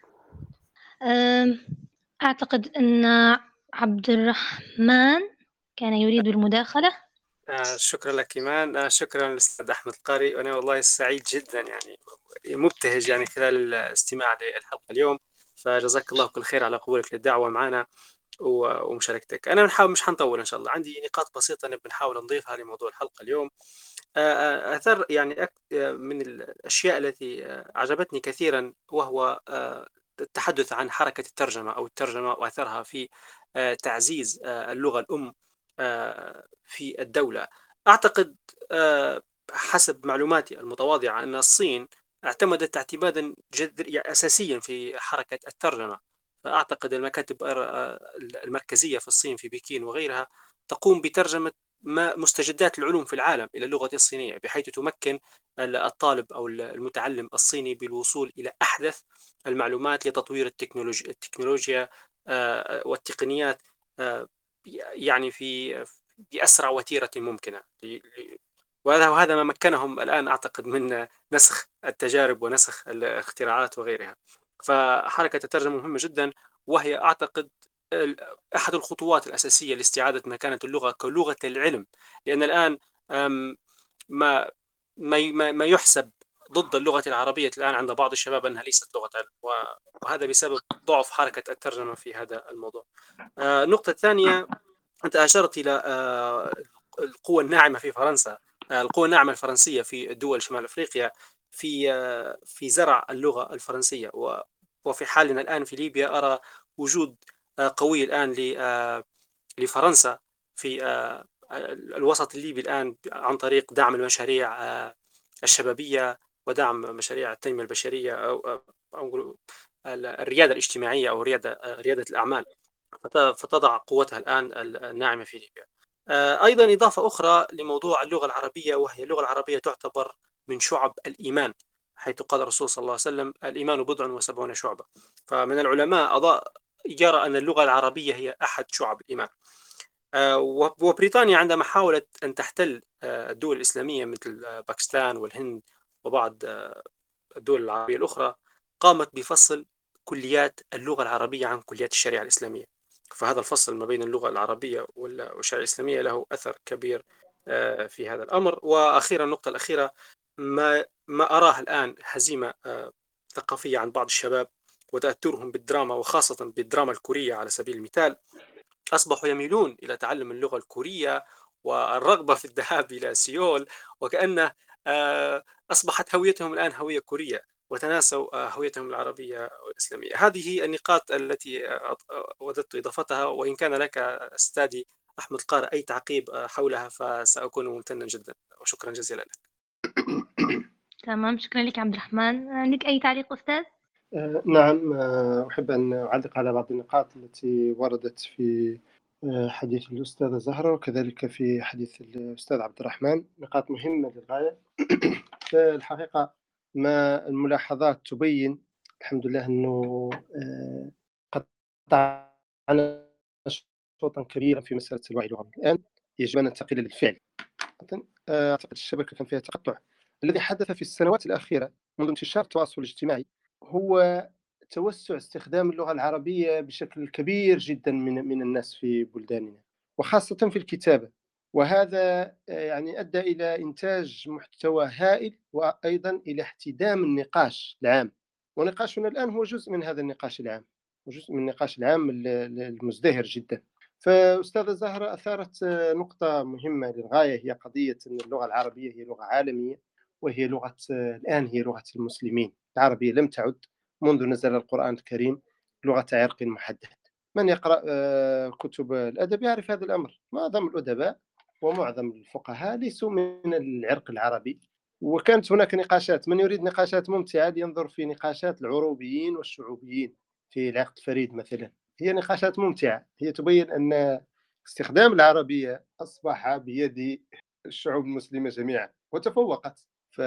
أعتقد أن عبد الرحمن كان يريد المداخلة. آه شكرا لك إيمان. آه شكرا للأستاذ أحمد القاري، وأنا والله سعيد جدا، يعني مبتهج يعني خلال الاستماع للحلقة اليوم، فجزاك الله كل خير على قبولك للدعوة معنا ومشاركتك. أنا بنحاول مش حنطول إن شاء الله، عندي نقاط بسيطة بنحاول نضيفها لموضوع الحلقة اليوم. آه أثر يعني من الأشياء التي عجبتني كثيرا، وهو آه التحدث عن حركة الترجمة أو الترجمة وأثرها في آه تعزيز آه اللغة الأم في الدولة. أعتقد حسب معلوماتي المتواضعة أن الصين اعتمدت اعتمادا جذريا أساسيا في حركة الترجمة. فأعتقد المكاتب المركزية في الصين في بكين وغيرها تقوم بترجمة ما مستجدات العلوم في العالم إلى اللغة الصينية، بحيث تمكن الطالب أو المتعلم الصيني بالوصول إلى أحدث المعلومات لتطوير التكنولوجيا, التكنولوجيا والتقنيات يعني في بأسرع وتيرة ممكنة. وهذا ما مكنهم الآن أعتقد من نسخ التجارب ونسخ الاختراعات وغيرها. فحركة الترجمة مهمة جدا، وهي أعتقد أحد الخطوات الأساسية لاستعادة مكانة اللغة كلغة العلم. لأن الآن ما ما ما يحسب ضد اللغة العربية الآن عند بعض الشباب أنها ليست لغة علم، وهذا بسبب ضعف حركة الترجمة في هذا الموضوع. النقطة الثانية، أنت أشرت إلى القوة الناعمة في فرنسا، القوة الناعمة الفرنسية في دول شمال أفريقيا في في زرع اللغة الفرنسية. وفي حالنا الآن في ليبيا أرى وجود قوي الآن لفرنسا في الوسط الليبي الآن عن طريق دعم المشاريع الشبابية ودعم مشاريع التنمية البشرية أو أو الريادة الاجتماعية أو ريادة ريادة الأعمال، فتضع قوتها الآن الناعمة في ليبيا. أيضا إضافة أخرى لموضوع اللغة العربية، وهي اللغة العربية تعتبر من شعب الإيمان، حيث قال الرسول صلى الله عليه وسلم: الإيمان بضع وسبعون شعبة. فمن العلماء أضاء يرى أن اللغة العربية هي أحد شعب الإيمان. وبريطانيا عندما حاولت أن تحتل الدول الإسلامية مثل باكستان والهند وبعض الدول العربية الأخرى، قامت بفصل كليات اللغة العربية عن كليات الشريعة الإسلامية. فهذا الفصل ما بين اللغة العربية والشريعة الإسلامية له أثر كبير في هذا الأمر. وأخيرا، النقطة الأخيرة، ما ما أراه الآن هزيمة ثقافية عن بعض الشباب وتأثرهم بالدراما، وخاصة بالدراما الكورية على سبيل المثال. أصبحوا يميلون إلى تعلم اللغة الكورية والرغبة في الذهاب إلى سيول، وكأن أصبحت هويتهم الآن هوية كورية وتناسوا هويتهم العربية والإسلامية. هذه النقاط التي وددت إضافتها، وإن كان لك أستاذي أحمد القاري أي تعقيب حولها فسأكون ممتنا جدا، وشكرا جزيلا لك. تمام، شكرا لك عبد الرحمن. لك أي تعليق أستاذ؟ آه نعم، آه أحب أن أعلق على بعض النقاط التي وردت في آه حديث الأستاذة زهرة وكذلك في حديث الأستاذ عبد الرحمن. نقاط مهمة للغاية. الحقيقة ما الملاحظات تبين الحمد لله أنه آه قطعنا شوطا كبيرا في مسألة الوعي اللغوي. الآن يجب أن ننتقل للفعل. أعتقد الشبكة كان فيها تقطع. الذي حدث في السنوات الأخيرة منذ انتشار التواصل الاجتماعي هو توسع استخدام اللغة العربية بشكل كبير جدا من من الناس في بلداننا، وخاصة في الكتابة. وهذا يعني أدى إلى إنتاج محتوى هائل، وأيضا إلى احتدام النقاش العام. ونقاشنا الآن هو جزء من هذا النقاش العام، وجزء من النقاش العام المزدهر جدا. فأستاذة زهرة أثارت نقطة مهمة للغاية، هي قضية أن اللغة العربية هي لغة عالمية، وهي لغة الآن هي لغة المسلمين. العربية لم تعد منذ نزل القرآن الكريم لغة عرق محدد. من يقرأ كتب الأدب يعرف هذا الأمر. معظم الأدباء ومعظم الفقهاء ليسوا من العرق العربي. وكانت هناك نقاشات، من يريد نقاشات ممتعة لينظر في نقاشات العروبيين والشعوبيين في العقد فريد مثلا. هي نقاشات ممتعة، هي تبين أن استخدام العربية أصبح بيد الشعوب المسلمة جميعا وتفوقت.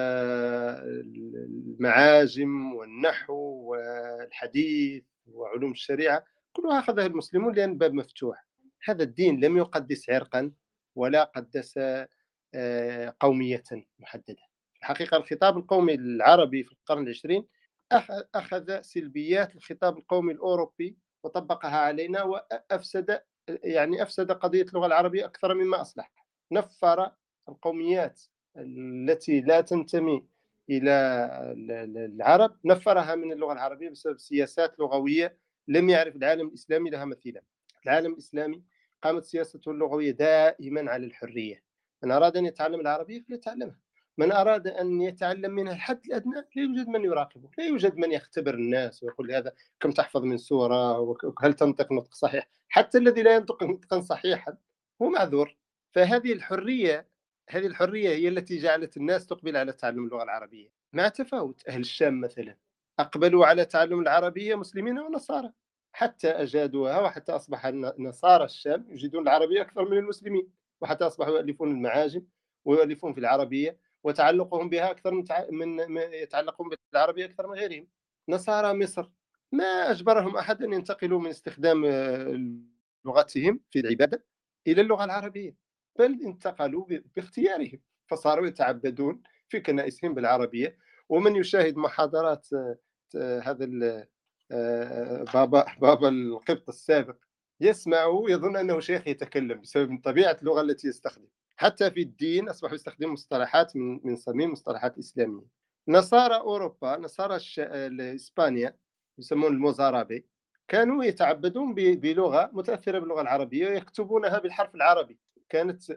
فالمعاجم والنحو والحديث وعلوم الشريعة كلها أخذها المسلمون لأن الباب مفتوح. هذا الدين لم يقدس عرقا ولا قدس قومية محددة. الحقيقة الخطاب القومي العربي في القرن العشرين أخذ سلبيات الخطاب القومي الأوروبي وطبقها علينا، وأفسد يعني أفسد قضية اللغة العربية أكثر مما أصلح. نفر القوميات التي لا تنتمي إلى العرب، نفرها من اللغة العربية بسبب سياسات لغوية لم يعرف العالم الإسلامي لها مثيلا. العالم الإسلامي قامت سياسته اللغوية دائما على الحرية. من أراد أن يتعلم العربية فليتعلمها، من أراد أن يتعلم منها الحد الأدنى لا يوجد من يراقبه، لا يوجد من يختبر الناس ويقول هذا كم تحفظ من سورة وهل تنطق نطق صحيح. حتى الذي لا ينطق نطقا صحيحا هو معذور. فهذه الحرية هذه الحرية هي التي جعلت الناس تقبل على تعلم اللغة العربية، مع تفاوت. أهل الشام مثلا أقبلوا على تعلم العربية مسلمين ونصارى، حتى أجادوها، وحتى أصبح نصارى الشام يجيدون العربية أكثر من المسلمين، وحتى أصبحوا يؤلفون المعاجم ويؤلفون في العربية، وتعلقهم بها أكثر من, تع... من يتعلقون بالعربية أكثر من غيرهم. نصارى مصر ما أجبرهم أحد أن ينتقلوا من استخدام لغتهم في العبادة إلى اللغة العربية، بل انتقلوا باختيارهم، فصاروا يتعبدون في كنائسهم بالعربية. ومن يشاهد محاضرات هذا بابا بابا القبط السابق يسمع يظن أنه شيخ يتكلم بسبب طبيعة اللغة التي يستخدم. حتى في الدين أصبحوا يستخدموا مصطلحات من من صميم مصطلحات إسلامية. نصارى أوروبا، نصارى الش... إسبانيا يسمون الموزارابي، كانوا يتعبدون ب... بلغة متأثرة باللغة العربية ويكتبونها بالحرف العربي. كانت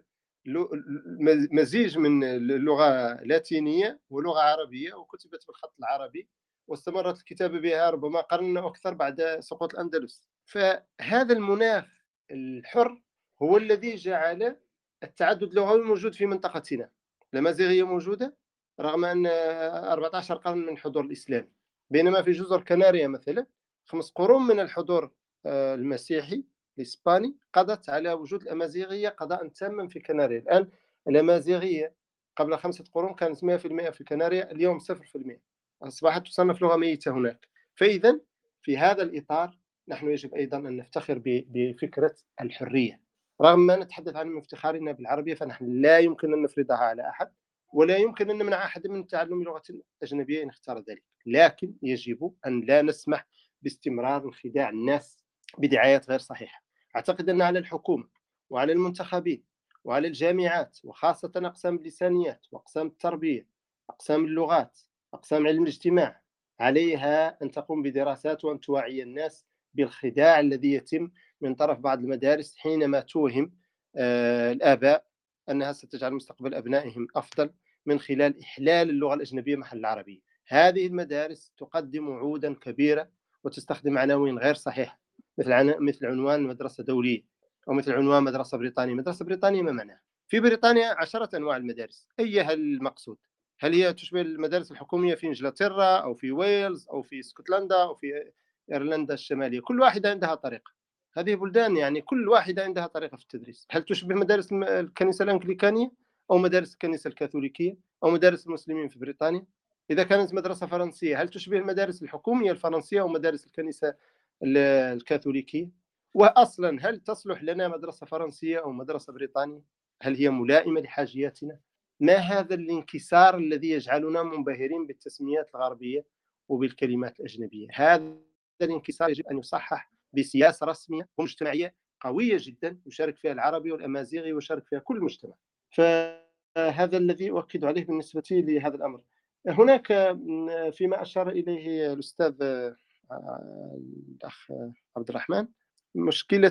مزيج من اللغة اللاتينية ولغة عربية، وكتبت بالخط العربي، واستمرت الكتابة بها ربما قرن أو أكثر بعد سقوط الأندلس. فهذا المناخ الحر هو الذي جعل التعدد اللغوي موجود في منطقتنا. الأمازيغية موجودة رغم أن أربعة عشر قرن من حضور الإسلام، بينما في جزر كناريا مثلا خمس قرون من الحضور المسيحي الإسباني قضت على وجود الأمازيغية قضاء تاما في كناريا. الآن الأمازيغية قبل خمسة قرون كانت مئة بالمئة في كناريا، اليوم صفر بالمئة، أصبحت تصنف لغة ميتة هناك. فإذا في هذا الإطار نحن يجب أيضا أن نفتخر بفكرة الحرية. رغم ما نتحدث عن افتخارنا بالعربية، فنحن لا يمكن أن نفرضها على أحد، ولا يمكن أن نمنع أحد من تعلم لغة أجنبية إن اختار ذلك، لكن يجب أن لا نسمح باستمرار انخداع الناس بدعايات غير صحيحة. أعتقد أن على الحكومة وعلى المنتخبين وعلى الجامعات، وخاصة أقسام اللسانيات وأقسام التربية، أقسام اللغات، أقسام علم الاجتماع، عليها أن تقوم بدراسات وأن توعي الناس بالخداع الذي يتم من طرف بعض المدارس حينما توهم آه الآباء أنها ستجعل مستقبل أبنائهم أفضل من خلال إحلال اللغة الأجنبية محل العربية. هذه المدارس تقدم وعودا كبيرة وتستخدم عناوين غير صحيحة، مثل عن... مثل عنوان مدرسة دولية، أو مثل عنوان مدرسة بريطانية. مدرسة بريطانية ما معناها؟ في بريطانيا عشرة أنواع المدارس، أيها المقصود؟ هل هي تشبه المدارس الحكومية في إنجلترا أو في ويلز أو في اسكتلندا أو في إيرلندا الشمالية؟ كل واحدة عندها طريقة. هذه بلدان يعني كل واحدة عندها طريقة في التدريس. هل تشبه مدارس الكنيسة الأنجليكانية أو مدارس الكنيسة الكاثوليكية أو مدارس المسلمين في بريطانيا؟ إذا كانت مدرسة فرنسية، هل تشبه المدارس الحكومية الفرنسية أو مدارس الكنيسة الكاثوليكية؟ وأصلا هل تصلح لنا مدرسة فرنسية أو مدرسة بريطانية؟ هل هي ملائمة لحاجياتنا؟ ما هذا الانكسار الذي يجعلنا منبهرين بالتسميات الغربية وبالكلمات الأجنبية؟ هذا الانكسار يجب أن يصحح بسياسة رسمية ومجتمعية قوية جدا يشارك فيها العربي والأمازيغي ويشارك فيها كل المجتمع. فهذا الذي أؤكد عليه بالنسبة لهذا الأمر. هناك فيما أشار إليه الأستاذ الأخ عبد الرحمن مشكلة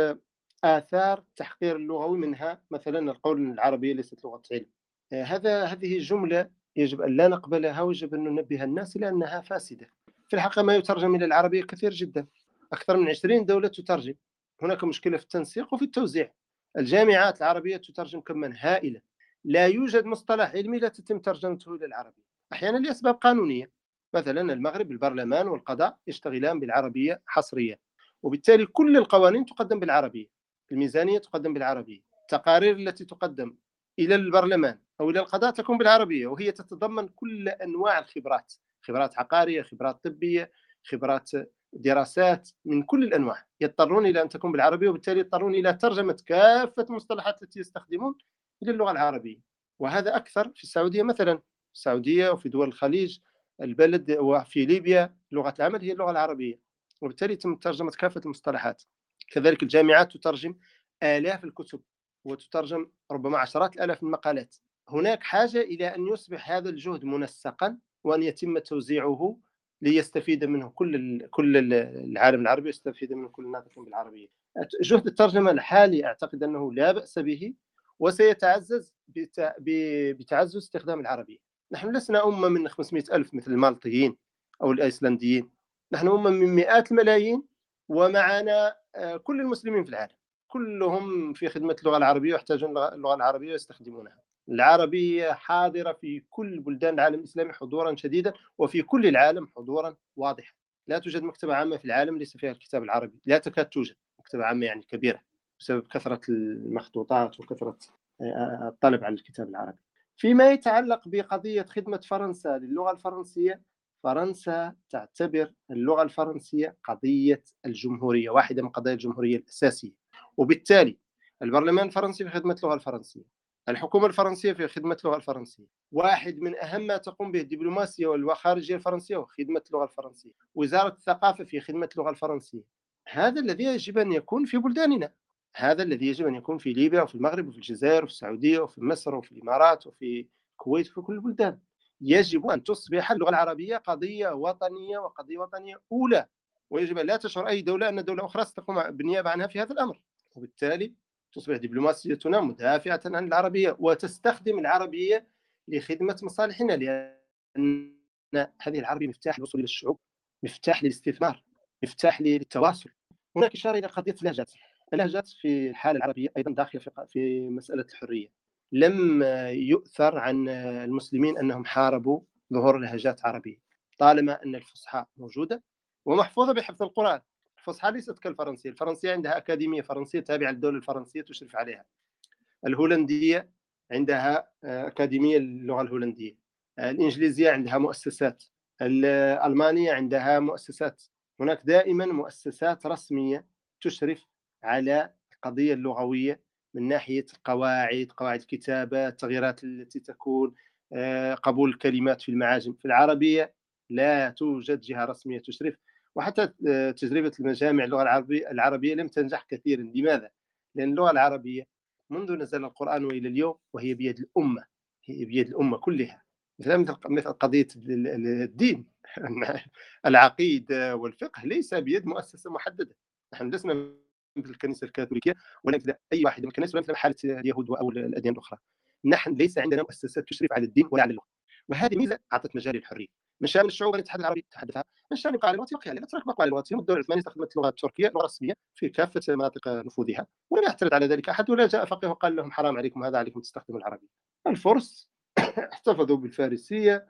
آثار التحقير اللغوي، منها مثلا القول أن العربية ليست لغة علم. هذا هذه جملة يجب أن لا نقبلها، ويجب أن ننبه الناس إلى أنها فاسدة. في الحقيقة ما يترجم إلى العربية كثير جدا، أكثر من عشرين دولة تترجم. هناك مشكلة في التنسيق وفي التوزيع. الجامعات العربية تترجم كما هائلة، لا يوجد مصطلح علمي لا تتم ترجمته إلى العربية، أحيانا لأسباب قانونية. مثلا المغرب البرلمان والقضاء يشتغلان بالعربية حصريا، وبالتالي كل القوانين تقدم بالعربية، الميزانية تقدم بالعربية، التقارير التي تقدم إلى البرلمان أو إلى القضاء تكون بالعربية، وهي تتضمن كل أنواع الخبرات، خبرات عقارية، خبرات طبية، خبرات دراسات من كل الأنواع، يضطرون إلى أن تكون بالعربية، وبالتالي يضطرون إلى ترجمة كافة المصطلحات التي يستخدمون إلى اللغة العربية. وهذا أكثر في السعودية مثلا، في السعودية وفي دول الخليج البلد، وفي ليبيا لغة العمل هي اللغة العربية، وبالتالي تم ترجمة كافة المصطلحات. كذلك الجامعات تترجم آلاف الكتب وتترجم ربما عشرات الآلاف المقالات. هناك حاجة إلى أن يصبح هذا الجهد منسقا وأن يتم توزيعه ليستفيد منه كل كل العالم العربي، يستفيد منه كل الناطقين بالعربية. جهد الترجمة الحالي أعتقد أنه لا بأس به، وسيتعزز بتعزز استخدام العربية. نحن لسنا أمة من خمسمائة ألف مثل المالطيين أو الأيسلنديين، نحن أمة من مئات الملايين، ومعنا كل المسلمين في العالم، كلهم في خدمة اللغة العربية ويحتاجون اللغة العربية ويستخدمونها. العربية حاضرة في كل بلدان العالم الإسلامي حضورا شديدا، وفي كل العالم حضورا واضحا. لا توجد مكتبة عامة في العالم ليس فيها الكتاب العربي، لا تكاد توجد مكتبة عامة يعني كبيرة بسبب كثرة المخطوطات وكثرة الطلب على الكتاب العربي. فيما يتعلق بقضية خدمة فرنسا للغة الفرنسية، فرنسا تعتبر اللغة الفرنسية قضية الجمهورية، واحدة من قضايا الجمهورية الأساسية، وبالتالي البرلمان الفرنسي في خدمة اللغة الفرنسية، الحكومة الفرنسية في خدمة اللغة الفرنسية. واحد من أهم ما تقوم به الدبلوماسية والخارجية الفرنسية وخدمة اللغة الفرنسية. وزارة الثقافة في خدمة اللغة الفرنسية. هذا الذي يجب أن يكون في بلداننا، هذا الذي يجب أن يكون في ليبيا وفي المغرب وفي الجزائر وفي السعودية وفي مصر وفي الإمارات وفي الكويت وفي كل البلدان. يجب أن تصبح اللغة العربية قضية وطنية وقضية وطنية أولى، ويجب أن لا تشعر أي دولة أن دولة أخرى ستقوم بالنيابة عنها في هذا الأمر. وبالتالي تصبح دبلوماسيتنا مدافعة عن العربية وتستخدم العربية لخدمة مصالحنا، لأن هذه العربية مفتاح الوصول إلى الشعوب، مفتاح للاستثمار، مفتاح للتواصل. هناك إشارة إلى قضية اللهجات. اللهجات في الحالة العربية أيضا داخلة في مسألة الحرية. لم يؤثر عن المسلمين أنهم حاربوا ظهور لهجات عربية، طالما أن الفصحى موجودة ومحفوظة بحفظ القرآن. الفصحى ليست كالفرنسية، الفرنسية عندها أكاديمية فرنسية تابعة للدولة الفرنسية تشرف عليها. الهولندية عندها أكاديمية للغة الهولندية. الإنجليزية عندها مؤسسات. الألمانية عندها مؤسسات. هناك دائما مؤسسات رسمية تشرف على القضية اللغوية من ناحية القواعد، قواعد الكتابة، التغييرات التي تكون، قبول الكلمات في المعاجم. في العربية لا توجد جهة رسمية تشرف، وحتى تجربة المجامع اللغة العربية, العربية لم تنجح كثيرا. لماذا؟ لأن اللغة العربية منذ نزل القرآن وإلى اليوم وهي بيد الأمة، هي بيد الأمة كلها، مثل مثل قضية الدين. العقيدة والفقه ليس بيد مؤسسة محددة. نحن لسنا مثل الكنيسة الكاثوليكية ولا مثل أي واحد من الكنائس ولا مثل حالة اليهود أو الأديان الأخرى. نحن ليس عندنا مؤسسات تشرف على الدين ولا على اللغة، وهذه ميزة أعطت مجال للحرية. من شأن الشعوب أن تتحدث العربية تتحدثها، من شأن يبقى على اللغة يبقى عليها، لا تترك بقى على اللغة. الدولة العثمانية استخدمت اللغة التركية لغة رسمية في كافة مناطق نفوذها، ولم يعترض على ذلك أحد، ولا جاء فقيه وقال لهم حرام عليكم هذا، عليكم تستخدموا العربية. الفرس احتفظوا بالفارسية،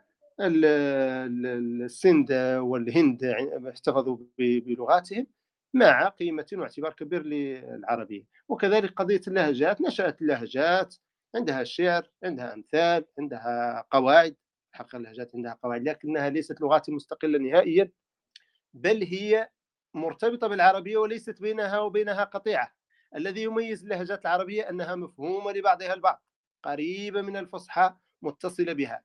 السند والهند احتفظوا بلغاتهم مع قيمة واعتبار كبير للعربية. وكذلك قضية اللهجات، نشأت اللهجات عندها شعر، عندها أمثال، عندها قواعد. حق اللهجات عندها قواعد، لكنها ليست لغات مستقلة نهائيا، بل هي مرتبطة بالعربية وليست بينها وبينها قطيعة. الذي يميز اللهجات العربية أنها مفهومة لبعضها البعض، قريبة من الفصحى، متصلة بها.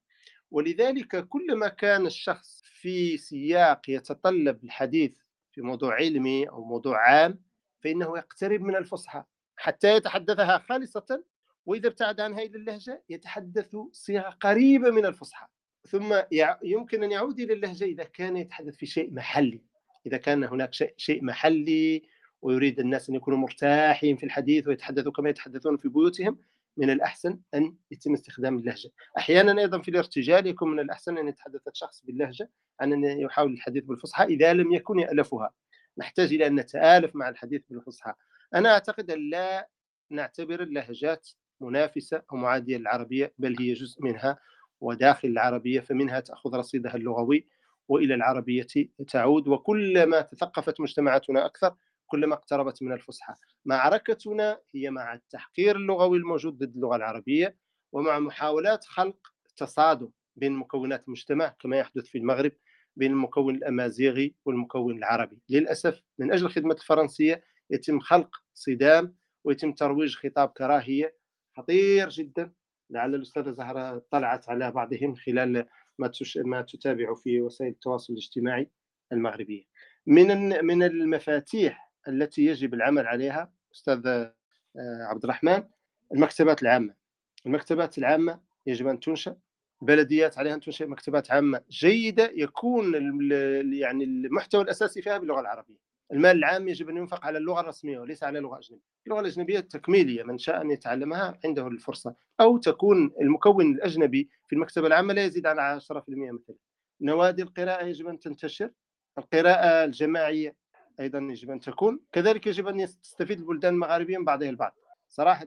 ولذلك كلما كان الشخص في سياق يتطلب الحديث في موضوع علمي أو موضوع عام فإنه يقترب من الفصحى حتى يتحدثها خالصة، وإذا ابتعد عنها إلى اللهجة يتحدث صيغة قريبة من الفصحى. ثم يمكن أن يعود إلى اللهجة إذا كان يتحدث في شيء محلي، إذا كان هناك شيء محلي ويريد الناس أن يكونوا مرتاحين في الحديث ويتحدثوا كما يتحدثون في بيوتهم، من الأحسن أن يتم استخدام اللهجة. أحيانا أيضا في الارتجال يكون من الأحسن أن يتحدث الشخص باللهجة عن أن يحاول الحديث بالفصحى إذا لم يكن يألفها. نحتاج إلى أن نتآلف مع الحديث بالفصحى. أنا أعتقد أن لا نعتبر اللهجات منافسة أو معادية للعربية، بل هي جزء منها وداخل العربية، فمنها تأخذ رصيدها اللغوي وإلى العربية تعود. وكلما تثقفت مجتمعاتنا أكثر كلما اقتربت من الفصحى. معركتنا هي مع التحقير اللغوي الموجود ضد اللغة العربية، ومع محاولات خلق تصادم بين مكونات المجتمع كما يحدث في المغرب بين المكون الأمازيغي والمكون العربي. للأسف من أجل خدمة الفرنسية يتم خلق صدام ويتم ترويج خطاب كراهية خطير جدا. لعل الأستاذة زهرة اطلعت على بعضهم خلال ما تتابع في وسائل التواصل الاجتماعي المغربية. من من المفاتيح التي يجب العمل عليها أستاذ عبد الرحمن المكتبات العامة. المكتبات العامة يجب أن تنشأ، البلديات عليها أن تنشئ مكتبات عامة جيدة يكون يعني المحتوى الأساسي فيها باللغة العربية. المال العام يجب أن ينفق على اللغة الرسمية وليس على لغة أجنبية. اللغة الأجنبية تكميلية، من شاء أن يتعلمها عنده الفرصة، أو تكون المكون الأجنبي في المكتبة العامة لا يزيد عن عشرة بالمئة مثلا. نوادي القراءة يجب أن تنتشر، القراءة الجماعية أيضا يجب أن تكون كذلك. يجب أن تستفيد البلدان المغاربية من بعضها البعض. صراحة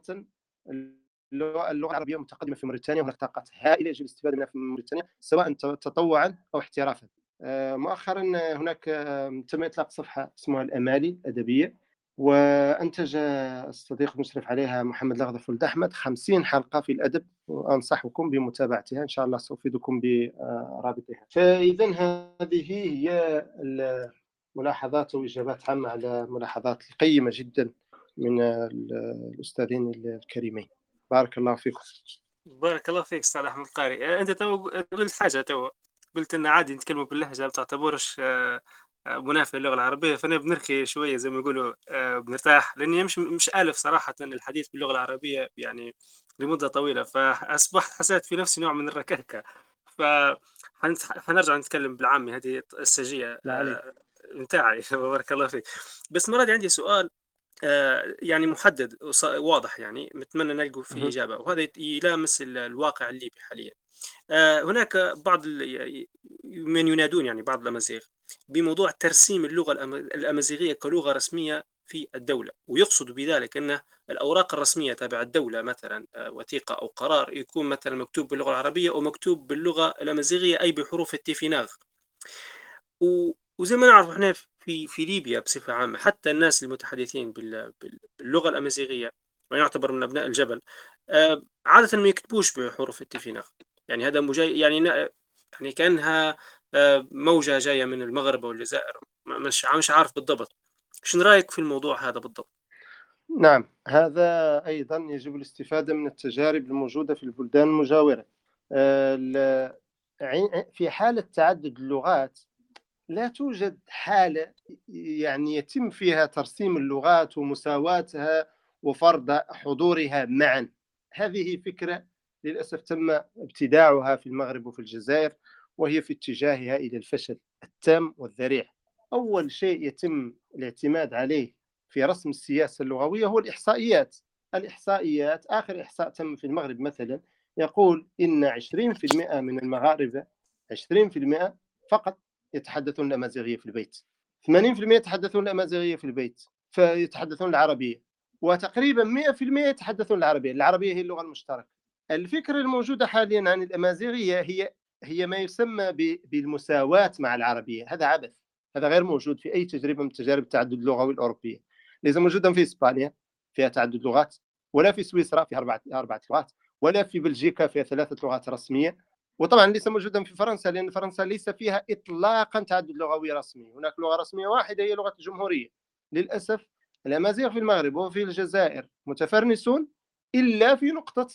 اللغة العربية متقدمة في موريتانيا، وهناك طاقات هائلة يجب الاستفادة منها في موريتانيا سواء تطوعا أو احترافا. مؤخرا هناك تم إطلاق صفحة اسمها الأمالي الأدبية، وأنتج الصديق المشرف عليها محمد الأغضر ولد أحمد خمسين حلقة في الأدب، وأنصحكم بمتابعتها إن شاء الله سأفيدكم برابطها. فإذا هذه هي الملاحظات وإجابات عامة على ملاحظات قيمة جدا من الأستاذين الكريمين. بارك الله فيكم. بارك الله فيك استاذ احمد القاري. انت تو قلت حاجه، تو قلت ان عادي نتكلموا باللهجه، ما تعتبرش منافية للغة العربية، فأنا بنرخي شوية زي ما يقولوا آآ بنرتاح، لإني مش مش آلف صراحةً الحديث باللغة العربية يعني لمدة طويلة، فأصبحت حسيت في نفسي نوع من الركاكة. ف حنت حنرجع نتكلم بالعامي هذه السجية لا عليك. آآ متاعي بارك الله فيك. بس المرة دي عندي سؤال آآ يعني محدد وص واضح يعني، نتمنى نلقوا فيه اهم. إجابة، وهذا يت يلامس ال الواقع الليبي حاليًا. آآ هناك بعض ال ي من ينادون يعني بعض الأمازيغ بموضوع ترسيم اللغة الأم الأمازيغية كلغة رسمية في الدولة، ويقصد بذلك أن الأوراق الرسمية تبع الدولة مثلًا آآ وثيقة أو قرار يكون مثلًا مكتوب باللغة العربية أو مكتوب باللغة الأمازيغية أي بحروف التيفيناغ. و وزي ما نعرف إحنا في في ليبيا بصفة عامة، حتى الناس المتحدثين بال بال باللغة الأمازيغية ويعتبر من أبناء الجبل، آآ عادةً ما يكتبوش بحروف التيفيناغ. يعني هذا مجا يعني ن يعني كأنها آآ موجة جاية من المغرب أو الجزائر، م مش ع مش عارف بالضبط. شنو رأيك في الموضوع هذا بالضبط؟ نعم، هذا أيضا يجب الاستفادة من التجارب الموجودة في البلدان المجاورة. آه، ال- عي- في حالة تعدد اللغات لا توجد حالة يعني يتم فيها ترسيم اللغات ومساواتها وفرض حضورها معا. هذه فكرة للأسف تم ابتداعها في المغرب وفي الجزائر، وهي في اتجاهها إلى الفشل التام والذريع. أول شيء يتم الاعتماد عليه في رسم السياسة اللغوية هو الإحصائيات. الإحصائيات، آخر إحصاء تم في المغرب مثلا يقول إن عشرين بالمئة من المغاربة، عشرين بالمئة فقط، يتحدثون الأمازيغية في البيت. ثمانين بالمئة يتحدثون الأمازيغية في البيت، فيتحدثون العربية. وتقريبا مئة بالمئة يتحدثون العربية. العربية هي اللغة المشتركة. الفكرة الموجودة حاليا عن الأمازيغية هي هي ما يسمى بالمساواة مع العربية. هذا عبث، هذا غير موجود في أي تجربة من تجارب التعدد اللغوي الأوروبية. ليس موجودا في إسبانيا فيها تعدد لغات، ولا في سويسرا فيها أربعة أربعة لغات، ولا في بلجيكا فيها ثلاثة لغات رسمية، وطبعا ليس موجودا في فرنسا لأن فرنسا ليس فيها إطلاقا تعدد لغوي رسمي. هناك لغة رسمية واحدة هي لغة الجمهورية. للأسف الأمازيغ في المغرب وفي الجزائر متفرنسون إلا في نقطة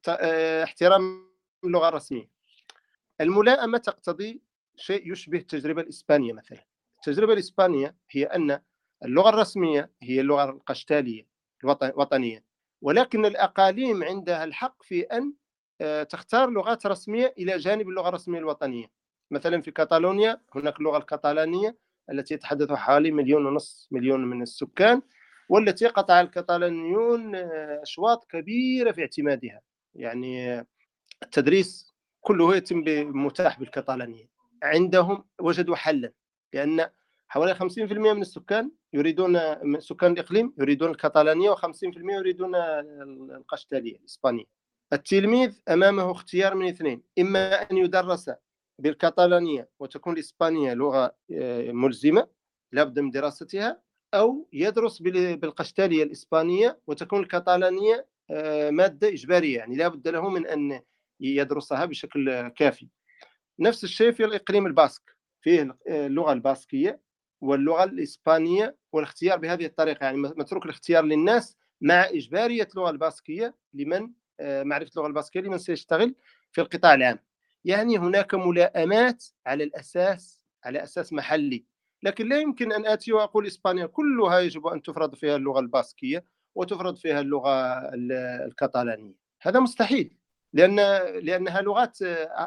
احترام اللغة الرسمية. الملائمة تقتضي شيء يشبه التجربة الإسبانية مثلا. التجربة الإسبانية هي أن اللغة الرسمية هي اللغة القشتالية الوطنية، ولكن الأقاليم عندها الحق في أن تختار لغات رسمية إلى جانب اللغة الرسمية الوطنية. مثلا في كاتالونيا هناك اللغة الكتالانية التي يتحدثها حوالي مليون ونصف مليون من السكان، والتي قطع الكتالونيون أشواط كبيرة في اعتمادها. يعني التدريس كله يتم متاح بالكتالانية. عندهم وجدوا حلا، لأن حوالي خمسين بالمئة من السكان يريدون، من سكان الإقليم يريدون الكتالانية، وخمسين بالمئة يريدون القشتالية الإسبانية. التلميذ أمامه اختيار من اثنين: إما أن يدرس بالكتالانية وتكون الإسبانية لغة ملزمة لابد من دراستها، أو يدرس بالقشتالية الإسبانية وتكون الكتالانية مادة إجبارية، يعني لا بد له من أن يدرسها بشكل كافي. نفس الشيء في الإقليم الباسك، فيه اللغة الباسكية واللغة الإسبانية، والاختيار بهذه الطريقة، يعني متروك الاختيار للناس مع إجبارية اللغة الباسكية لمن معرفة اللغة الباسكية لمن سيشتغل في القطاع العام. يعني هناك ملائمات على الأساس على أساس محلي، لكن لا يمكن أن آتي وأقول إسبانيا كلها يجب أن تفرض فيها اللغة الباسكية وتفرض فيها اللغة الكتالانية. هذا مستحيل، لأن لأنها لغات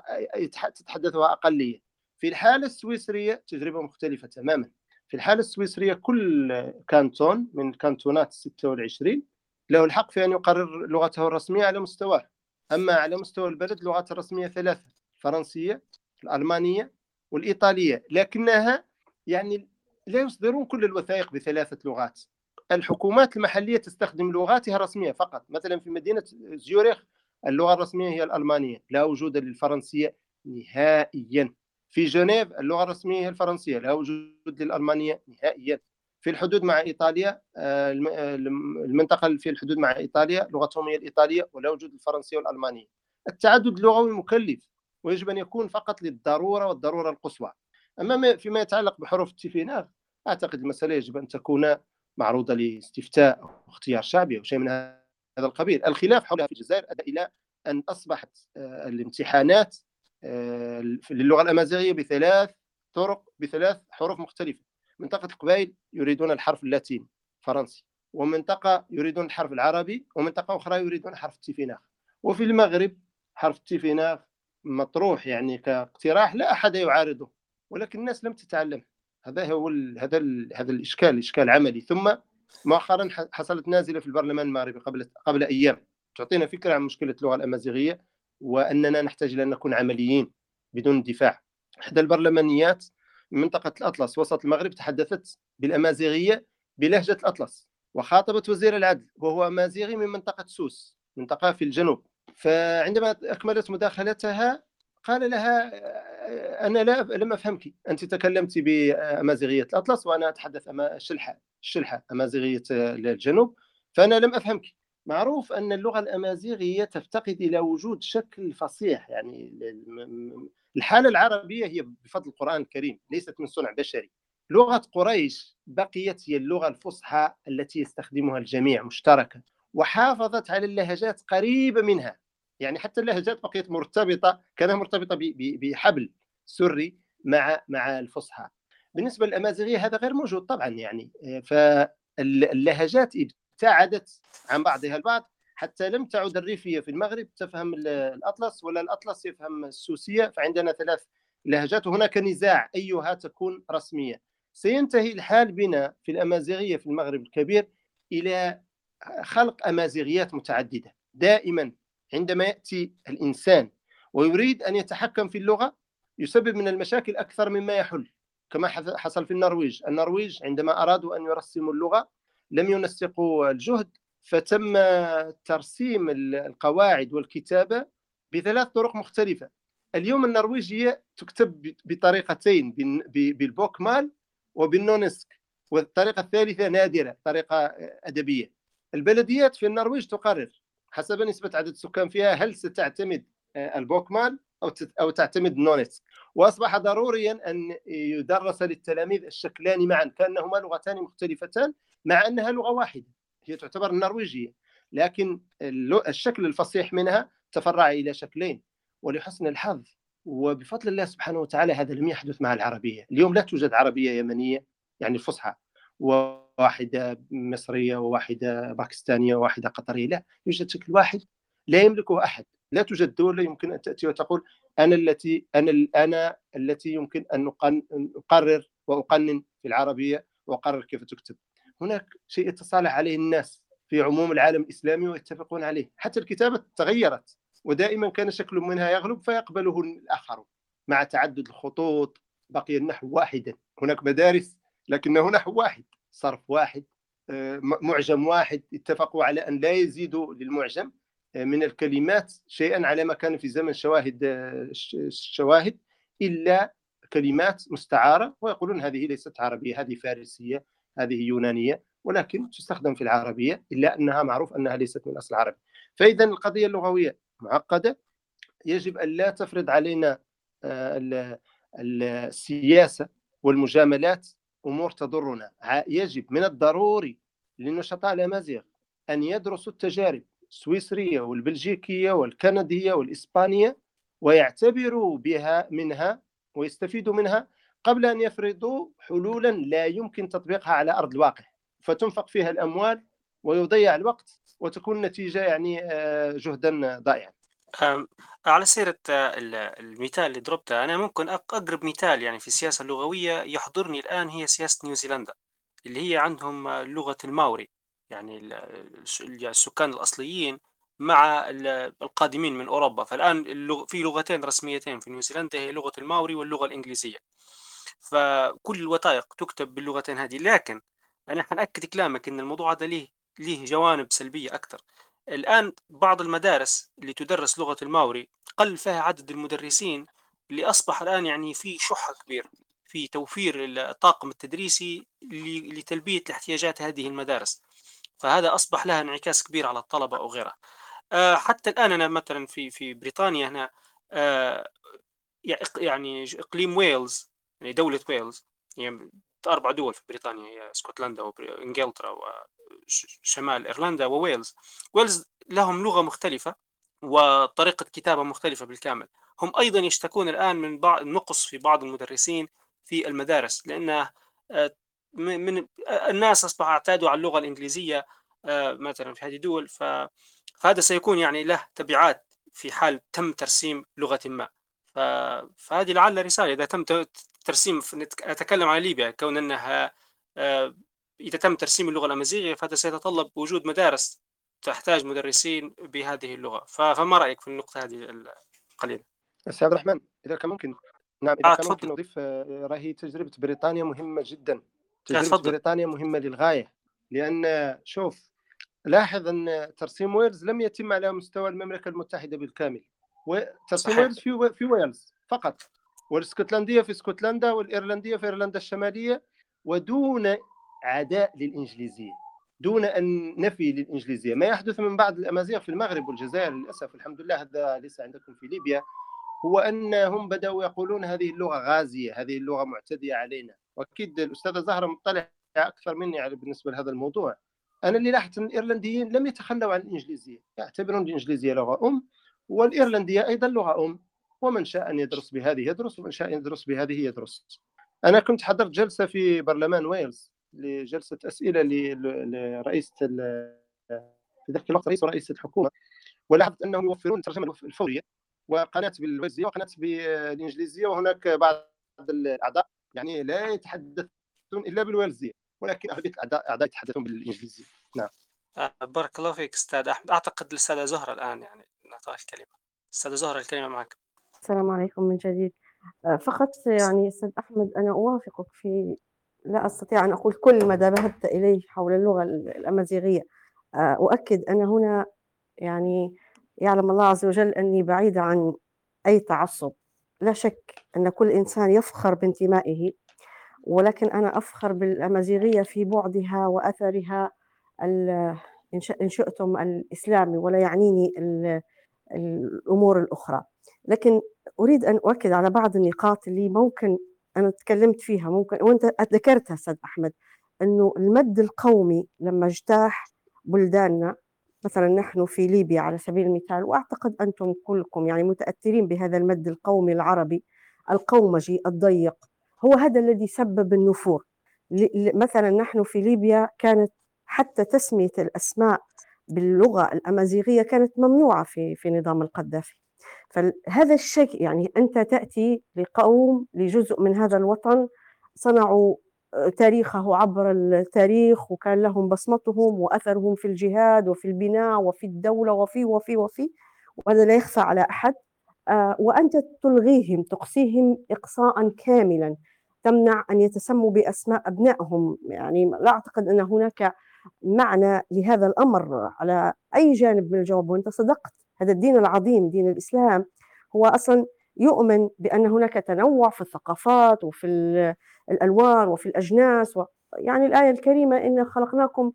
تتحدثها أقلية. في الحالة السويسرية تجربة مختلفة تماما. في الحالة السويسرية كل كانتون من الكانتونات ستة وعشرين له الحق في أن يقرر لغته الرسمية على مستواه. أما على مستوى البلد اللغات الرسمية ثلاثة: الفرنسية، الألمانية، والإيطالية، لكنها يعني لا يصدرون كل الوثائق بثلاثة لغات. الحكومات المحلية تستخدم لغاتها الرسمية فقط. مثلا في مدينة زيورخ اللغة الرسمية هي الألمانية، لا وجود للفرنسية نهائيا. في جنيف اللغة الرسمية هي الفرنسية، لا وجود للألمانية نهائيا. في الحدود مع إيطاليا، المنطقة اللي في الحدود مع إيطاليا لغتهم هي الإيطالية ولا وجود الفرنسية والألمانية. التعدد اللغوي مكلف ويجب أن يكون فقط للضرورة والضرورة القصوى. أما فيما يتعلق بحروف التيفيناغ، أعتقد المسألة يجب أن تكون معروضة لاستفتاء أو اختيار شعبي أو شيء من هذا القبيل. الخلاف حولها في الجزائر أدى إلى أن أصبحت الامتحانات للغة الأمازيغية بثلاث طرق بثلاث حروف مختلفة. منطقة القبائل يريدون الحرف اللاتيني فرنسي، ومنطقة يريدون الحرف العربي، ومنطقة أخرى يريدون حرف التيفيناغ. وفي المغرب حرف التيفيناغ مطروح يعني كاقتراح لا أحد يعارضه، ولكن الناس لم تتعلم. هذا هو ال هذا ال هذا الإشكال، إشكال عملي. ثم مؤخرا حصلت نازلة في البرلمان المغربي قبل قبل أيام تعطينا فكرة عن مشكلة اللغة الأمازيغية، وأننا نحتاج إلى أن نكون عمليين بدون دفاع. إحدى البرلمانيات من منطقة الأطلس وسط المغرب تحدثت بالأمازيغية بلهجة الأطلس، وخاطبت وزير العدل وهو أمازيغي من منطقة سوس، منطقة في الجنوب. فعندما أكملت مداخلتها قال لها أنا لا لم أفهمك، أنت تكلمت بأمازيغية الأطلس وأنا أتحدث أما الشلحة الشلحة أمازيغية الجنوب، فأنا لم أفهمك. معروف أن اللغة الأمازيغية تفتقد إلى وجود شكل فصيح، يعني الحالة العربية هي بفضل القرآن الكريم ليست من صنع بشري. لغة قريش بقيت هي اللغة الفصحى التي يستخدمها الجميع مشتركة، وحافظت على اللهجات قريبة منها، يعني حتى اللهجات بقيت مرتبطة كانها مرتبطة بحبل سري مع مع الفصحى. بالنسبة للأمازيغية هذا غير موجود طبعا، يعني فاللهجات ابتعدت عن بعضها البعض حتى لم تعد الريفية في المغرب تفهم الأطلس ولا الأطلس يفهم السوسية، فعندنا ثلاث لهجات وهناك نزاع أيها تكون رسمية. سينتهي الحال بنا في الأمازيغية في المغرب الكبير إلى خلق أمازيغيات متعددة. دائما عندما يأتي الإنسان ويريد أن يتحكم في اللغة يسبب من المشاكل أكثر مما يحل، كما حصل في النرويج. النرويج عندما أرادوا أن يرسموا اللغة لم ينسقوا الجهد، فتم ترسيم القواعد والكتابة بثلاث طرق مختلفة. اليوم النرويجية تكتب بطريقتين، بالبوكمال وبالنونسك، والطريقة الثالثة نادرة، طريقة أدبية. البلديات في النرويج تقرر حسب نسبة عدد السكان فيها هل ستعتمد البوكمال أو تعتمد النونسك، وأصبح ضروريا أن يدرس للتلاميذ الشكلان معا كأنهما لغتان مختلفتان مع أنها لغة واحدة، هي تعتبر النرويجية، لكن الشكل الفصيح منها تفرع إلى شكلين. ولحسن الحظ وبفضل الله سبحانه وتعالى هذا لم يحدث مع العربية. اليوم لا توجد عربية يمنية يعني الفصحى وواحدة مصرية وواحدة باكستانية وواحدة قطرية، لا يوجد شكل واحد لا يملكه أحد. لا توجد دولة يمكن أن تأتي وتقول أنا التي أنا أنا التي يمكن أن أقرر وأقنن في العربية وأقرر كيف تكتب. هناك شيء يتصالح عليه الناس في عموم العالم الإسلامي ويتفقون عليه. حتى الكتابة تغيرت ودائما كان شكل منها يغلب فيقبله الآخر. مع تعدد الخطوط بقي النحو واحدا، هناك مدارس لكنه نحو واحد، صرف واحد، معجم واحد. اتفقوا على أن لا يزيدوا للمعجم من الكلمات شيئا على ما كان في زمن شواهد الشواهد إلا كلمات مستعارة، ويقولون هذه ليست عربية، هذه فارسية، هذه يونانية، ولكن تستخدم في العربية إلا أنها معروف أنها ليست من أصل عربي. فإذا القضية اللغوية معقدة، يجب أن لا تفرض علينا السياسة والمجاملات أمور تضرنا. يجب من الضروري للنشطاء الأمازيغ أن يدرسوا التجارب السويسرية والبلجيكية والكندية والإسبانية ويعتبروا بها منها ويستفيدوا منها قبل أن يفرضوا حلولا لا يمكن تطبيقها على أرض الواقع، فتنفق فيها الأموال ويضيع الوقت وتكون النتيجة يعني جهدا ضائعا. على سيرة المثال اللي ضربته، أنا ممكن أقرب مثال يعني في السياسة اللغوية يحضرني الآن هي سياسة نيوزيلندا اللي هي عندهم لغة الماوري، يعني السكان الأصليين مع القادمين من أوروبا. فالآن في لغتين رسميتين في نيوزيلندا هي لغة الماوري واللغة الإنجليزية، فكل الوثائق تكتب باللغتين هذه. لكن أنا حنأكد كلامك إن الموضوع هذا ليه ليه جوانب سلبية أكثر. الآن بعض المدارس اللي تدرس لغة الماوري قل فيها عدد المدرسين، اللي أصبح الآن يعني في شح كبير في توفير الطاقم التدريسي لتلبية الاحتياجات هذه المدارس، فهذا أصبح لها انعكاس كبير على الطلبة أو غيرها. أه حتى الآن أنا مثلا في في بريطانيا هنا أه يعني إقليم ويلز، يعني دولة ويلز، يعني أربع دول في بريطانيا هي اسكتلندا وإنجلترا وشمال إيرلندا وويلز. ويلز لهم لغة مختلفة وطريقة كتابة مختلفة بالكامل. هم أيضا يشتكون الآن من بعض النقص في بعض المدرسين في المدارس، لأن من الناس أصبحوا اعتادوا على اللغة الإنجليزية مثلا في هذه الدول، فهذا سيكون يعني له تبعات في حال تم ترسيم لغة ما. فهذه لعل رسالة إذا تم ترسيم، أتكلم عن ليبيا كون أنها إذا تم ترسيم اللغة الأمازيغية فهذا سيتطلب وجود مدارس تحتاج مدرسين بهذه اللغة. فما رأيك في النقطة هذه القليلة؟ أستاذ عبد الرحمن إذا كان ممكن، نعم إذا آه كان تفضل. ممكن أضيف، راهي تجربة بريطانيا مهمة جدا، آه تجربة تفضل. بريطانيا مهمة للغاية، لأن شوف لاحظ أن ترسيم ويلز لم يتم على مستوى المملكة المتحدة بالكامل، وترسيم صحيح. ويلز في في ويلز فقط، والاسكتلندية في اسكتلندا، والإيرلندية في إيرلندا الشمالية، ودون عداء للإنجليزية، دون أن نفي للإنجليزية. ما يحدث من بعض الأمازيغ في المغرب والجزائر للأسف، الحمد لله هذا ليس عندكم في ليبيا، هو أنهم بدأوا يقولون هذه اللغة غازية، هذه اللغة معتدية علينا. وأكيد الأستاذة زهرة مطلعة أكثر مني على بالنسبة لهذا الموضوع. أنا اللي لاحظت أن الإيرلنديين لم يتخلوا عن الإنجليزية، يعتبرون الإنجليزية لغة أم، والإيرلندية أيضا لغة أم، ومن شاء أن يدرس بهذه يدرس، ومن شاء أن يدرس بهذه يدرس. أنا كنت حضرت جلسة في برلمان ويلز لجلسة أسئلة لرئيسة في ذلك الوقت رئيس ورئيسة الحكومة، ولاحظت أنهم يوفرون الترجمة الفورية، وقناة بالويلزية وقناة بالإنجليزية، وهناك بعض الأعضاء يعني لا يتحدثون إلا بالويلزية، ولكن أغلبية الأعضاء يتحدثون بالإنجليزية. نعم. بارك الله فيك أستاذ أحمد. أعتقد الأستاذة زهرة الآن يعني نعطيها الكلمة. أستاذة زهرة الكلمة معك. السلام عليكم من جديد. فقط يعني أستاذ أحمد أنا أوافقك في، لا أستطيع أن أقول كل ما ذهبت إليه حول اللغة الأمازيغية. أؤكد أن هنا يعني يعلم الله عز وجل أني بعيدة عن أي تعصب. لا شك أن كل إنسان يفخر بانتمائه، ولكن أنا أفخر بالأمازيغية في بعدها وأثرها إن شئتم الإسلامي، ولا يعنيني الأمور الأخرى. لكن أريد أن أؤكد على بعض النقاط اللي ممكن أنا تكلمت فيها، ممكن وأنت ذكرتها أستاذ أحمد، أنه المد القومي لما اجتاح بلداننا، مثلا نحن في ليبيا على سبيل المثال، وأعتقد أنتم كلكم يعني متأثرين بهذا المد القومي العربي القومجي الضيق، هو هذا الذي سبب النفور. مثلا نحن في ليبيا كانت حتى تسمية الأسماء باللغة الأمازيغية كانت ممنوعة في في نظام القذافي. فهذا الشيء يعني أنت تأتي لقوم لجزء من هذا الوطن صنعوا تاريخه عبر التاريخ، وكان لهم بصمتهم وأثرهم في الجهاد وفي البناء وفي الدولة وفي وفي وفي وهذا لا يخفى على أحد. وأنت تلغيهم، تقصيهم إقصاء كاملا، تمنع أن يتسموا بأسماء أبنائهم. يعني لا أعتقد أن هناك معنى لهذا الأمر على أي جانب من الجواب. وأنت صدقت، هذا الدين العظيم دين الإسلام هو أصلا يؤمن بأن هناك تنوع في الثقافات وفي الألوان وفي الأجناس و... يعني الآية الكريمة إن خلقناكم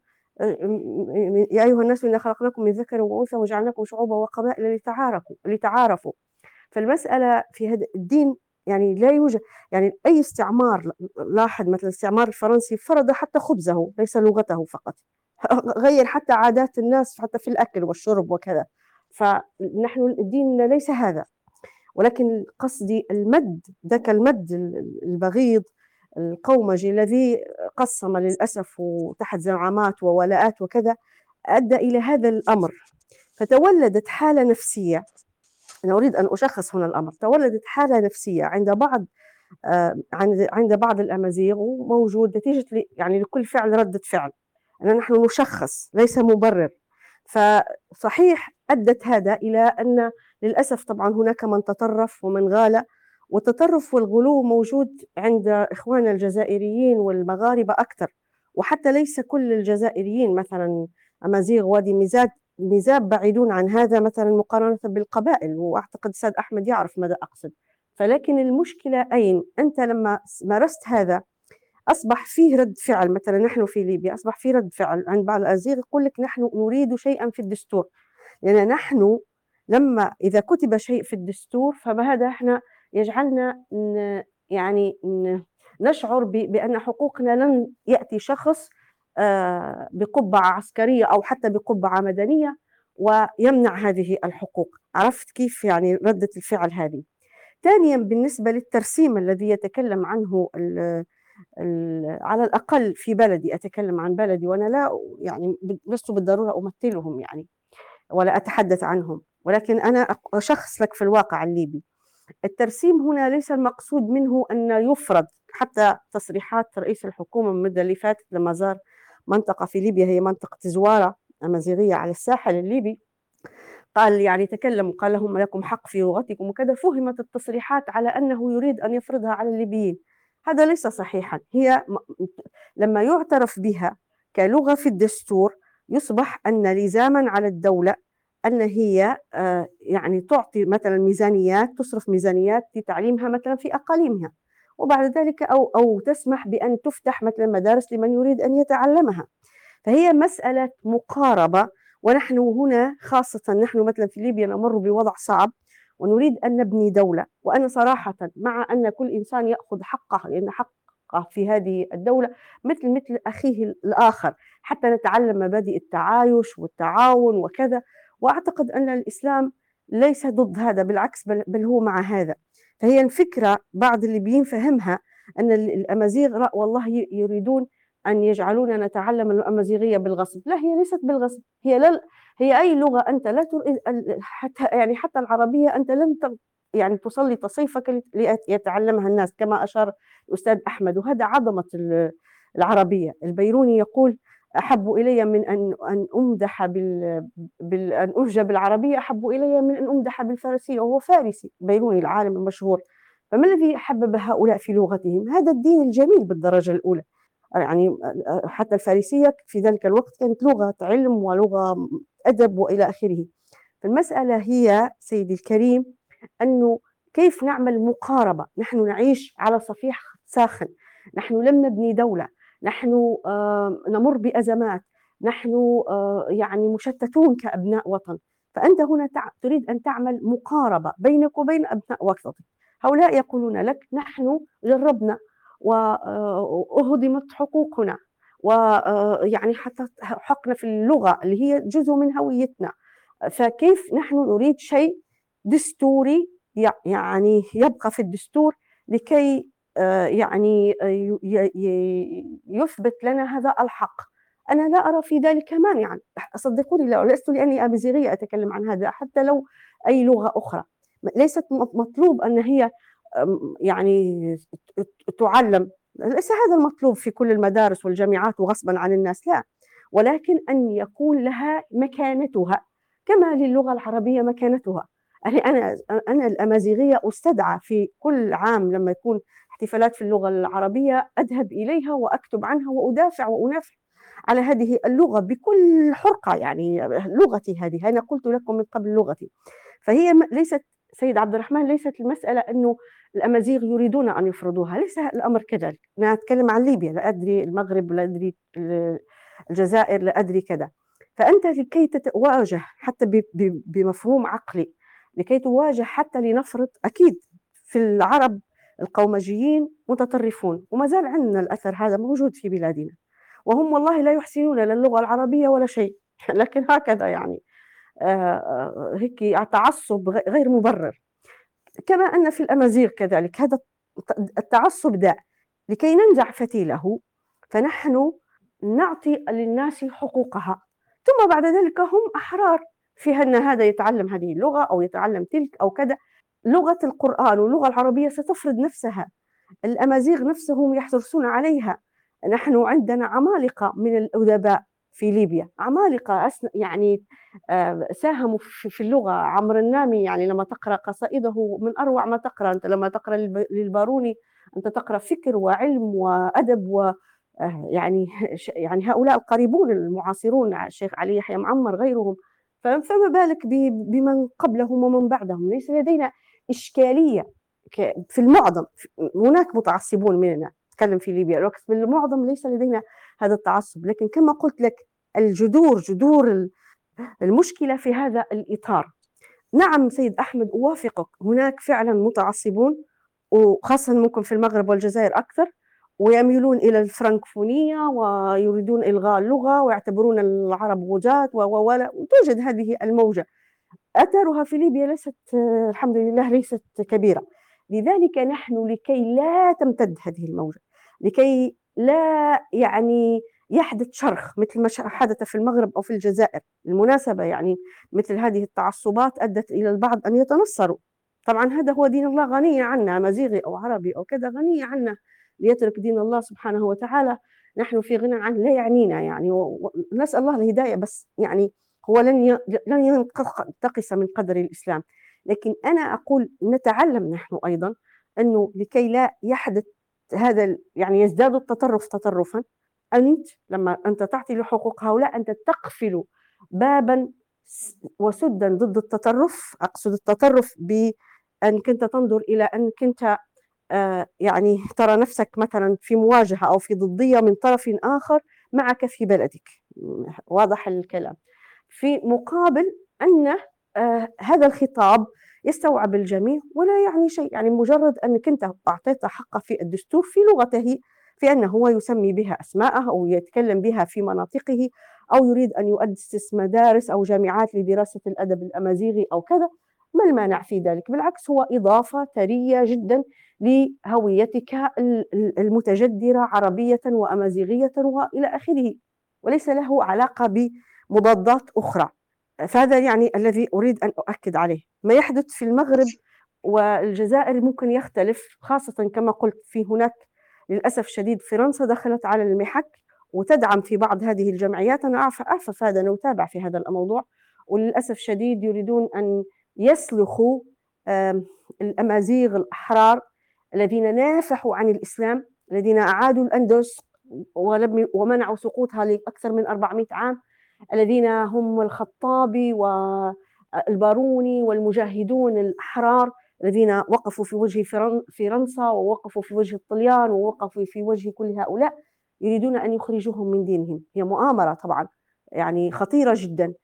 يا أيها الناس إن خلقناكم من ذكر وأنثى وجعلناكم شعوبا وقبائل لتعارفوا لتعارفوا فالمسألة في هذا الدين يعني لا يوجد يعني أي استعمار. لاحظ مثلا الاستعمار الفرنسي فرض حتى خبزه ليس لغته فقط، غير حتى عادات الناس حتى في الأكل والشرب وكذا. فنحن الدين ليس هذا، ولكن قصدي المد ذاك المد البغيض القومجي الذي قسم للأسف وتحت زعامات وولاءات وكذا أدى إلى هذا الأمر. فتولدت حالة نفسية، أنا أريد أن أشخص هنا الأمر، تولدت حالة نفسية عند بعض عند بعض الأمازيغ، وموجود نتيجة يعني لكل فعل ردة فعل، أن نحن نشخص ليس مبرر. فصحيح أدت هذا إلى أن للأسف طبعا هناك من تطرف ومن غالى، والتطرف والغلو موجود عند إخواننا الجزائريين والمغاربة أكثر، وحتى ليس كل الجزائريين، مثلا أمازيغ وادي ميزاب ميزاب بعيدون عن هذا مثلا مقارنة بالقبائل، وأعتقد أستاذ أحمد يعرف ماذا أقصد. فلكن المشكلة أين؟ أنت لما مارست هذا أصبح فيه رد فعل. مثلا نحن في ليبيا أصبح فيه رد فعل عند بعض الأمازيغ يقول لك نحن نريد شيئا في الدستور، لأن نحن لما إذا كتب شيء في الدستور فهذا احنا يجعلنا يعني نشعر بأن حقوقنا لن يأتي شخص بقبعة عسكرية أو حتى بقبعة مدنية ويمنع هذه الحقوق. عرفت كيف يعني ردة الفعل هذه؟ ثانيا بالنسبة للترسيم الذي يتكلم عنه على الأقل في بلدي، أتكلم عن بلدي وأنا لا يعني لست بالضرورة أمثلهم يعني ولا أتحدث عنهم، ولكن أنا أشخص لك في الواقع الليبي. الترسيم هنا ليس المقصود منه أن يفرض، حتى تصريحات رئيس الحكومة من المدة اللي فاتت لما زار منطقة في ليبيا هي منطقة زوارة أمازيغية على الساحل الليبي، قال يعني تكلم وقال لهم لكم حق في لغتكم وكذا، فهمت التصريحات على أنه يريد أن يفرضها على الليبيين. هذا ليس صحيحا. هي لما يعترف بها كلغة في الدستور يصبح أن لزاما على الدولة أن هي يعني تعطي مثلا ميزانيات، تصرف ميزانيات لتعليمها مثلا في أقاليمها، وبعد ذلك أو, أو تسمح بأن تفتح مثلا مدارس لمن يريد أن يتعلمها. فهي مسألة مقاربة، ونحن هنا خاصة نحن مثلا في ليبيا نمر بوضع صعب ونريد أن نبني دولة. وأنا صراحة مع أن كل إنسان يأخذ حقه، لأن حقه في هذه الدولة مثل مثل أخيه الآخر، حتى نتعلم مبادئ التعايش والتعاون وكذا. وأعتقد أن الإسلام ليس ضد هذا، بالعكس بل, بل هو مع هذا. فهي الفكرة بعض الليبيين فهمها أن الأمازيغ والله يريدون أن يجعلونا نتعلم الأمازيغية بالغصب. لا، هي ليست بالغصب، هي لا هي أي لغة أنت لا تريد حتى يعني حتى العربية أنت لن يعني تسلط صيفك ليتعلمها الناس كما أشار الأستاذ أحمد. وهذا عظمة العربية. البيروني يقول أحب إلي من أن أن أمدح بال... بال... أن أهجى بالعربية أحب إلي من أن أمدح بالفارسية، وهو فارسي بيروني العالم المشهور. فما الذي حبب هؤلاء في لغتهم؟ هذا الدين الجميل بالدرجة الأولى. يعني حتى الفارسية في ذلك الوقت كانت لغة علم ولغة أدب وإلى آخره. فالمسألة هي سيدي الكريم أنه كيف نعمل مقاربة. نحن نعيش على صفيح ساخن، نحن لم نبني دولة، نحن نمر بأزمات، نحن يعني مشتتون كأبناء وطن. فأنت هنا تريد أن تعمل مقاربة بينك وبين أبناء وطنك. هؤلاء يقولون لك نحن جربنا وأهضمت حقوقنا، ويعني حتى حقنا في اللغة اللي هي جزء من هويتنا. فكيف نحن نريد شيء دستوري يعني يبقى في الدستور لكي يعني يثبت لنا هذا الحق؟ أنا لا أرى في ذلك مانعا، صدقوني. لا، لست لأني أمازيغية أتكلم عن هذا، حتى لو أي لغة أخرى ليست مطلوب أن هي يعني تعلم، ليس هذا المطلوب في كل المدارس والجامعات وغصبا عن الناس، لا، ولكن أن يكون لها مكانتها كما للغة العربية مكانتها. يعني أنا أنا الأمازيغية أستدعى في كل عام لما يكون احتفالات في اللغة العربية أذهب إليها وأكتب عنها وأدافع وأنافع على هذه اللغة بكل حرقة. يعني لغتي هذه، أنا قلت لكم من قبل لغتي. فهي ليست سيد عبد الرحمن، ليست المسألة أنه الأمازيغ يريدون أن يفرضوها، ليس الأمر كذلك. أنا أتكلم عن ليبيا، لا أدري المغرب، لا أدري الجزائر، لا أدري كذا. فأنت لكي تواجه حتى بمفهوم عقلي، لكي تواجه حتى لنفرض، أكيد في العرب القومجيين متطرفون وما زال عندنا الأثر هذا موجود في بلادنا، وهم والله لا يحسنون لا اللغة العربية ولا شيء، لكن هكذا يعني هيك تعصب غير مبرر. كما أن في الأمازيغ كذلك هذا التعصب داء. لكي ننزع فتيله فنحن نعطي للناس حقوقها، ثم بعد ذلك هم أحرار في أن هذا يتعلم هذه اللغة أو يتعلم تلك أو كذا. لغة القرآن واللغة العربية ستفرض نفسها. الأمازيغ نفسهم يحرصون عليها. نحن عندنا عمالقة من الأدباء في ليبيا، عمالقة يعني ساهموا في اللغة. عمرو النامي يعني لما تقرأ قصائده من أروع ما تقرأ. أنت لما تقرأ للباروني أنت تقرأ فكر وعلم وأدب، و يعني يعني هؤلاء القريبون المعاصرون، الشيخ علي يحيى معمر غيرهم، فما بالك بمن قبلهم ومن بعدهم. ليس لدينا إشكالية في المعظم. هناك متعصبون مننا نتكلم في ليبيا، لكن في المعظم ليس لدينا هذا التعصب. لكن كما قلت لك الجذور جذور المشكلة في هذا الإطار. نعم سيد أحمد أوافقك، هناك فعلا متعصبون، وخاصة ممكن في المغرب والجزائر أكثر، ويميلون إلى الفرنكفونية ويريدون إلغاء اللغة ويعتبرون العرب غجاة ولا وتوجد هذه الموجة. أثرها في ليبيا ليست الحمد لله ليست كبيرة. لذلك نحن لكي لا تمتد هذه الموجة، لكي لا يعني يحدث شرخ مثل ما حدث في المغرب أو في الجزائر. بالمناسبة يعني مثل هذه التعصبات أدت إلى البعض أن يتنصروا. طبعا هذا هو دين الله، غني عنا مزيغي أو عربي أو كذا، غني عنا ليترك دين الله سبحانه وتعالى، نحن في غنى عنه، لا يعنينا يعني، ونسأل الله الهداية. بس يعني هو لن لن ينتقص من قدر الإسلام. لكن أنا أقول نتعلم نحن أيضا أنه لكي لا يحدث هذا يعني يزداد التطرف تطرفا، أنت لما أنت تعطي لحقوق هؤلاء أنت تقفل بابا وسدا ضد التطرف. أقصد التطرف بأن كنت تنظر إلى أن كنت آه يعني ترى نفسك مثلا في مواجهة أو في ضدية من طرف آخر معك في بلدك، واضح الكلام، في مقابل أن آه هذا الخطاب يستوعب الجميع ولا يعني شيء، يعني مجرد أنك أنت أعطيت حقه في الدستور في لغته، في أنه هو يسمي بها أسماءه أو يتكلم بها في مناطقه، أو يريد أن يؤسس مدارس أو جامعات لدراسة الأدب الأمازيغي أو كذا، ما المانع في ذلك؟ بالعكس هو إضافة ثرية جدا لهويتك المتجدرة عربية وأمازيغية وإلى آخره، وليس له علاقة بمضادات أخرى. فهذا يعني الذي أريد أن أؤكد عليه. ما يحدث في المغرب والجزائر ممكن يختلف، خاصة كما قلت في هناك للأسف شديد فرنسا دخلت على المحك وتدعم في بعض هذه الجمعيات. أنا أعرف أعرف هذا، أنا أتابع في هذا الموضوع، وللأسف شديد يريدون أن يسلخوا الأمازيغ الأحرار الذين نافحوا عن الإسلام، الذين أعادوا الأندلس ومنعوا سقوطها لأكثر من أربعمائة عام، الذين هم الخطابي والباروني والمجاهدون الأحرار الذين وقفوا في وجه فرنسا ووقفوا في وجه الطليان ووقفوا في وجه كل هؤلاء، يريدون أن يخرجوهم من دينهم. هي مؤامرة طبعا يعني خطيرة جدا،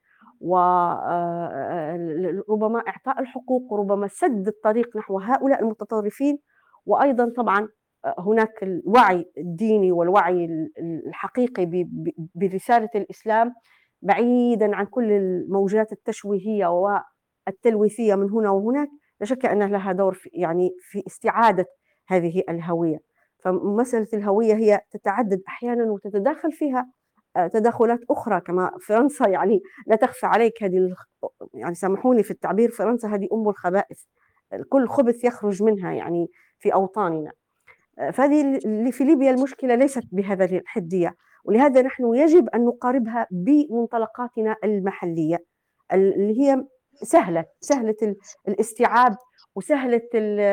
وربما إعطاء الحقوق وربما سد الطريق نحو هؤلاء المتطرفين. وأيضا طبعا هناك الوعي الديني والوعي الحقيقي برسالة الإسلام بعيدا عن كل الموجات التشويهية والتلويثية من هنا وهناك. لا شك أن لها دور في يعني في استعادة هذه الهوية. فمسألة الهوية هي تتعدد أحيانا وتتداخل فيها تدخلات أخرى كما فرنسا، يعني لا تخفى عليك هذه، يعني سامحوني في التعبير، فرنسا هذه أم الخبائث، كل خبث يخرج منها يعني في أوطاننا. فهذه اللي في ليبيا المشكلة ليست بهذا الحدية، ولهذا نحن يجب أن نقاربها بمنطلقاتنا المحلية اللي هي سهلة سهلة الاستيعاب وسهلة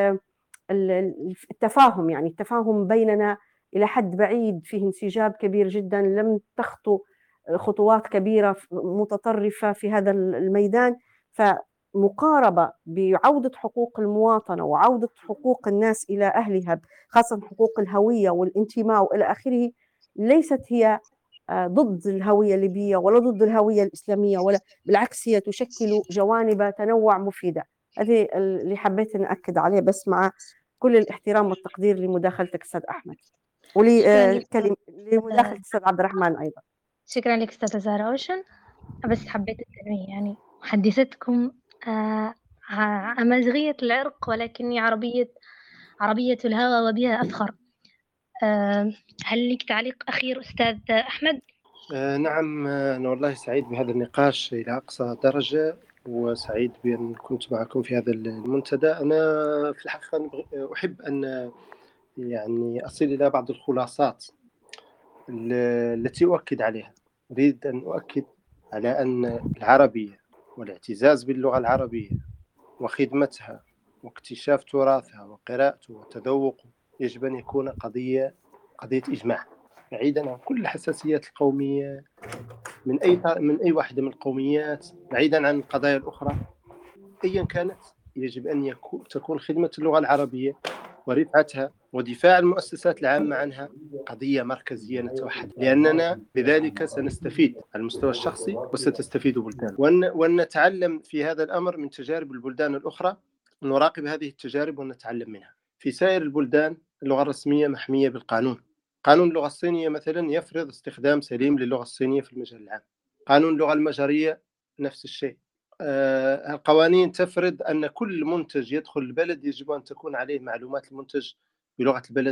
التفاهم، يعني التفاهم بيننا إلى حد بعيد فيه انسجاب كبير جدا. لم تخطو خطوات كبيرة متطرفة في هذا الميدان، فمقاربة بعودة حقوق المواطنة وعودة حقوق الناس إلى أهلها، خاصة حقوق الهوية والانتماء وإلى آخره، ليست هي ضد الهوية الليبية ولا ضد الهوية الإسلامية، ولا بالعكس هي تشكل جوانب تنوع مفيدة. هذه اللي حبيت أن أكد عليه، بس مع كل الاحترام والتقدير لمداخلتك أستاذ أحمد ولمداخلة أستاذ عبد الرحمن أيضا. شكرا لك أستاذة زهرة أوشن. بس حبيت التنويه، يعني محدثتكم آه أمازيغية العرق ولكني عربية عربية الهوى وبها أفخر. آه هل لك تعليق أخير أستاذ أحمد؟ آه نعم، أنا والله سعيد بهذا النقاش إلى أقصى درجة، وسعيد بأن كنت معكم في هذا المنتدى. أنا في الحقيقة أحب أن يعني أصل إلى بعض الخلاصات التي أؤكد عليها. أريد أن أؤكد على أن العربية والاعتزاز باللغة العربية وخدمتها واكتشاف تراثها وقراءته وتذوقه يجب أن يكون قضية قضية إجماع، بعيدا عن كل الحساسيات القومية من أي من أي واحدة من القوميات، بعيدا عن القضايا الأخرى أيا كانت. يجب أن يكون تكون خدمة اللغة العربية ورفعتها ودفاع المؤسسات العامة عنها قضية مركزية نتوحد، لأننا بذلك سنستفيد على المستوى الشخصي وستستفيد بلدان، وأن نتعلم في هذا الأمر من تجارب البلدان الأخرى، نراقب هذه التجارب ونتعلم منها. في سائر البلدان اللغة الرسمية محمية بالقانون. قانون اللغة الصينية مثلا يفرض استخدام سليم للغة الصينية في المجال العام. قانون اللغة المجرية نفس الشيء. آه القوانين تفرض أن كل منتج يدخل البلد يجب أن تكون عليه معلومات المنتج بلغة البلد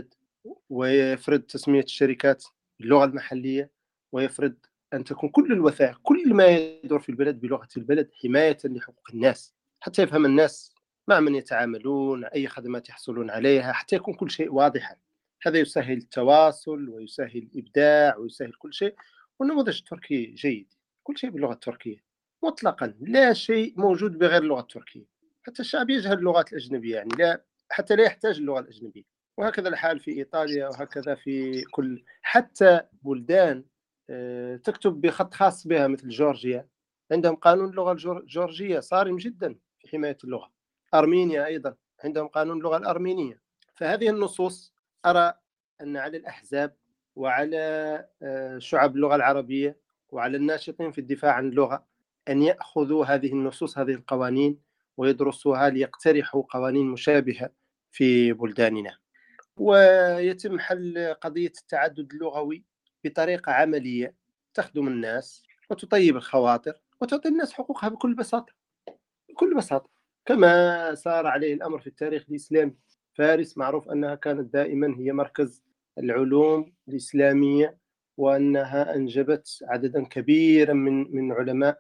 ويفرض تسمية الشركات باللغة المحلية، ويفرض أن تكون كل الوثائق، كل ما يدور في البلد بلغة البلد حماية لحقوق الناس، حتى يفهم الناس مع من يتعاملون، أي خدمات يحصلون عليها، حتى يكون كل شيء واضحا. هذا يسهل التواصل ويسهل الإبداع ويسهل كل شيء. والنموذج التركي جيد، كل شيء باللغة التركية مطلقا، لا شيء موجود بغير اللغة التركية. حتى الشعب يجهل اللغات الأجنبية، يعني لا، حتى لا يحتاج اللغة الأجنبية. وهكذا الحال في إيطاليا، وهكذا في كل، حتى بلدان تكتب بخط خاص بها مثل جورجيا، عندهم قانون اللغة الجورجية صارم جدا في حماية اللغة. أرمينيا أيضا عندهم قانون اللغة الأرمينية. فهذه النصوص أرى أن على الأحزاب وعلى شعب اللغة العربية وعلى الناشطين في الدفاع عن اللغة أن يأخذوا هذه النصوص، هذه القوانين، ويدرسوها ليقترحوا قوانين مشابهة في بلداننا، ويتم حل قضية التعدد اللغوي بطريقة عملية تخدم الناس وتطيب الخواطر وتعطي الناس حقوقها بكل بساطة، بكل بساطة، كما سار عليه الأمر في التاريخ الإسلامي. فارس معروف أنها كانت دائما هي مركز العلوم الإسلامية، وأنها أنجبت عددا كبيرا من من علماء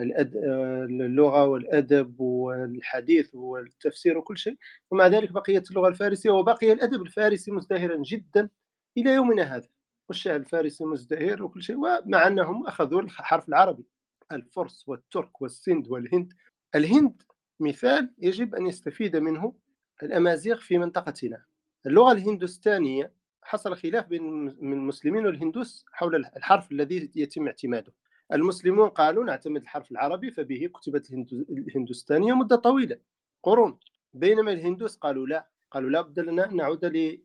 اللغة والأدب والحديث والتفسير وكل شيء، ومع ذلك بقيت اللغة الفارسية وبقي الأدب الفارسي مزدهرا جدا إلى يومنا هذا، والشعر الفارسي مزدهر وكل شيء، ومع أنهم أخذوا الحرف العربي. الفرس والترك والسند والهند، الهند مثال يجب أن يستفيد منه الأمازيغ في منطقتنا. اللغة الهندوستانية حصل خلاف بين المسلمين والهندوس حول الحرف الذي يتم اعتماده. المسلمون قالوا نعتمد الحرف العربي، فبه كتبت الهندوستانية مدة طويلة، قرون، بينما الهندوس قالوا لا، قالوا لا بد لنا أن نعود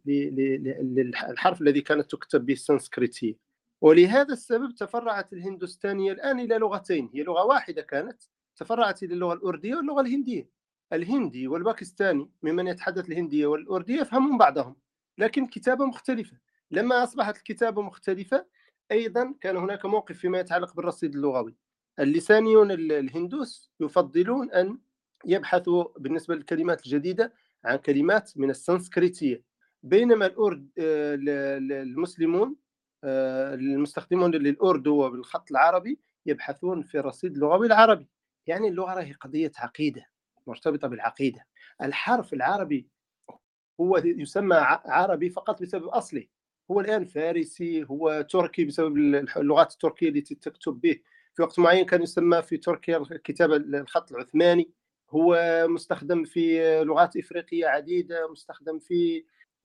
للحرف الذي كانت تكتب به السنسكريتية. ولهذا السبب تفرعت الهندوستانية الآن إلى لغتين، هي لغة واحدة كانت، تفرعت إلى اللغة الأردية واللغة الهندية. الهندي والباكستاني ممن يتحدث الهندية والأردية يفهمون بعضهم، لكن الكتابة مختلفة. لما أصبحت الكتابة مختلفة أيضا كان هناك موقف فيما يتعلق بالرصيد اللغوي. اللسانيون الهندوس يفضلون أن يبحثوا بالنسبة للكلمات الجديدة عن كلمات من السنسكريتية، بينما الأرد المسلمون المستخدمون للأردو وبالخط العربي يبحثون في الرصيد اللغوي العربي. يعني اللغة هي قضية عقيدة، مرتبطة بالعقيدة. الحرف العربي هو يسمى عربي فقط بسبب أصله، هو الآن فارسي، هو تركي بسبب اللغات التركية التي تكتب به. في وقت معين كان يسمى في تركيا الكتابة الخط العثماني، هو مستخدم في لغات إفريقية عديدة، مستخدم في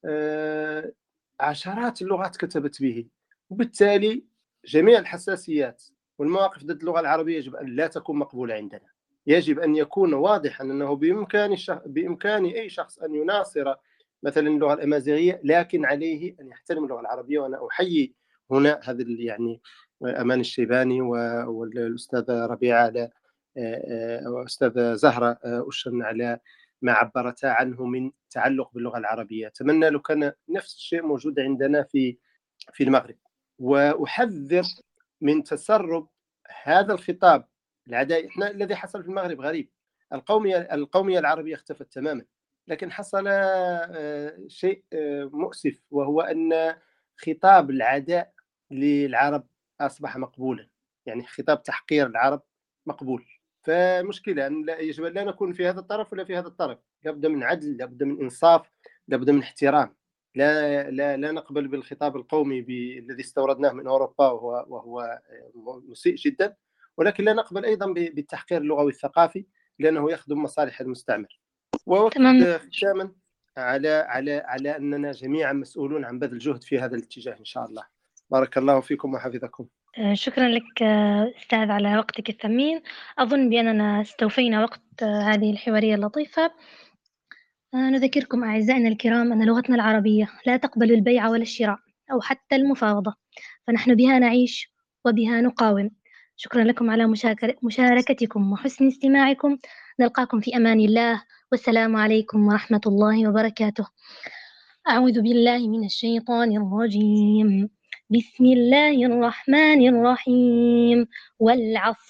عشرات اللغات كتبت به. وبالتالي جميع الحساسيات والمواقف ضد اللغة العربية يجب أن لا تكون مقبولة عندنا. يجب أن يكون واضحا أنه بإمكان, بإمكان أي شخص أن يناصر مثلا اللغة الأمازيغية، لكن عليه أن يحترم اللغة العربية. وأنا أحيي هنا هذا يعني أمان الشيباني والأستاذة ربيعة على وأستاذة زهرة أشن على ما عبرتا عنه من تعلق باللغة العربية. أتمنى لو كان نفس الشيء موجود عندنا في في المغرب. وأحذر من تسرب هذا الخطاب العدائي. احنا الذي حصل في المغرب غريب، القومية القومية العربية اختفت تماما، لكن حصل شيء مؤسف، وهو أن خطاب العداء للعرب أصبح مقبولا، يعني خطاب تحقير العرب مقبول. فمشكلة أن لا يجب أن لا نكون في هذا الطرف ولا في هذا الطرف، لابد من عدل، لابد من إنصاف، لابد من احترام. لا لا لا نقبل بالخطاب القومي الذي استوردناه من أوروبا وهو وهو مسيء جدا، ولكن لا نقبل أيضا بالتحقير اللغوي الثقافي لأنه يخدم مصالح المستعمر. وأؤكد ختاما على على على أننا جميعا مسؤولون عن بذل جهد في هذا الاتجاه إن شاء الله. بارك الله فيكم وحفظكم. شكرا لك أستاذ على وقتك الثمين. أظن بأننا استوفينا وقت هذه الحوارية اللطيفة. نذكركم أعزائنا الكرام أن لغتنا العربية لا تقبل البيع ولا الشراء أو حتى المفاوضة، فنحن بها نعيش وبها نقاوم. شكرا لكم على مشاركتكم وحسن استماعكم. نلقاكم في أمان الله، والسلام عليكم ورحمة الله وبركاته. أعوذ بالله من الشيطان الرجيم. بسم الله الرحمن الرحيم. والعصر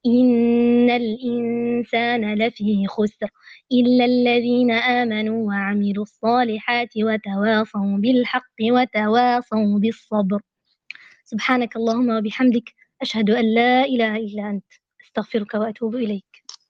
إن الإنسان لفي خسر إلا الذين آمنوا وعملوا الصالحات وتواصوا بالحق وتواصوا بالصبر. سبحانك اللهم وبحمدك أشهد أن لا إله إلا أنت أستغفرك وأتوب إليك.